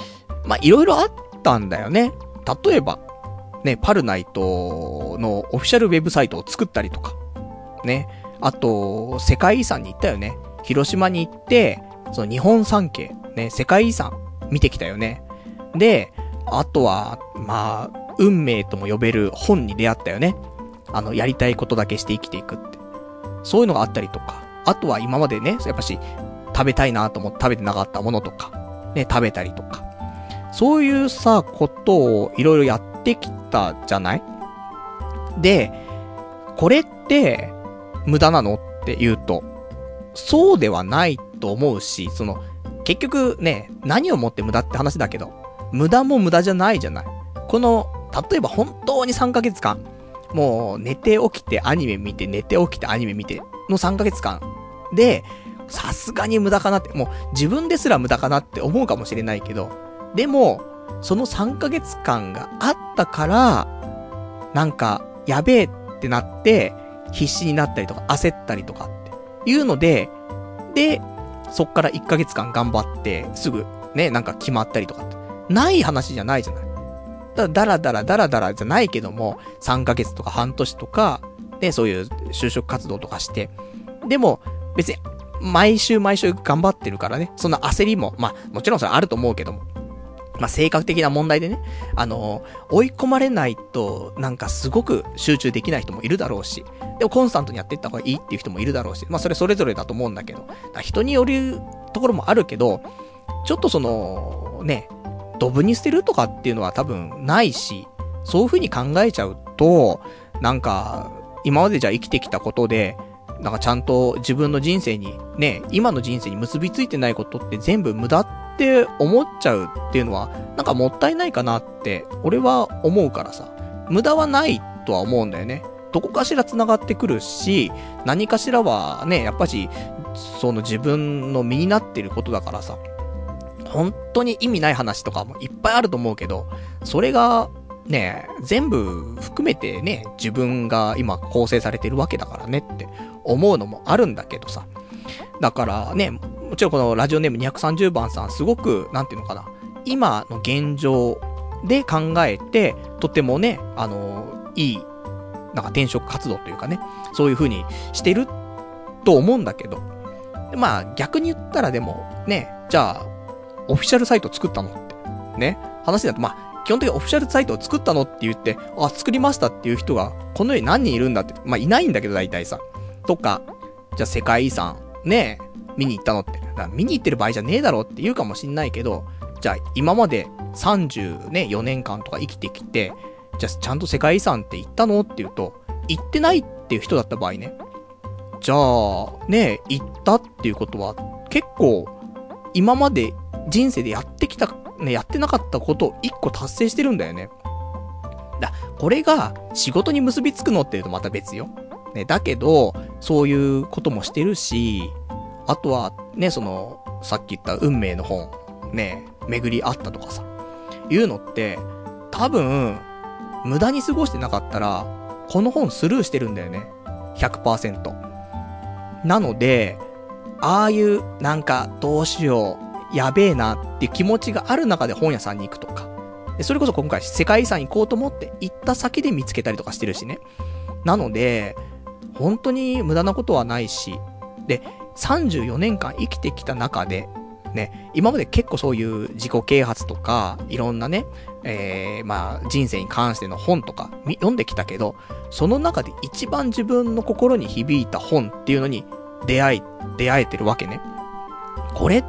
まあ、いろいろあったんだよね。例えば、ね、パルナイトのオフィシャルウェブサイトを作ったりとか、ね。あと、世界遺産に行ったよね。広島に行って、その日本三景、ね、世界遺産見てきたよね。で、あとは、まあ、運命とも呼べる本に出会ったよね。やりたいことだけして生きていくって。そういうのがあったりとか。あとは今までね、やっぱし、食べたいなと思って食べてなかったものとか、ね、食べたりとか。そういうさ、ことをいろいろやってきたじゃない？で、これって、無駄なのって言うと、そうではないと思うし、結局ね、何をもって無駄って話だけど、無駄も無駄じゃないじゃない。例えば本当に3ヶ月間、もう寝て起きてアニメ見て、寝て起きてアニメ見ての3ヶ月間で、さすがに無駄かなって、もう自分ですら無駄かなって思うかもしれないけど、でも、その3ヶ月間があったから、なんか、やべえってなって、必死になったりとか、焦ったりとかっていうので、そっから1ヶ月間頑張って、すぐ、ね、なんか決まったりとかって。ない話じゃないじゃない。だらだらじゃないけども、3ヶ月とか半年とか、で、そういう就職活動とかして。でも、別に、毎週頑張ってるからね、そんな焦りも、まあ、もちろんそれあると思うけども。まあ、性格的な問題でね、追い込まれないと、なんかすごく集中できない人もいるだろうし、でもコンスタントにやっていった方がいいっていう人もいるだろうし、まあ、それぞれだと思うんだけど、人によるところもあるけど、ちょっとね、ドブに捨てるとかっていうのは多分ないし、そういう風に考えちゃうと、なんか、今までじゃ生きてきたことで、なんかちゃんと自分の人生に、ね、今の人生に結びついてないことって全部無駄って思っちゃうっていうのは、なんかもったいないかなって、俺は思うからさ、無駄はないとは思うんだよね。どこかしら繋がってくるし、何かしらはね、やっぱし、自分の身になってることだからさ、本当に意味ない話とかもいっぱいあると思うけど、それが、ね、全部含めてね、自分が今構成されてるわけだからねって思うのもあるんだけどさ。だからね、もちろんこのラジオネーム230番さんすごく、なんていうのかな、今の現状で考えて、とてもね、いい、なんか転職活動というかね、そういう風にしてると思うんだけど、まあ逆に言ったらでも、ね、じゃあ、オフィシャルサイト作ったのって、ね、話だとまあ、基本的にオフィシャルサイトを作ったのって言って、あ、作りましたっていう人が、この世に何人いるんだって、まあいないんだけど大体さ。とか、じゃあ世界遺産、ね、見に行ったのって。見に行ってる場合じゃねえだろって言うかもしんないけど、じゃあ今まで34年間とか生きてきて、じゃあちゃんと世界遺産って行ったのって言うと、行ってないっていう人だった場合ね。じゃあ、ね、行ったっていうことは、結構、今まで人生でやってきた、ね、やってなかったことを一個達成してるんだよね。これが仕事に結びつくのって言うとまた別よ。ね、だけど、そういうこともしてるし、あとは、ね、さっき言った運命の本、ね、巡り合ったとかさ、いうのって、多分、無駄に過ごしてなかったら、この本スルーしてるんだよね。100%。なので、ああいう、なんか、どうしよう、やべえなっていう気持ちがある中で本屋さんに行くとか。でそれこそ今回世界遺産行こうと思って行った先で見つけたりとかしてるしね。なので、本当に無駄なことはないし、で、34年間生きてきた中で、ね、今まで結構そういう自己啓発とか、いろんなね、まあ、人生に関しての本とか読んできたけど、その中で一番自分の心に響いた本っていうのに出会えてるわけね。これって、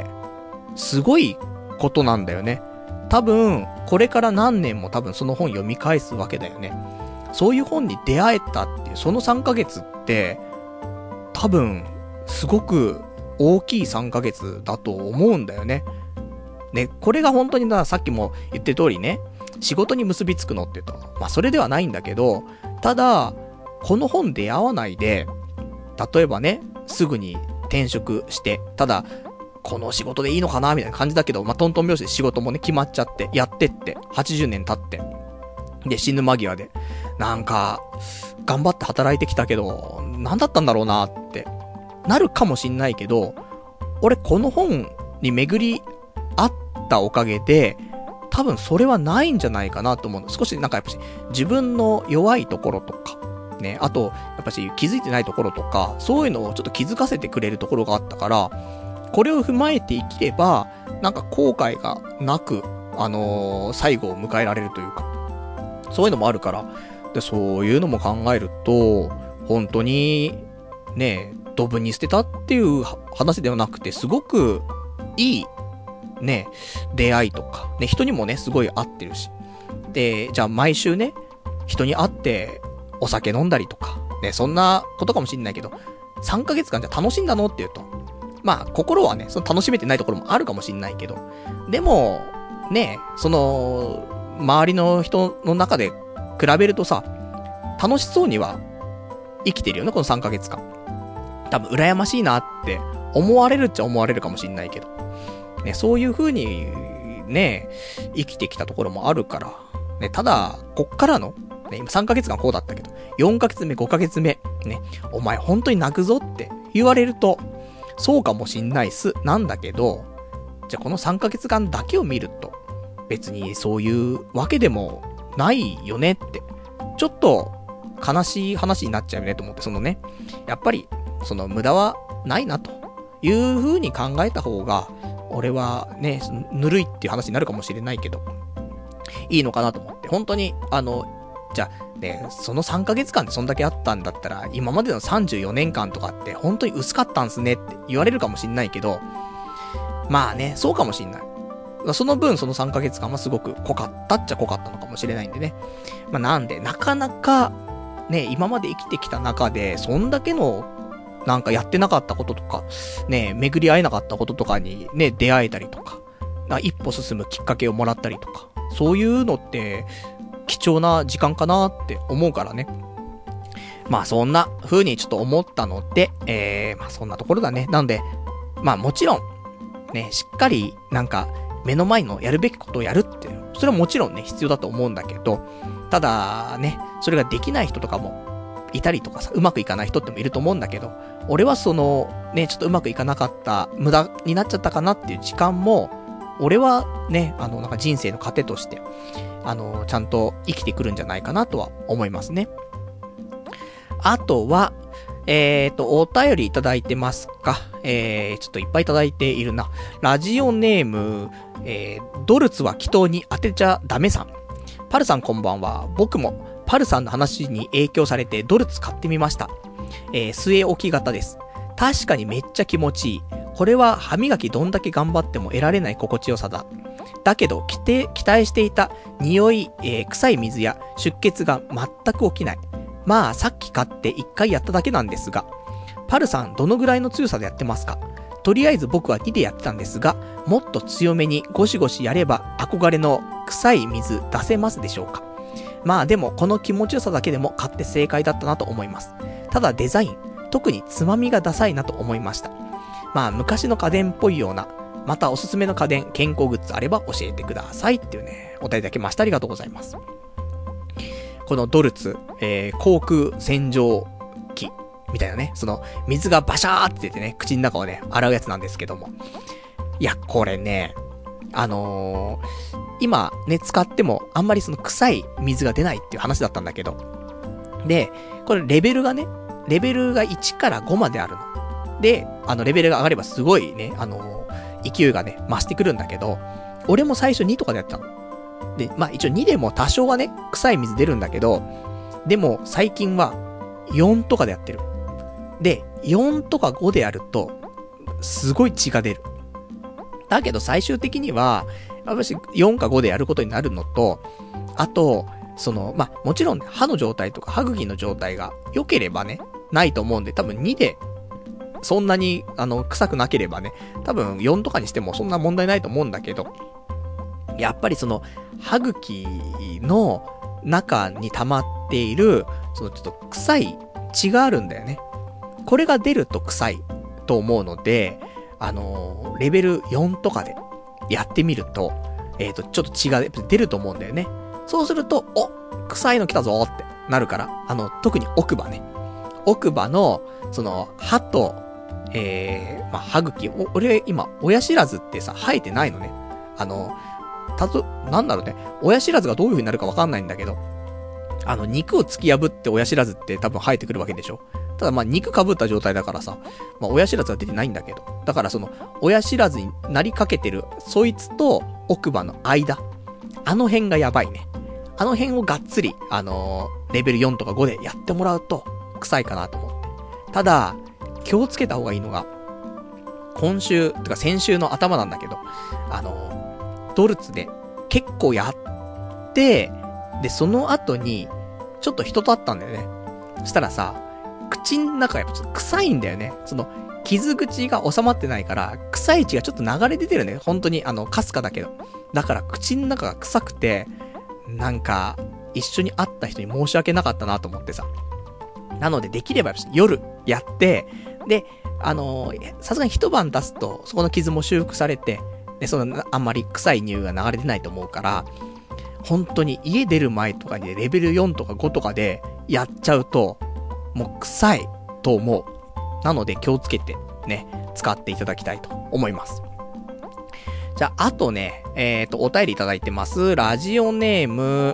すごいことなんだよね。多分、これから何年も多分その本読み返すわけだよね。そういう本に出会えたっていう、その3ヶ月って、多分、すごく大きい3ヶ月だと思うんだよね。ね、これが本当にさっきも言ってる通りね、仕事に結びつくのって言うと、まあそれではないんだけど、ただ、この本出会わないで、例えばね、すぐに転職して、ただ、この仕事でいいのかなみたいな感じだけど、まあ、トントン拍子で仕事もね、決まっちゃって、やってって、80年経って。で、死ぬ間際で。なんか、頑張って働いてきたけど、なんだったんだろうなって、なるかもしんないけど、俺この本に巡り合ったおかげで、多分それはないんじゃないかなと思うの。少しなんかやっぱし、自分の弱いところとか、ね、あと、やっぱし気づいてないところとか、そういうのをちょっと気づかせてくれるところがあったから、これを踏まえて生きれば、なんか後悔がなく、最後を迎えられるというか、そういうのもあるから、で、そういうのも考えると、本当に、ね、ドブに捨てたっていう話ではなくて、すごくいい、ね、出会いとか、ね、人にもね、すごい合ってるし。で、じゃあ毎週ね、人に会って、お酒飲んだりとか、ね、そんなことかもしんないけど、3ヶ月間じゃ楽しんだのって言うと、まあ、心はね、その楽しめてないところもあるかもしんないけど、でも、ね、その、周りの人の中で比べるとさ、楽しそうには生きてるよね、この3ヶ月間。多分、羨ましいなって思われるっちゃ思われるかもしんないけど、ね、そういう風に、ね、生きてきたところもあるから、ね、ただ、こっからの、ね、今3ヶ月間こうだったけど、4ヶ月目、5ヶ月目、ね、お前本当に泣くぞって言われると、そうかもしんないっす。なんだけど、じゃあこの3ヶ月間だけを見ると、別にそういうわけでもないよねって、ちょっと悲しい話になっちゃうよねと思って、そのね、やっぱり、その無駄はないなという風に考えた方が、俺はね、ぬるいっていう話になるかもしれないけど、いいのかなと思って、本当に、じゃあ、ね、その3ヶ月間でそんだけあったんだったら、今までの34年間とかって本当に薄かったんすねって言われるかもしんないけど、まあね、そうかもしんない。その分その3ヶ月間はすごく濃かったっちゃ濃かったのかもしれないんでね。まあなんで、なかなか、ね、今まで生きてきた中で、そんだけの、なんかやってなかったこととか、ね、巡り合えなかったこととかにね、出会えたりとか、一歩進むきっかけをもらったりとか、そういうのって、貴重な時間かなって思うからね。まあそんな風にちょっと思ったので、まあそんなところだね。なので、まあもちろん、ね、しっかりなんか目の前のやるべきことをやるっていう、それはもちろんね、必要だと思うんだけど、ただね、それができない人とかもいたりとかさ、うまくいかない人ってもいると思うんだけど、俺はその、ね、ちょっとうまくいかなかった、無駄になっちゃったかなっていう時間も、俺はね、なんか人生の糧として、ちゃんと生きてくるんじゃないかなとは思いますね。あとは、お便りいただいてますか？ちょっといっぱいいただいているな。ラジオネーム、ドルツは祈祷に当てちゃダメさん。パルさんこんばんは。僕もパルさんの話に影響されてドルツ買ってみました。据え置き型です。確かにめっちゃ気持ちいい。これは歯磨きどんだけ頑張っても得られない心地よさだ。だけど、期待していた匂い、臭い水や出血が全く起きない。まあ、さっき買って一回やっただけなんですが、パルさんどのぐらいの強さでやってますか？とりあえず僕は2でやってたんですが、もっと強めにゴシゴシやれば憧れの臭い水出せますでしょうか？まあでも、この気持ちよさだけでも買って正解だったなと思います。ただデザイン、特につまみがダサいなと思いました。まあ、昔の家電っぽいような、またおすすめの家電、健康グッズあれば教えてくださいっていうね、お便りいただきました。ありがとうございます。このドルツ、航空洗浄機みたいなね、その水がバシャーって出てね、口の中をね、洗うやつなんですけども。いや、これね、今ね、使ってもあんまりその臭い水が出ないっていう話だったんだけど。で、これレベルが1から5まであるの。で、レベルが上がればすごいね、勢いがね、増してくるんだけど、俺も最初2とかでやったの。で、まあ一応2でも多少はね、臭い水出るんだけど、でも最近は4とかでやってる。で、4とか5でやると、すごい血が出る。だけど最終的には、やっぱし4か5でやることになるのと、あと、まあ、もちろん、ね、歯の状態とか歯茎の状態が良ければね、ないと思うんで、多分2で、そんなに、臭くなければね、多分4とかにしてもそんな問題ないと思うんだけど、やっぱり歯茎の中に溜まっている、ちょっと臭い血があるんだよね。これが出ると臭いと思うので、レベル4とかでやってみると、ちょっと血が出ると思うんだよね。そうすると、臭いの来たぞってなるから、特に奥歯ね。奥歯の、歯と、まあ、歯茎、俺今、親知らずってさ、生えてないのね。 なんだろうね、親知らずがどういう風になるかわかんないんだけど、肉を突き破って親知らずって多分生えてくるわけでしょ。ただ肉被った状態だからさ、親知らずは出てないんだけど、だからその、親知らずになりかけてる、そいつと奥歯の間、あの辺がやばいね。あの辺をがっつり、レベル4とか5でやってもらうと、臭いかなと思って。ただ、気をつけた方がいいのが、先週の頭なんだけど、ドルツで結構やって、で、その後に、ちょっと人と会ったんだよね。そしたらさ、口の中がやっぱちょっと臭いんだよね。その、傷口が収まってないから、臭い血がちょっと流れ出てるね。本当に、かすかだけど。だから、口の中が臭くて、なんか、一緒に会った人に申し訳なかったなと思ってさ。なので、できれば夜やって、で、さすがに一晩経つと、そこの傷も修復されて、で、あんまり臭い匂いが流れ出ないと思うから、本当に家出る前とかにレベル4とか5とかでやっちゃうと、もう臭いと思う。なので気をつけてね、使っていただきたいと思います。じゃあ、あとね、お便りいただいてます。ラジオネーム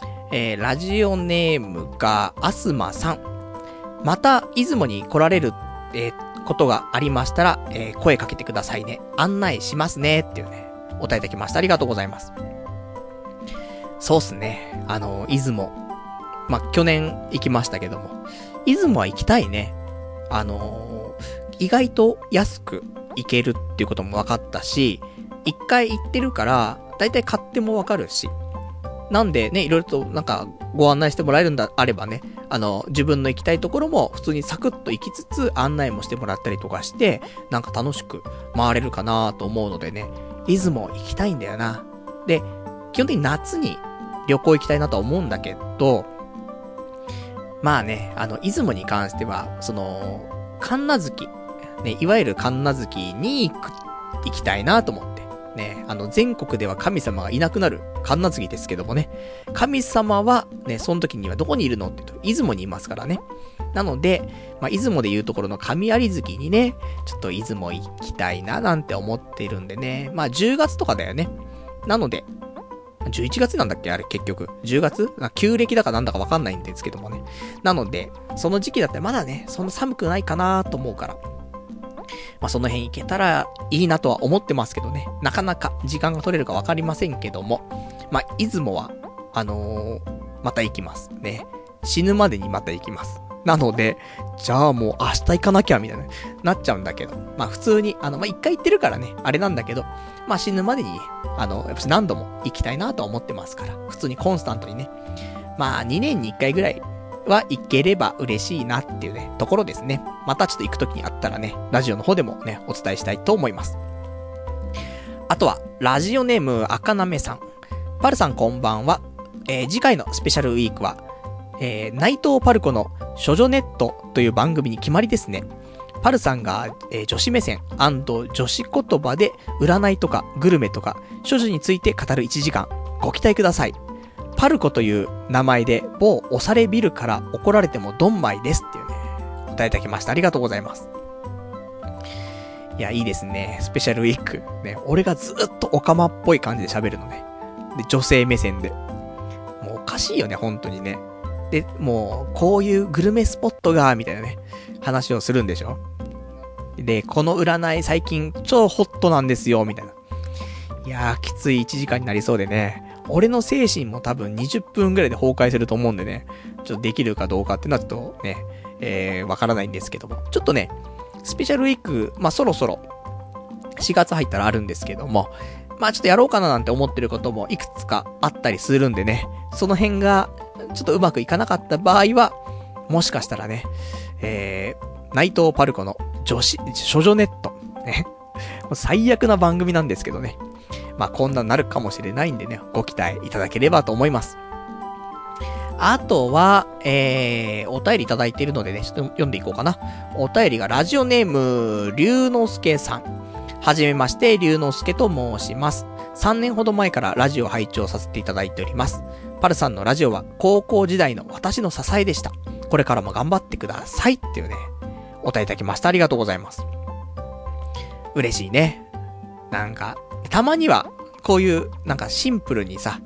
がアスマさん。また、出雲に来られる、ことがありましたら、声かけてくださいね。案内しますね。っていうね、お便りいただきました。ありがとうございます。そうっすね。出雲。去年行きましたけども。出雲は行きたいね。意外と安く行けるっていうことも分かったし、一回行ってるから、だいたい買っても分かるし。なんでね、いろいろとなんかご案内してもらえるんだあればね、自分の行きたいところも普通にサクッと行きつつ案内もしてもらったりとかして、なんか楽しく回れるかなと思うのでね、出雲行きたいんだよな。で、基本的に夏に旅行行きたいなとは思うんだけど、まあね、出雲に関しては、神無月、ね、いわゆる神無月に行きたいなと思って。ね、全国では神様がいなくなる神無月ですけどもね、神様はね、その時にはどこにいるのって言うと、出雲にいますからね。なので、出雲でいうところの神有月にね、ちょっと出雲行きたいななんて思っているんでね、10月とかだよね。なので、11月なんだっけあれ結局。10月旧暦だかなんだかわかんないんですけどもね。なので、その時期だったらまだね、そんな寒くないかなと思うから。その辺行けたらいいなとは思ってますけどね。なかなか時間が取れるかわかりませんけども。出雲は、また行きますね。死ぬまでにまた行きます。なので、じゃあもう明日行かなきゃみたいな、なっちゃうんだけど。普通に、一回行ってるからね、あれなんだけど、死ぬまでに、やっぱ何度も行きたいなとは思ってますから。普通にコンスタントにね。2年に1回ぐらいは行ければ嬉しいなっていうね、ところですね。またちょっと行くときにあったらね、ラジオの方でもね、お伝えしたいと思います。あとは、ラジオネーム、赤なめさん。パルさんこんばんは。次回のスペシャルウィークは、内藤パルコの処女ネットという番組に決まりですね。パルさんが、女子目線&女子言葉で占いとかグルメとか処女について語る1時間ご期待ください。パルコという名前で某おされビルから怒られてもドンマイですっていうね、お答えいただきました。ありがとうございます。いや、いいですね。スペシャルウィーク。ね、俺がずっとオカマっぽい感じで喋るのね。で、女性目線で。もうおかしいよね、本当にね。で、もう、こういうグルメスポットが、みたいなね、話をするんでしょ。で、この占い最近超ホットなんですよ、みたいな。いやー、きつい1時間になりそうでね。俺の精神も多分20分ぐらいで崩壊すると思うんでね。ちょっとできるかどうかってのはちょっとね、わからないんですけども。ちょっとね、スペシャルウィーク、そろそろ、4月入ったらあるんですけども、ちょっとやろうかななんて思ってることもいくつかあったりするんでね。その辺が、ちょっとうまくいかなかった場合は、もしかしたらね、内藤パルコの処女ネット。ね。最悪な番組なんですけどね。こんなになるかもしれないんでね、ご期待いただければと思います。あとは、お便りいただいているのでね、ちょっと読んでいこうかな。お便りがラジオネーム、龍之介さん。はじめまして、龍之介と申します。3年ほど前からラジオ拝聴させていただいております。パルさんのラジオは高校時代の私の支えでした。これからも頑張ってくださいっていうね、お便りいただきました。ありがとうございます。嬉しいね。なんか、たまには、 こういう、なんかシンプルにさ、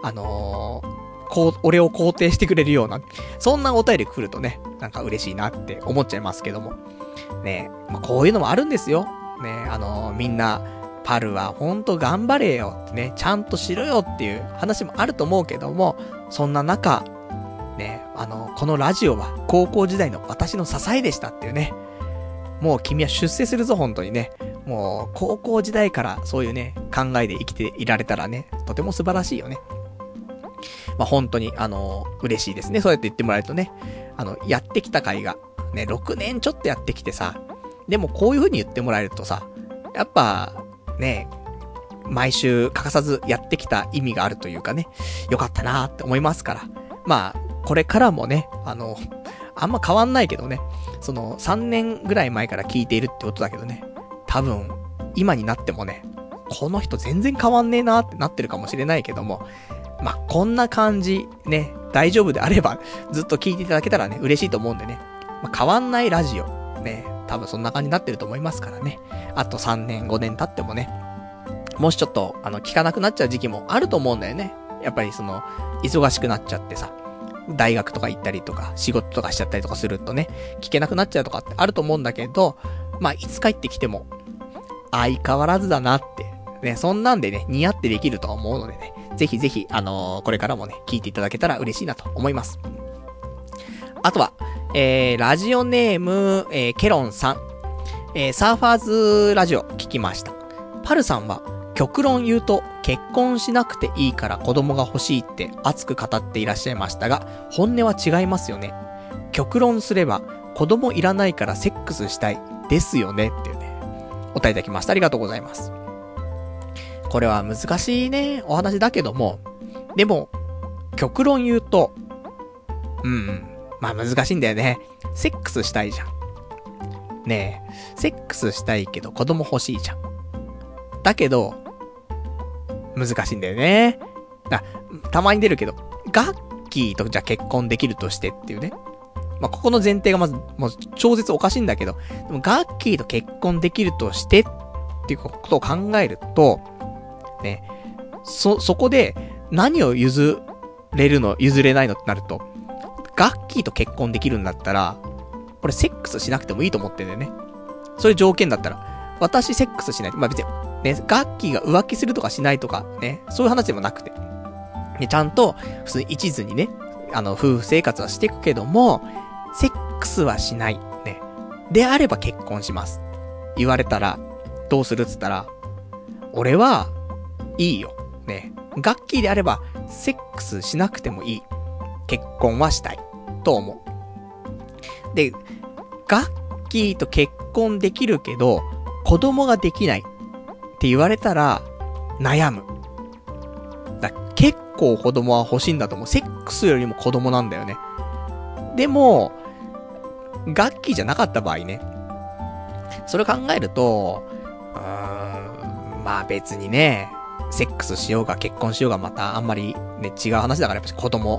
俺を肯定してくれるような、そんなお便り来るとね、なんか嬉しいなって思っちゃいますけども。ね、まあ、こういうのもあるんですよ。ね、みんな、パルはほんと頑張れよってね、ちゃんとしろよっていう話もあると思うけども、そんな中、ね、このラジオは高校時代の私の支えでしたっていうね。もう君は出世するぞ、本当にね。もう、高校時代からそういうね、考えで生きていられたらね、とても素晴らしいよね。まあ、本当に、嬉しいですね。そうやって言ってもらえるとね。やってきた回が、ね、6年ちょっとやってきてさ、でもこういう風に言ってもらえるとさ、やっぱ、ね、毎週欠かさずやってきた意味があるというかね、よかったなーって思いますから。まあ、これからもね、あんま変わんないけどね、その3年ぐらい前から聞いているってことだけどね、多分、今になってもね、この人全然変わんねえなーってなってるかもしれないけども、まあ、こんな感じ、ね、大丈夫であれば、ずっと聞いていただけたらね、嬉しいと思うんでね、まあ、変わんないラジオ、ね、多分そんな感じになってると思いますからね、あと3年、5年経ってもね、もしちょっと、聞かなくなっちゃう時期もあると思うんだよね。やっぱり忙しくなっちゃってさ、大学とか行ったりとか、仕事とかしちゃったりとかするとね、聞けなくなっちゃうとかってあると思うんだけど、まあ、いつ帰ってきても、相変わらずだなって、ね、そんなんでね、似合ってできると思うのでね、ぜひぜひ、これからもね、聞いていただけたら嬉しいなと思います。あとは、ラジオネーム、ケロンさん。サーファーズラジオ聞きました。パルさんは、極論言うと、結婚しなくていいから子供が欲しいって熱く語っていらっしゃいましたが、本音は違いますよね。極論すれば、子供いらないからセックスしたい、ですよね、っていうね、お答えいただきました。ありがとうございます。これは難しいね、お話だけども、でも、極論言うと、まあ難しいんだよね。セックスしたいじゃん。ねえ、セックスしたいけど子供欲しいじゃん。だけど、難しいんだよね。たまに出るけど、ガッキーとじゃ結婚できるとしてっていうね。まあ、ここの前提がまず、もう超絶おかしいんだけど、でもガッキーと結婚できるとしてっていうことを考えると、ね、そこで何を譲れるの、譲れないのってなると、ガッキーと結婚できるんだったら、これセックスしなくてもいいと思ってんだよね。そういう条件だったら、私セックスしない。まあ、別に、ね、ガッキーが浮気するとかしないとか、ね、そういう話でもなくて。ね、ちゃんと、普通に一途にね、夫婦生活はしていくけども、セックスはしない。ね。であれば結婚します。言われたら、どうするっつったら、俺は、いいよ。ね。ガッキーであれば、セックスしなくてもいい。結婚はしたい。と思う。で、ガッキーと結婚できるけど、子供ができないって言われたら、悩む。結構子供は欲しいんだと思う。セックスよりも子供なんだよね。でも、ガッキーじゃなかった場合ね。それを考えると、まあ別にね、セックスしようが結婚しようがまたあんまりね、違う話だからやっぱり子供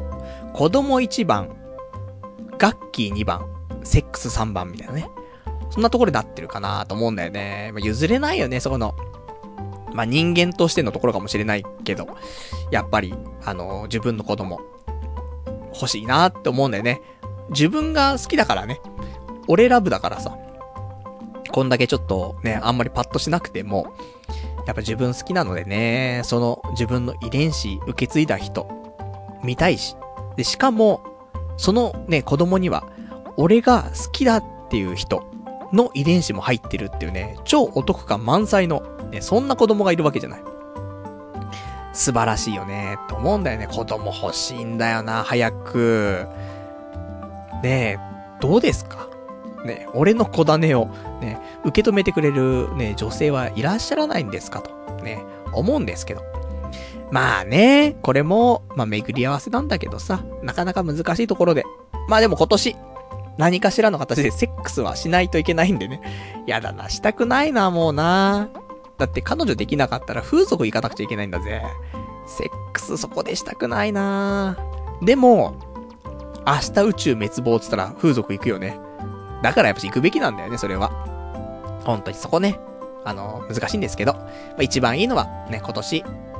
1番、ガッキー2番、セックス3番みたいなね。そんなところになってるかなと思うんだよね。まあ、譲れないよね、そこの。まあ人間としてのところかもしれないけど、やっぱり、自分の子供、欲しいなって思うんだよね。自分が好きだからね。俺ラブだからさ。こんだけちょっとね、あんまりパッとしなくても、やっぱ自分好きなのでね、その自分の遺伝子受け継いだ人、見たいし。で、しかも、そのね、子供には、俺が好きだっていう人の遺伝子も入ってるっていうね、超お得感満載の、ね、そんな子供がいるわけじゃない。素晴らしいよね、と思うんだよね。子供欲しいんだよな、早く。ねえ、どうですかね、俺の子種を、ね、受け止めてくれる、ね、女性はいらっしゃらないんですかと、ね、思うんですけど。まあね、これも、まあ巡り合わせなんだけどさ、なかなか難しいところで。まあでも今年、何かしらの形でセックスはしないといけないんでね。やだな、したくないな、もうな。だって彼女できなかったら風俗行かなくちゃいけないんだぜ。セックスそこでしたくないな。でも、明日宇宙滅亡って言ったら風俗行くよね。だからやっぱ行くべきなんだよね、それは。本当にそこね。難しいんですけど。まあ、一番いいのは、ね、今年、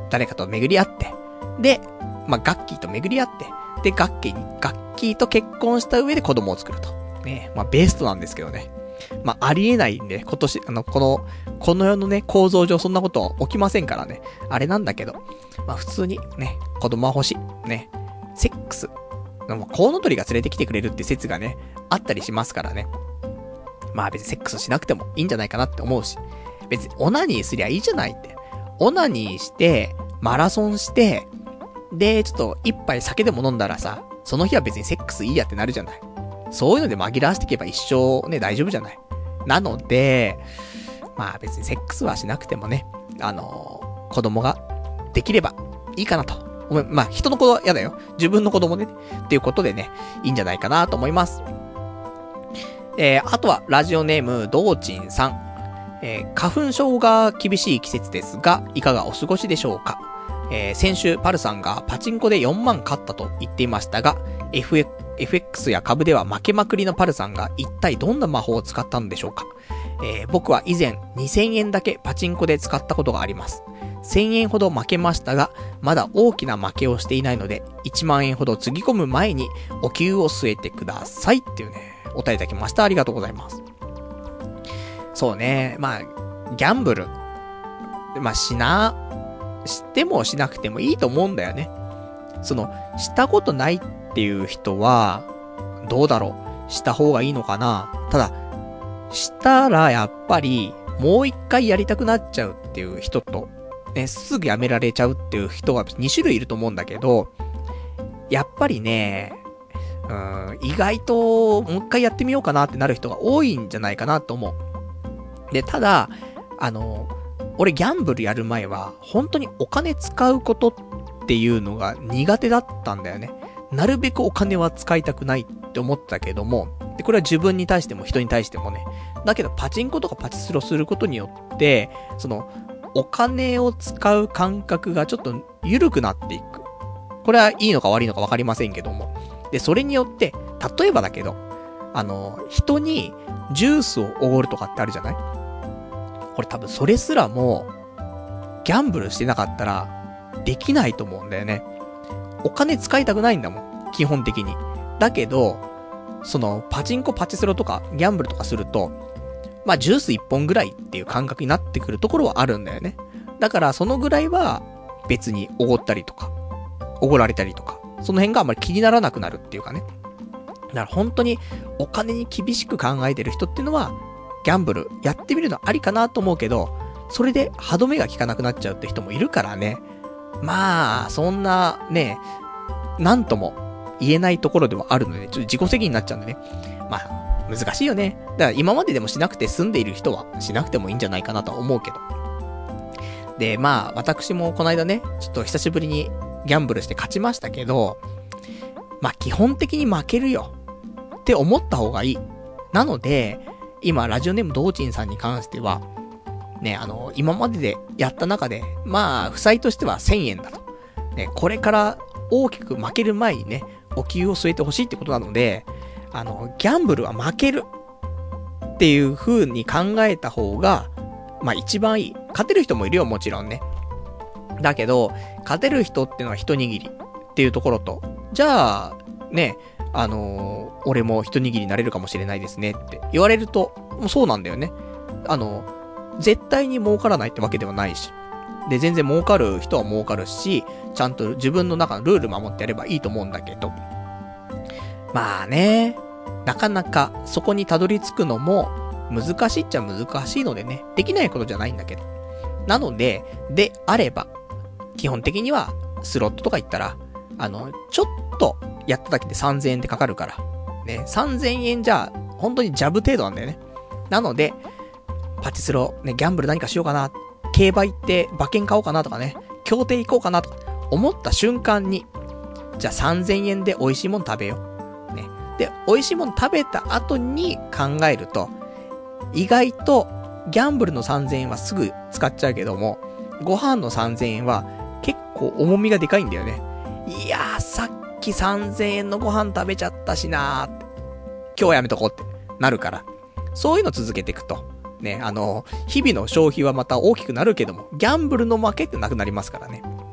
誰かと巡り合って、で、まあ、ガッキーと巡り合って、で、ガッキーと結婚した上で子供を作ると。ね、まあ、ベストなんですけどね。まあ、ありえないんで、今年、この世のね、構造上そんなことは起きませんからね。あれなんだけど、まあ、普通にね、子供は欲しい。ね、セックス。コウノトリが連れてきてくれるって説がね、あったりしますからね。まあ別にセックスしなくてもいいんじゃないかなって思うし、別にオナニーすりゃいいじゃないって。オナニーして、マラソンして、で、ちょっと一杯酒でも飲んだらさ、その日は別にセックスいいやってなるじゃない。そういうので紛らわしていけば一生ね、大丈夫じゃない。なので、まあ別にセックスはしなくてもね、子供ができればいいかなと。まあ人の子は嫌だよ。自分の子供ね。っていうことでね、いいんじゃないかなと思います。あとは、ラジオネーム、どうちんさん。花粉症が厳しい季節ですが、いかがお過ごしでしょうか。先週、パルさんがパチンコで4万勝ったと言っていましたが、FX や株では負けまくりのパルさんが一体どんな魔法を使ったのでしょうか。僕は以前2000円だけパチンコで使ったことがあります。1000円ほど負けましたが、まだ大きな負けをしていないので、1万円ほどつぎ込む前にお給を据えてくださいっていうね、お便りいただきました。ありがとうございます。そうね、まあ、ギャンブル。まあ、してもしなくてもいいと思うんだよね。したことないっていう人は、どうだろう。した方がいいのかな。ただ、したらやっぱり、もう一回やりたくなっちゃうっていう人と、ね、すぐやめられちゃうっていう人が2種類いると思うんだけど、やっぱりね、意外ともう一回やってみようかなってなる人が多いんじゃないかなと思う。で、ただ、俺ギャンブルやる前は、本当にお金使うことっていうのが苦手だったんだよね。なるべくお金は使いたくないって思ったけども、で、これは自分に対しても人に対してもね。だけどパチンコとかパチスロすることによって、お金を使う感覚がちょっと緩くなっていく。これはいいのか悪いのか分かりませんけども。で、それによって、例えばだけど、人にジュースをおごるとかってあるじゃない？これ多分それすらも、ギャンブルしてなかったら、できないと思うんだよね。お金使いたくないんだもん。基本的に。だけど、パチンコパチスロとか、ギャンブルとかすると、まあ、ジュース1本ぐらいっていう感覚になってくるところはあるんだよね。だから、そのぐらいは、別におごったりとか、おごられたりとか、その辺があんまり気にならなくなるっていうかね。だから本当にお金に厳しく考えてる人っていうのは、ギャンブルやってみるのありかなと思うけど、それで歯止めが効かなくなっちゃうって人もいるからね。まあ、そんなね、なんとも言えないところではあるので、ちょっと自己責任になっちゃうんでね。まあ、難しいよね。だから今まででもしなくて済んでいる人はしなくてもいいんじゃないかなとは思うけど。で、まあ、私もこの間ね、ちょっと久しぶりにギャンブルして勝ちましたけど、まあ基本的に負けるよって思った方がいい。なので、今ラジオネームドーチンさんに関しては、ね、今まででやった中で、まあ、負債としては1000円だと。ね、これから大きく負ける前にね、お給を据えてほしいってことなので、ギャンブルは負けるっていう風に考えた方が、まあ一番いい。勝てる人もいるよ、もちろんね。だけど、勝てる人ってのは一握りっていうところと、じゃあ、ね、俺も一握りになれるかもしれないですねって言われると、もうそうなんだよね。絶対に儲からないってわけではないし。で、全然儲かる人は儲かるし、ちゃんと自分の中のルール守ってやればいいと思うんだけど。まあね、なかなかそこにたどり着くのも難しいっちゃ難しいのでね、できないことじゃないんだけど。なので、であれば、基本的にはスロットとか行ったら、ちょっとやっただけで3000円ってかかるから。ね、3000円じゃ、本当にジャブ程度なんだよね。なので、パチスロ、ね、ギャンブル何かしようかな、競馬行って馬券買おうかなとかね、競艇行こうかなとか、思った瞬間に、じゃあ3000円で美味しいもの食べよう。ね。で、美味しいもの食べた後に考えると、意外と、ギャンブルの3000円はすぐ使っちゃうけども、ご飯の3000円は結構重みがでかいんだよね。いやー、さっき3000円のご飯食べちゃったしなーって。今日はやめとこうってなるから。そういうの続けていくと。ね、日々の消費はまた大きくなるけども、ギャンブルの負けってなくなりますからね。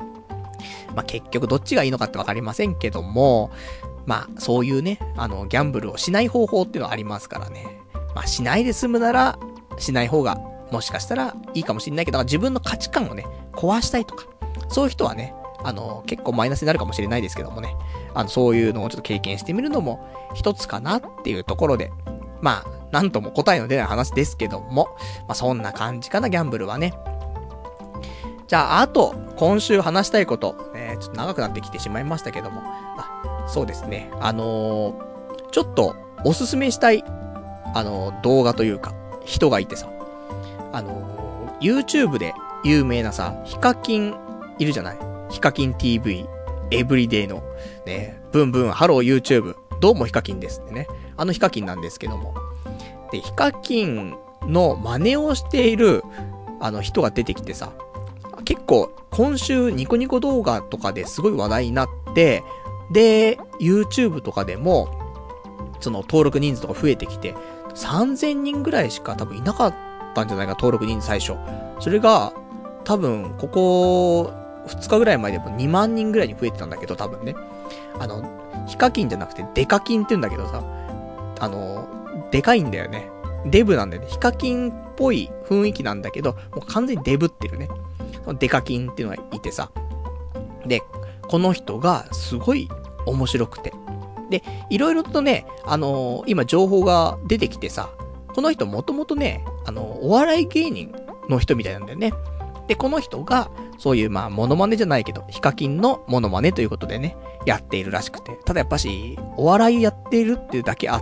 まあ、結局どっちがいいのかってわかりませんけども、まあ、そういうね、ギャンブルをしない方法っていうのはありますからね。まあ、しないで済むなら、しない方が、もしかしたらいいかもしれないけど、自分の価値観をね、壊したいとか、そういう人はね、結構マイナスになるかもしれないですけどもね、そういうのをちょっと経験してみるのも一つかなっていうところで、まあ、なんとも答えの出ない話ですけども、まあ、そんな感じかな、ギャンブルはね。じゃあ、あと、今週話したいこと、ちょっと長くなってきてしまいましたけども、そうですね、ちょっと、おすすめしたい、動画というか、人がいてさ、YouTube で有名なさ、ヒカキンいるじゃない？ヒカキン TV、エブリデイの、ね、ブンブン、ハロー YouTube、どうもヒカキンですってね。ヒカキンなんですけども。で、ヒカキンの真似をしている、人が出てきてさ、結構、今週ニコニコ動画とかですごい話題になって、で、YouTube とかでも、その登録人数とか増えてきて、3000人ぐらいしか多分いなかったんじゃないか、登録人数最初。それが、多分、ここ、2日ぐらい前でも2万人ぐらいに増えてたんだけど、多分ね。ヒカキンじゃなくてデカキンって言うんだけどさ、でかいんだよね。デブなんだよね。ヒカキンっぽい雰囲気なんだけど、もう完全にデブってるね。デカキンっていうのがいてさ。で、この人がすごい面白くて。で、いろいろとね、今情報が出てきてさ、この人もともとね、お笑い芸人の人みたいなんだよね。で、この人が、そういうまあ、モノマネじゃないけど、ヒカキンのモノマネということでね、やっているらしくて。ただやっぱし、お笑いやっているっていうだけあって、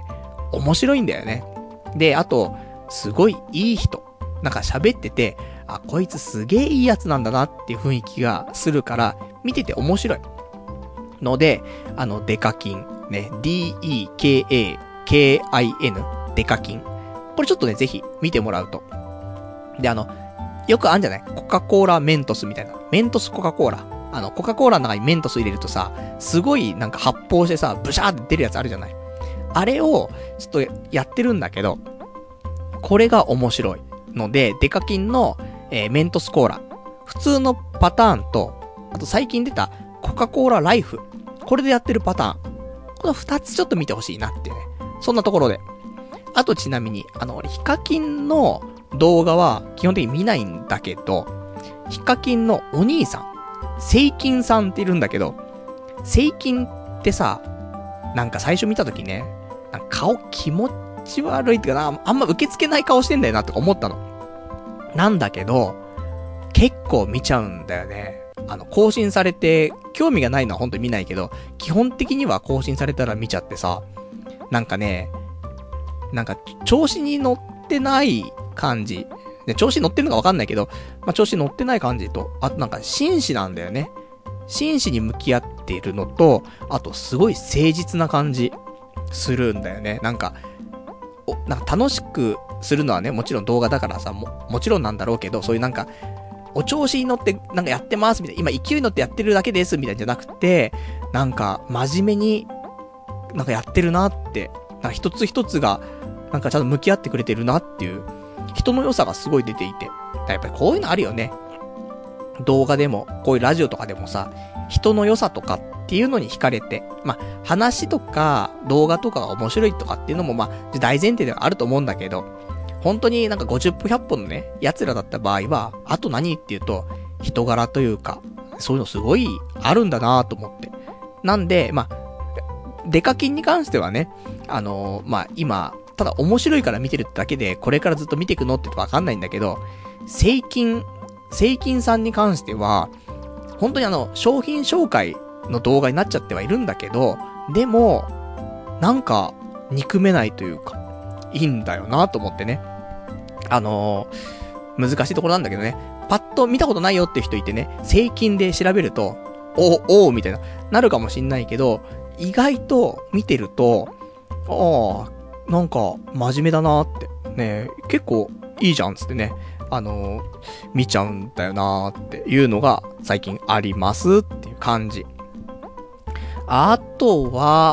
面白いんだよね。で、あと、すごいいい人。なんか喋ってて、あ、こいつすげえいいやつなんだなっていう雰囲気がするから、見てて面白い。ので、デカキン、ね、D-E-K-A-K-I-N、デカキン。これちょっとね、ぜひ見てもらうと。で、よくあんじゃないコカ・コーラメントスみたいな。メントスコカ・コーラ。コカ・コーラの中にメントス入れるとさ、すごいなんか発泡してさ、ブシャーって出るやつあるじゃない。あれを、ちょっとやってるんだけど、これが面白いので、デカキンの、メントスコーラ。普通のパターンと、あと最近出たコカ・コーラライフ。これでやってるパターン。この2つちょっと見てほしいなっていうね。そんなところで。あとちなみに、俺、ヒカキンの動画は基本的に見ないんだけど、ヒカキンのお兄さん、セイキンさんっているんだけど、セイキンってさ、なんか最初見たときね、なんか顔気持ち悪いっていうかな、あんま受け付けない顔してんだよなって思ったの。なんだけど、結構見ちゃうんだよね。更新されて、興味がないのは本当に見ないけど、基本的には更新されたら見ちゃってさ、なんかね、なんか調子に乗ってない感じ。で、調子に乗ってるのかわかんないけど、まあ、調子に乗ってない感じと、あとなんか真摯なんだよね。真摯に向き合っているのと、あとすごい誠実な感じするんだよね。なんか楽しくするのはね、もちろん動画だからさ、もちろんなんだろうけど、そういうなんか、お調子に乗ってなんかやってますみたいな、今勢いに乗ってやってるだけですみたいなじゃなくて、なんか真面目になんかやってるなって、なんか一つ一つがなんかちゃんと向き合ってくれてるなっていう人の良さがすごい出ていて、やっぱりこういうのあるよね。動画でもこういうラジオとかでもさ、人の良さとかっていうのに惹かれて、まあ話とか動画とかが面白いとかっていうのもまあ大前提ではあると思うんだけど、本当になんか50歩100歩のね、奴らだった場合は、あと何っていうと、人柄というか、そういうのすごいあるんだなと思って。なんで、まあ、デカキンに関してはね、まあ今、ただ面白いから見てるだけで、これからずっと見ていくのってわかんないんだけど、セイキンさんに関しては、本当に商品紹介の動画になっちゃってはいるんだけど、でも、なんか、憎めないというか、いいんだよなと思ってね。難しいところなんだけどね。パッと見たことないよって人いてね、セイキンで調べると、おーみたいなるかもしんないけど、意外と見てると、なんか真面目だなって。ね、結構いいじゃんつってね。見ちゃうんだよなーっていうのが最近ありますっていう感じ。あとは、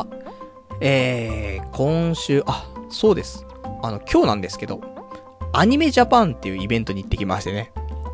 今週、そうです。今日なんですけど、アニメジャパンっていうイベントに行ってきましてね。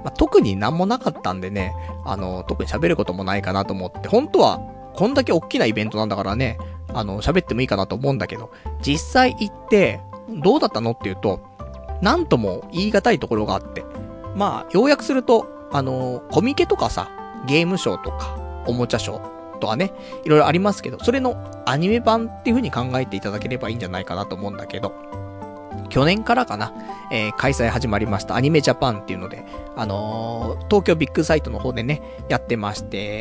まあ、特になんもなかったんでね、特に喋ることもないかなと思って、本当は、こんだけ大きなイベントなんだからね、喋ってもいいかなと思うんだけど、実際行って、どうだったのっていうと、なんとも言い難いところがあって、まあ、要約すると、コミケとかさ、ゲームショーとか、おもちゃショーとかね、いろいろありますけど、それのアニメ版っていう風に考えていただければいいんじゃないかなと思うんだけど、去年からかな、開催始まりましたアニメジャパンっていうので、東京ビッグサイトの方でね、やってまして、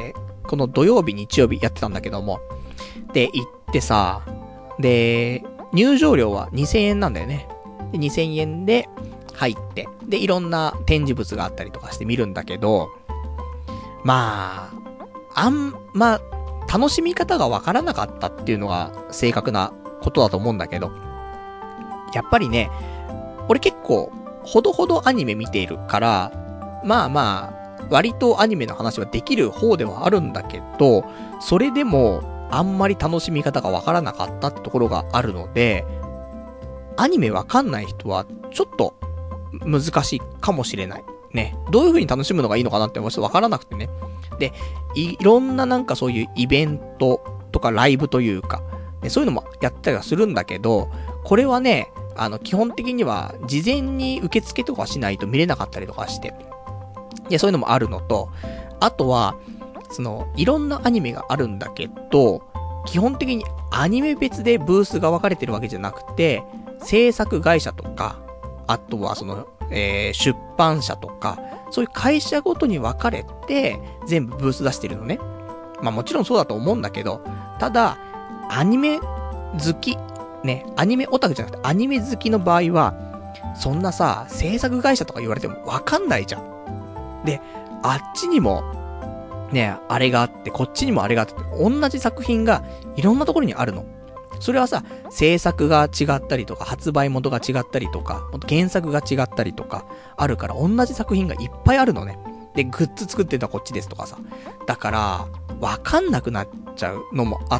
この土曜日、日曜日やってたんだけども、で、行ってさ、で、入場料は2000円なんだよね。で、2000円で入って、で、いろんな展示物があったりとかして見るんだけど、まあ、楽しみ方がわからなかったっていうのが正確なことだと思うんだけど、やっぱりね、俺結構、ほどほどアニメ見ているから、まあ、割とアニメの話はできる方ではあるんだけど、それでも、あんまり楽しみ方がわからなかったってところがあるので、アニメわかんない人は、ちょっと、難しいかもしれない。ね。どういう風に楽しむのがいいのかなってちょっとわからなくてね。で、いろんななんかそういうイベントとかライブというか、ね、そういうのもやったりはするんだけど、これはね、基本的には事前に受付とかしないと見れなかったりとかして。で、そういうのもあるのと、あとは、いろんなアニメがあるんだけど、基本的にアニメ別でブースが分かれてるわけじゃなくて、制作会社とか、あとは出版社とか、そういう会社ごとに分かれて、全部ブース出してるのね。まあもちろんそうだと思うんだけど、ただ、アニメ好き、ね、アニメオタクじゃなくてアニメ好きの場合は、そんなさ、制作会社とか言われても分かんないじゃん。で、あっちにも、ね、あれがあって、こっちにもあれがあって、同じ作品がいろんなところにあるの。それはさ、制作が違ったりとか、発売元が違ったりとか、原作が違ったりとか、あるから同じ作品がいっぱいあるのね。で、グッズ作ってたこっちですとかさ。だから、わかんなくなっちゃうのもあって、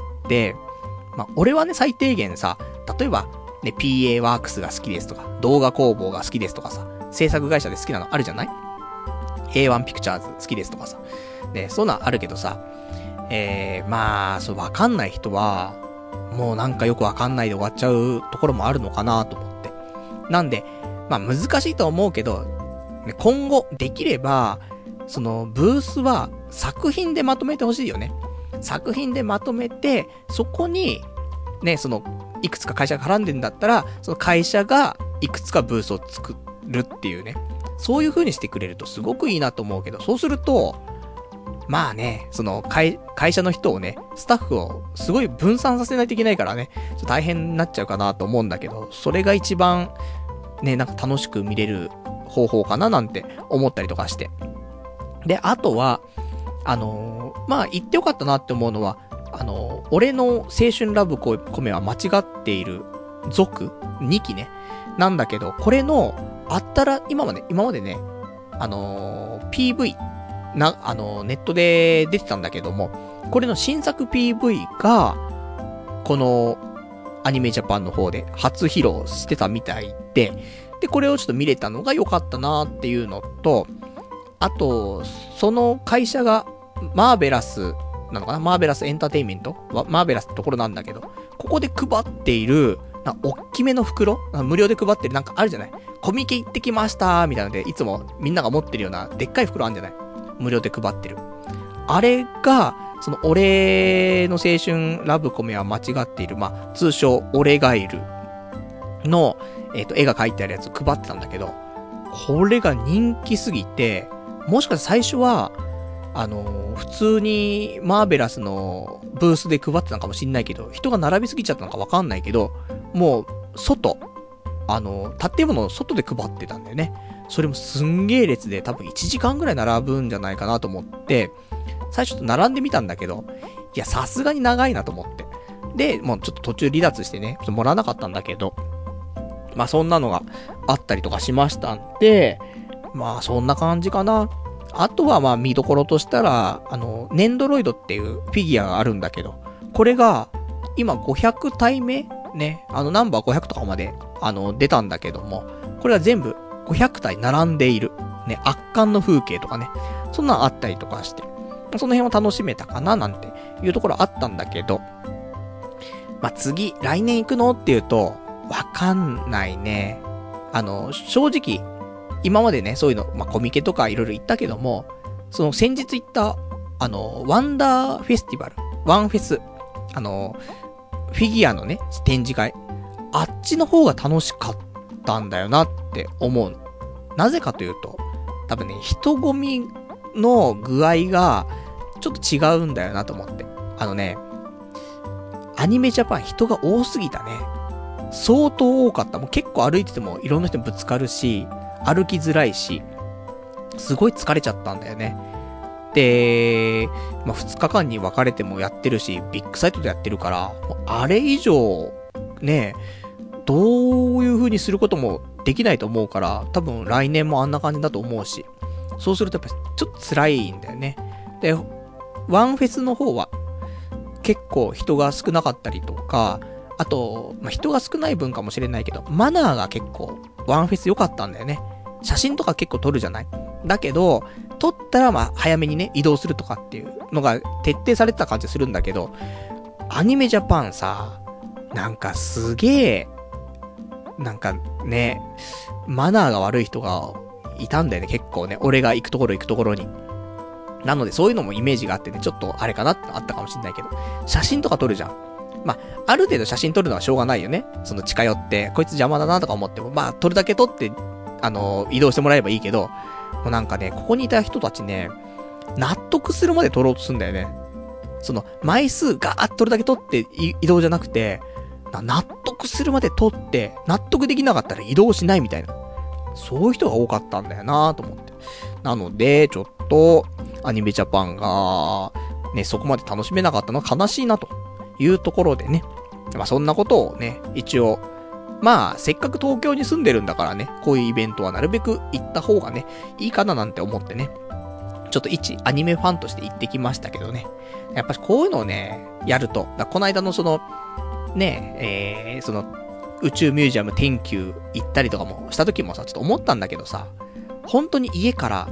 まあ、俺はね、最低限さ、例えば、ね、PA ワークスが好きですとか、動画工房が好きですとかさ、制作会社で好きなのあるじゃない？ A1 ピクチャーズ好きですとかさ。ね、そんなんあるけどさ、まあ、そう、わかんない人は、もうなんかよくわかんないで終わっちゃうところもあるのかなと思って。なんで、まあ難しいと思うけど、ね、今後できれば、ブースは作品でまとめてほしいよね。作品でまとめて、そこに、ね、いくつか会社が絡んでんだったら、その会社がいくつかブースを作るっていうね。そういう風にしてくれるとすごくいいなと思うけど、そうすると、まあね、会社の人をね、スタッフをすごい分散させないといけないからね、ちょっと大変になっちゃうかなと思うんだけど、それが一番、ね、なんか楽しく見れる方法かななんて思ったりとかして。で、あとは、まあ言ってよかったなって思うのは、俺の青春ラブコメは間違っている続2期ね。なんだけど、これの、今までね、PV、ネットで出てたんだけども、これの新作 PV が、この、アニメジャパンの方で初披露してたみたいで、で、これをちょっと見れたのが良かったなっていうのと、あと、その会社が、マーベラスなのかな？マーベラスエンターテインメント？マーベラスってところなんだけど、ここで配っている、おっきめの袋？無料で配ってるなんかあるじゃない？コミケ行ってきましたみたいなので、いつもみんなが持ってるようなでっかい袋あるんじゃない？無料で配ってる。あれが、俺の青春ラブコメは間違っている、まあ、通称、俺がいるの、絵が描いてあるやつ配ってたんだけど、これが人気すぎて、もしかして最初は、普通にマーベラスのブースで配ってたのかもしんないけど、人が並びすぎちゃったのかわかんないけど、もう、建物の外で配ってたんだよね。それもすんげー列で多分1時間ぐらい並ぶんじゃないかなと思って、最初ちょっと並んでみたんだけど、いや、さすがに長いなと思って。で、もうちょっと途中離脱してね、ちょっともらわなかったんだけど、まあそんなのがあったりとかしましたんで、まあそんな感じかな。あとはまあ見どころとしたら、ネンドロイドっていうフィギュアがあるんだけど、これが、今500体目ね、ナンバー500とかまで、出たんだけども、これは全部500体並んでいる。 ね、圧巻の風景とかね、そんなのあったりとかして、その辺を楽しめたかななんていうところあったんだけど、まあ、次、来年行くのっていうと、わかんないね。正直、今までね、そういうの、まあ、コミケとかいろいろ行ったけども、その先日行った、ワンダーフェスティバル、ワンフェス、フィギュアのね、展示会、あっちの方が楽しかったんだよなって思う。なぜかというと、多分ね、人混みの具合が、ちょっと違うんだよなと思って。アニメジャパン人が多すぎたね。相当多かった。もう結構歩いててもいろんな人ぶつかるし、歩きづらいし、すごい疲れちゃったんだよね。で、まあ、2日間に分かれてもやってるし、ビッグサイトでやってるから、もうあれ以上、ね、どういう風にすることもできないと思うから、多分来年もあんな感じだと思うし、そうするとやっぱちょっと辛いんだよね。で、ワンフェスの方は、結構人が少なかったりとか、あと、まあ、人が少ない分かもしれないけど、マナーが結構、ワンフェス良かったんだよね。写真とか結構撮るじゃない？だけど、撮ったらまあ、早めにね、移動するとかっていうのが徹底されてた感じするんだけど、アニメジャパンさ、なんかすげえ、なんかね、マナーが悪い人がいたんだよね、結構ね。俺が行くところに。なのでそういうのもイメージがあってね、ちょっとあれかなってあったかもしんないけど、写真とか撮るじゃん。まあ、ある程度写真撮るのはしょうがないよね。その近寄って、こいつ邪魔だなとか思っても、まあ、撮るだけ撮って、移動してもらえばいいけど、もうなんかね、ここにいた人たちね、納得するまで撮ろうとするんだよね。その、枚数ガーッと撮るだけ撮って移動じゃなくて、納得するまで撮って、納得できなかったら移動しないみたいな。そういう人が多かったんだよなと思って。なので、ちょっと、アニメジャパンが、ね、そこまで楽しめなかったのは悲しいなというところでね。まあそんなことをね、一応、まあせっかく東京に住んでるんだからね、こういうイベントはなるべく行った方がね、いいかななんて思ってね。ちょっと一アニメファンとして行ってきましたけどね。やっぱりこういうのをね、やると、この間のその、ね、その、宇宙ミュージアム天球行ったりとかもした時もさ、ちょっと思ったんだけどさ、本当に家から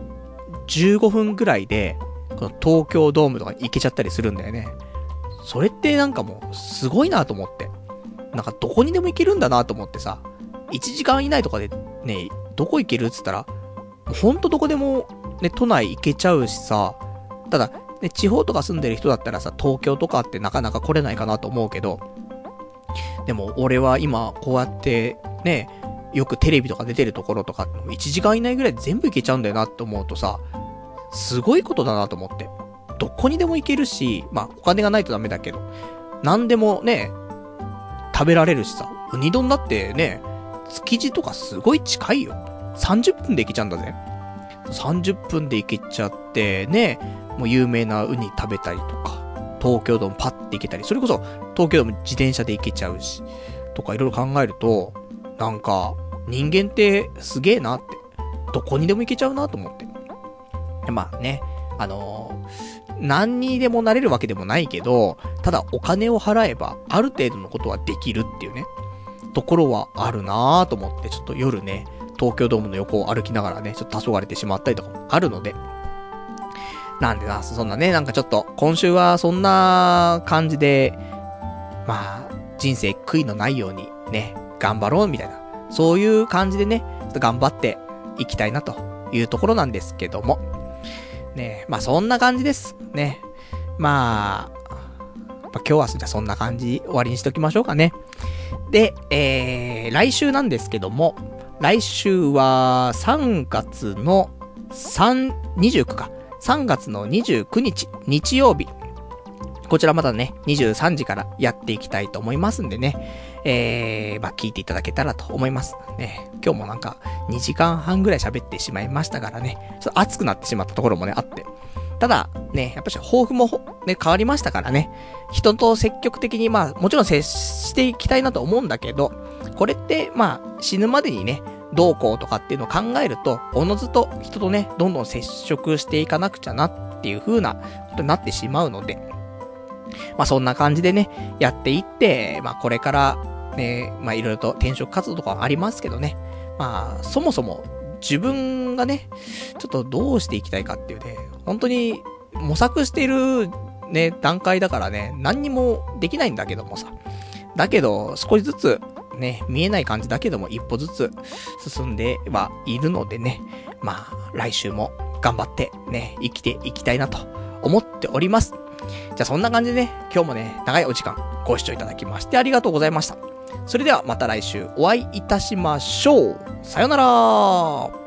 15分ぐらいで、この東京ドームとかに行けちゃったりするんだよね。それってなんかもう、すごいなと思って。なんかどこにでも行けるんだなと思ってさ、1時間以内とかでね、どこ行けるっつったら、ほんとどこでもね、都内行けちゃうしさ、ただ、ね、地方とか住んでる人だったらさ、東京とかってなかなか来れないかなと思うけど、でも俺は今こうやってね、よくテレビとか出てるところとか、1時間以内ぐらいで全部行けちゃうんだよなって思うとさ、すごいことだなと思って。どこにでも行けるし、まあお金がないとダメだけど、なんでもね、食べられるしさ、ウニ丼だってね、築地とかすごい近いよ。30分で行けちゃうんだぜ。30分で行けちゃってね、もう有名なウニ食べたりとか、東京ドームパッて行けたり、それこそ東京ドーム自転車で行けちゃうし、とかいろいろ考えると、なんか人間ってすげえなって、どこにでも行けちゃうなと思って。まあね、何にでもなれるわけでもないけど、ただお金を払えばある程度のことはできるっていうね、ところはあるなぁと思って、ちょっと夜ね、東京ドームの横を歩きながらね、ちょっと黄昏れてしまったりとかもあるので、なんでな、そんなね、なんかちょっと今週はそんな感じで、まあ、人生悔いのないようにね、頑張ろうみたいな、そういう感じでね、ちょっと頑張っていきたいなというところなんですけども、ね、まあそんな感じです。ね。まあ今日はじゃあそんな感じ終わりにしておきましょうかね。で、来週なんですけども、来週は3月の29か。3月の29日、日曜日。こちらまたね、23時からやっていきたいと思いますんでね。まあ聞いていただけたらと思います。ね、今日もなんか2時間半ぐらい喋ってしまいましたからね。ちょっと熱くなってしまったところもね、あって。ただ、ね、やっぱし抱負もね、変わりましたからね。人と積極的にまあ、もちろん接していきたいなと思うんだけど、これってまあ、死ぬまでにね、どうこうとかっていうのを考えると、おのずと人とね、どんどん接触していかなくちゃなっていう風なことになってしまうので、まあそんな感じでね、やっていって、まあこれからね、まあいろいろと転職活動とかありますけどね、まあそもそも自分がね、ちょっとどうしていきたいかっていうね、本当に模索しているね、段階だからね、何にもできないんだけどもさ。だけど、少しずつ、ね、見えない感じだけども、一歩ずつ進んではいるのでね、まあ、来週も頑張ってね、生きていきたいなと思っております。じゃあそんな感じでね、今日もね、長いお時間ご視聴いただきましてありがとうございました。それではまた来週お会いいたしましょう。さよなら。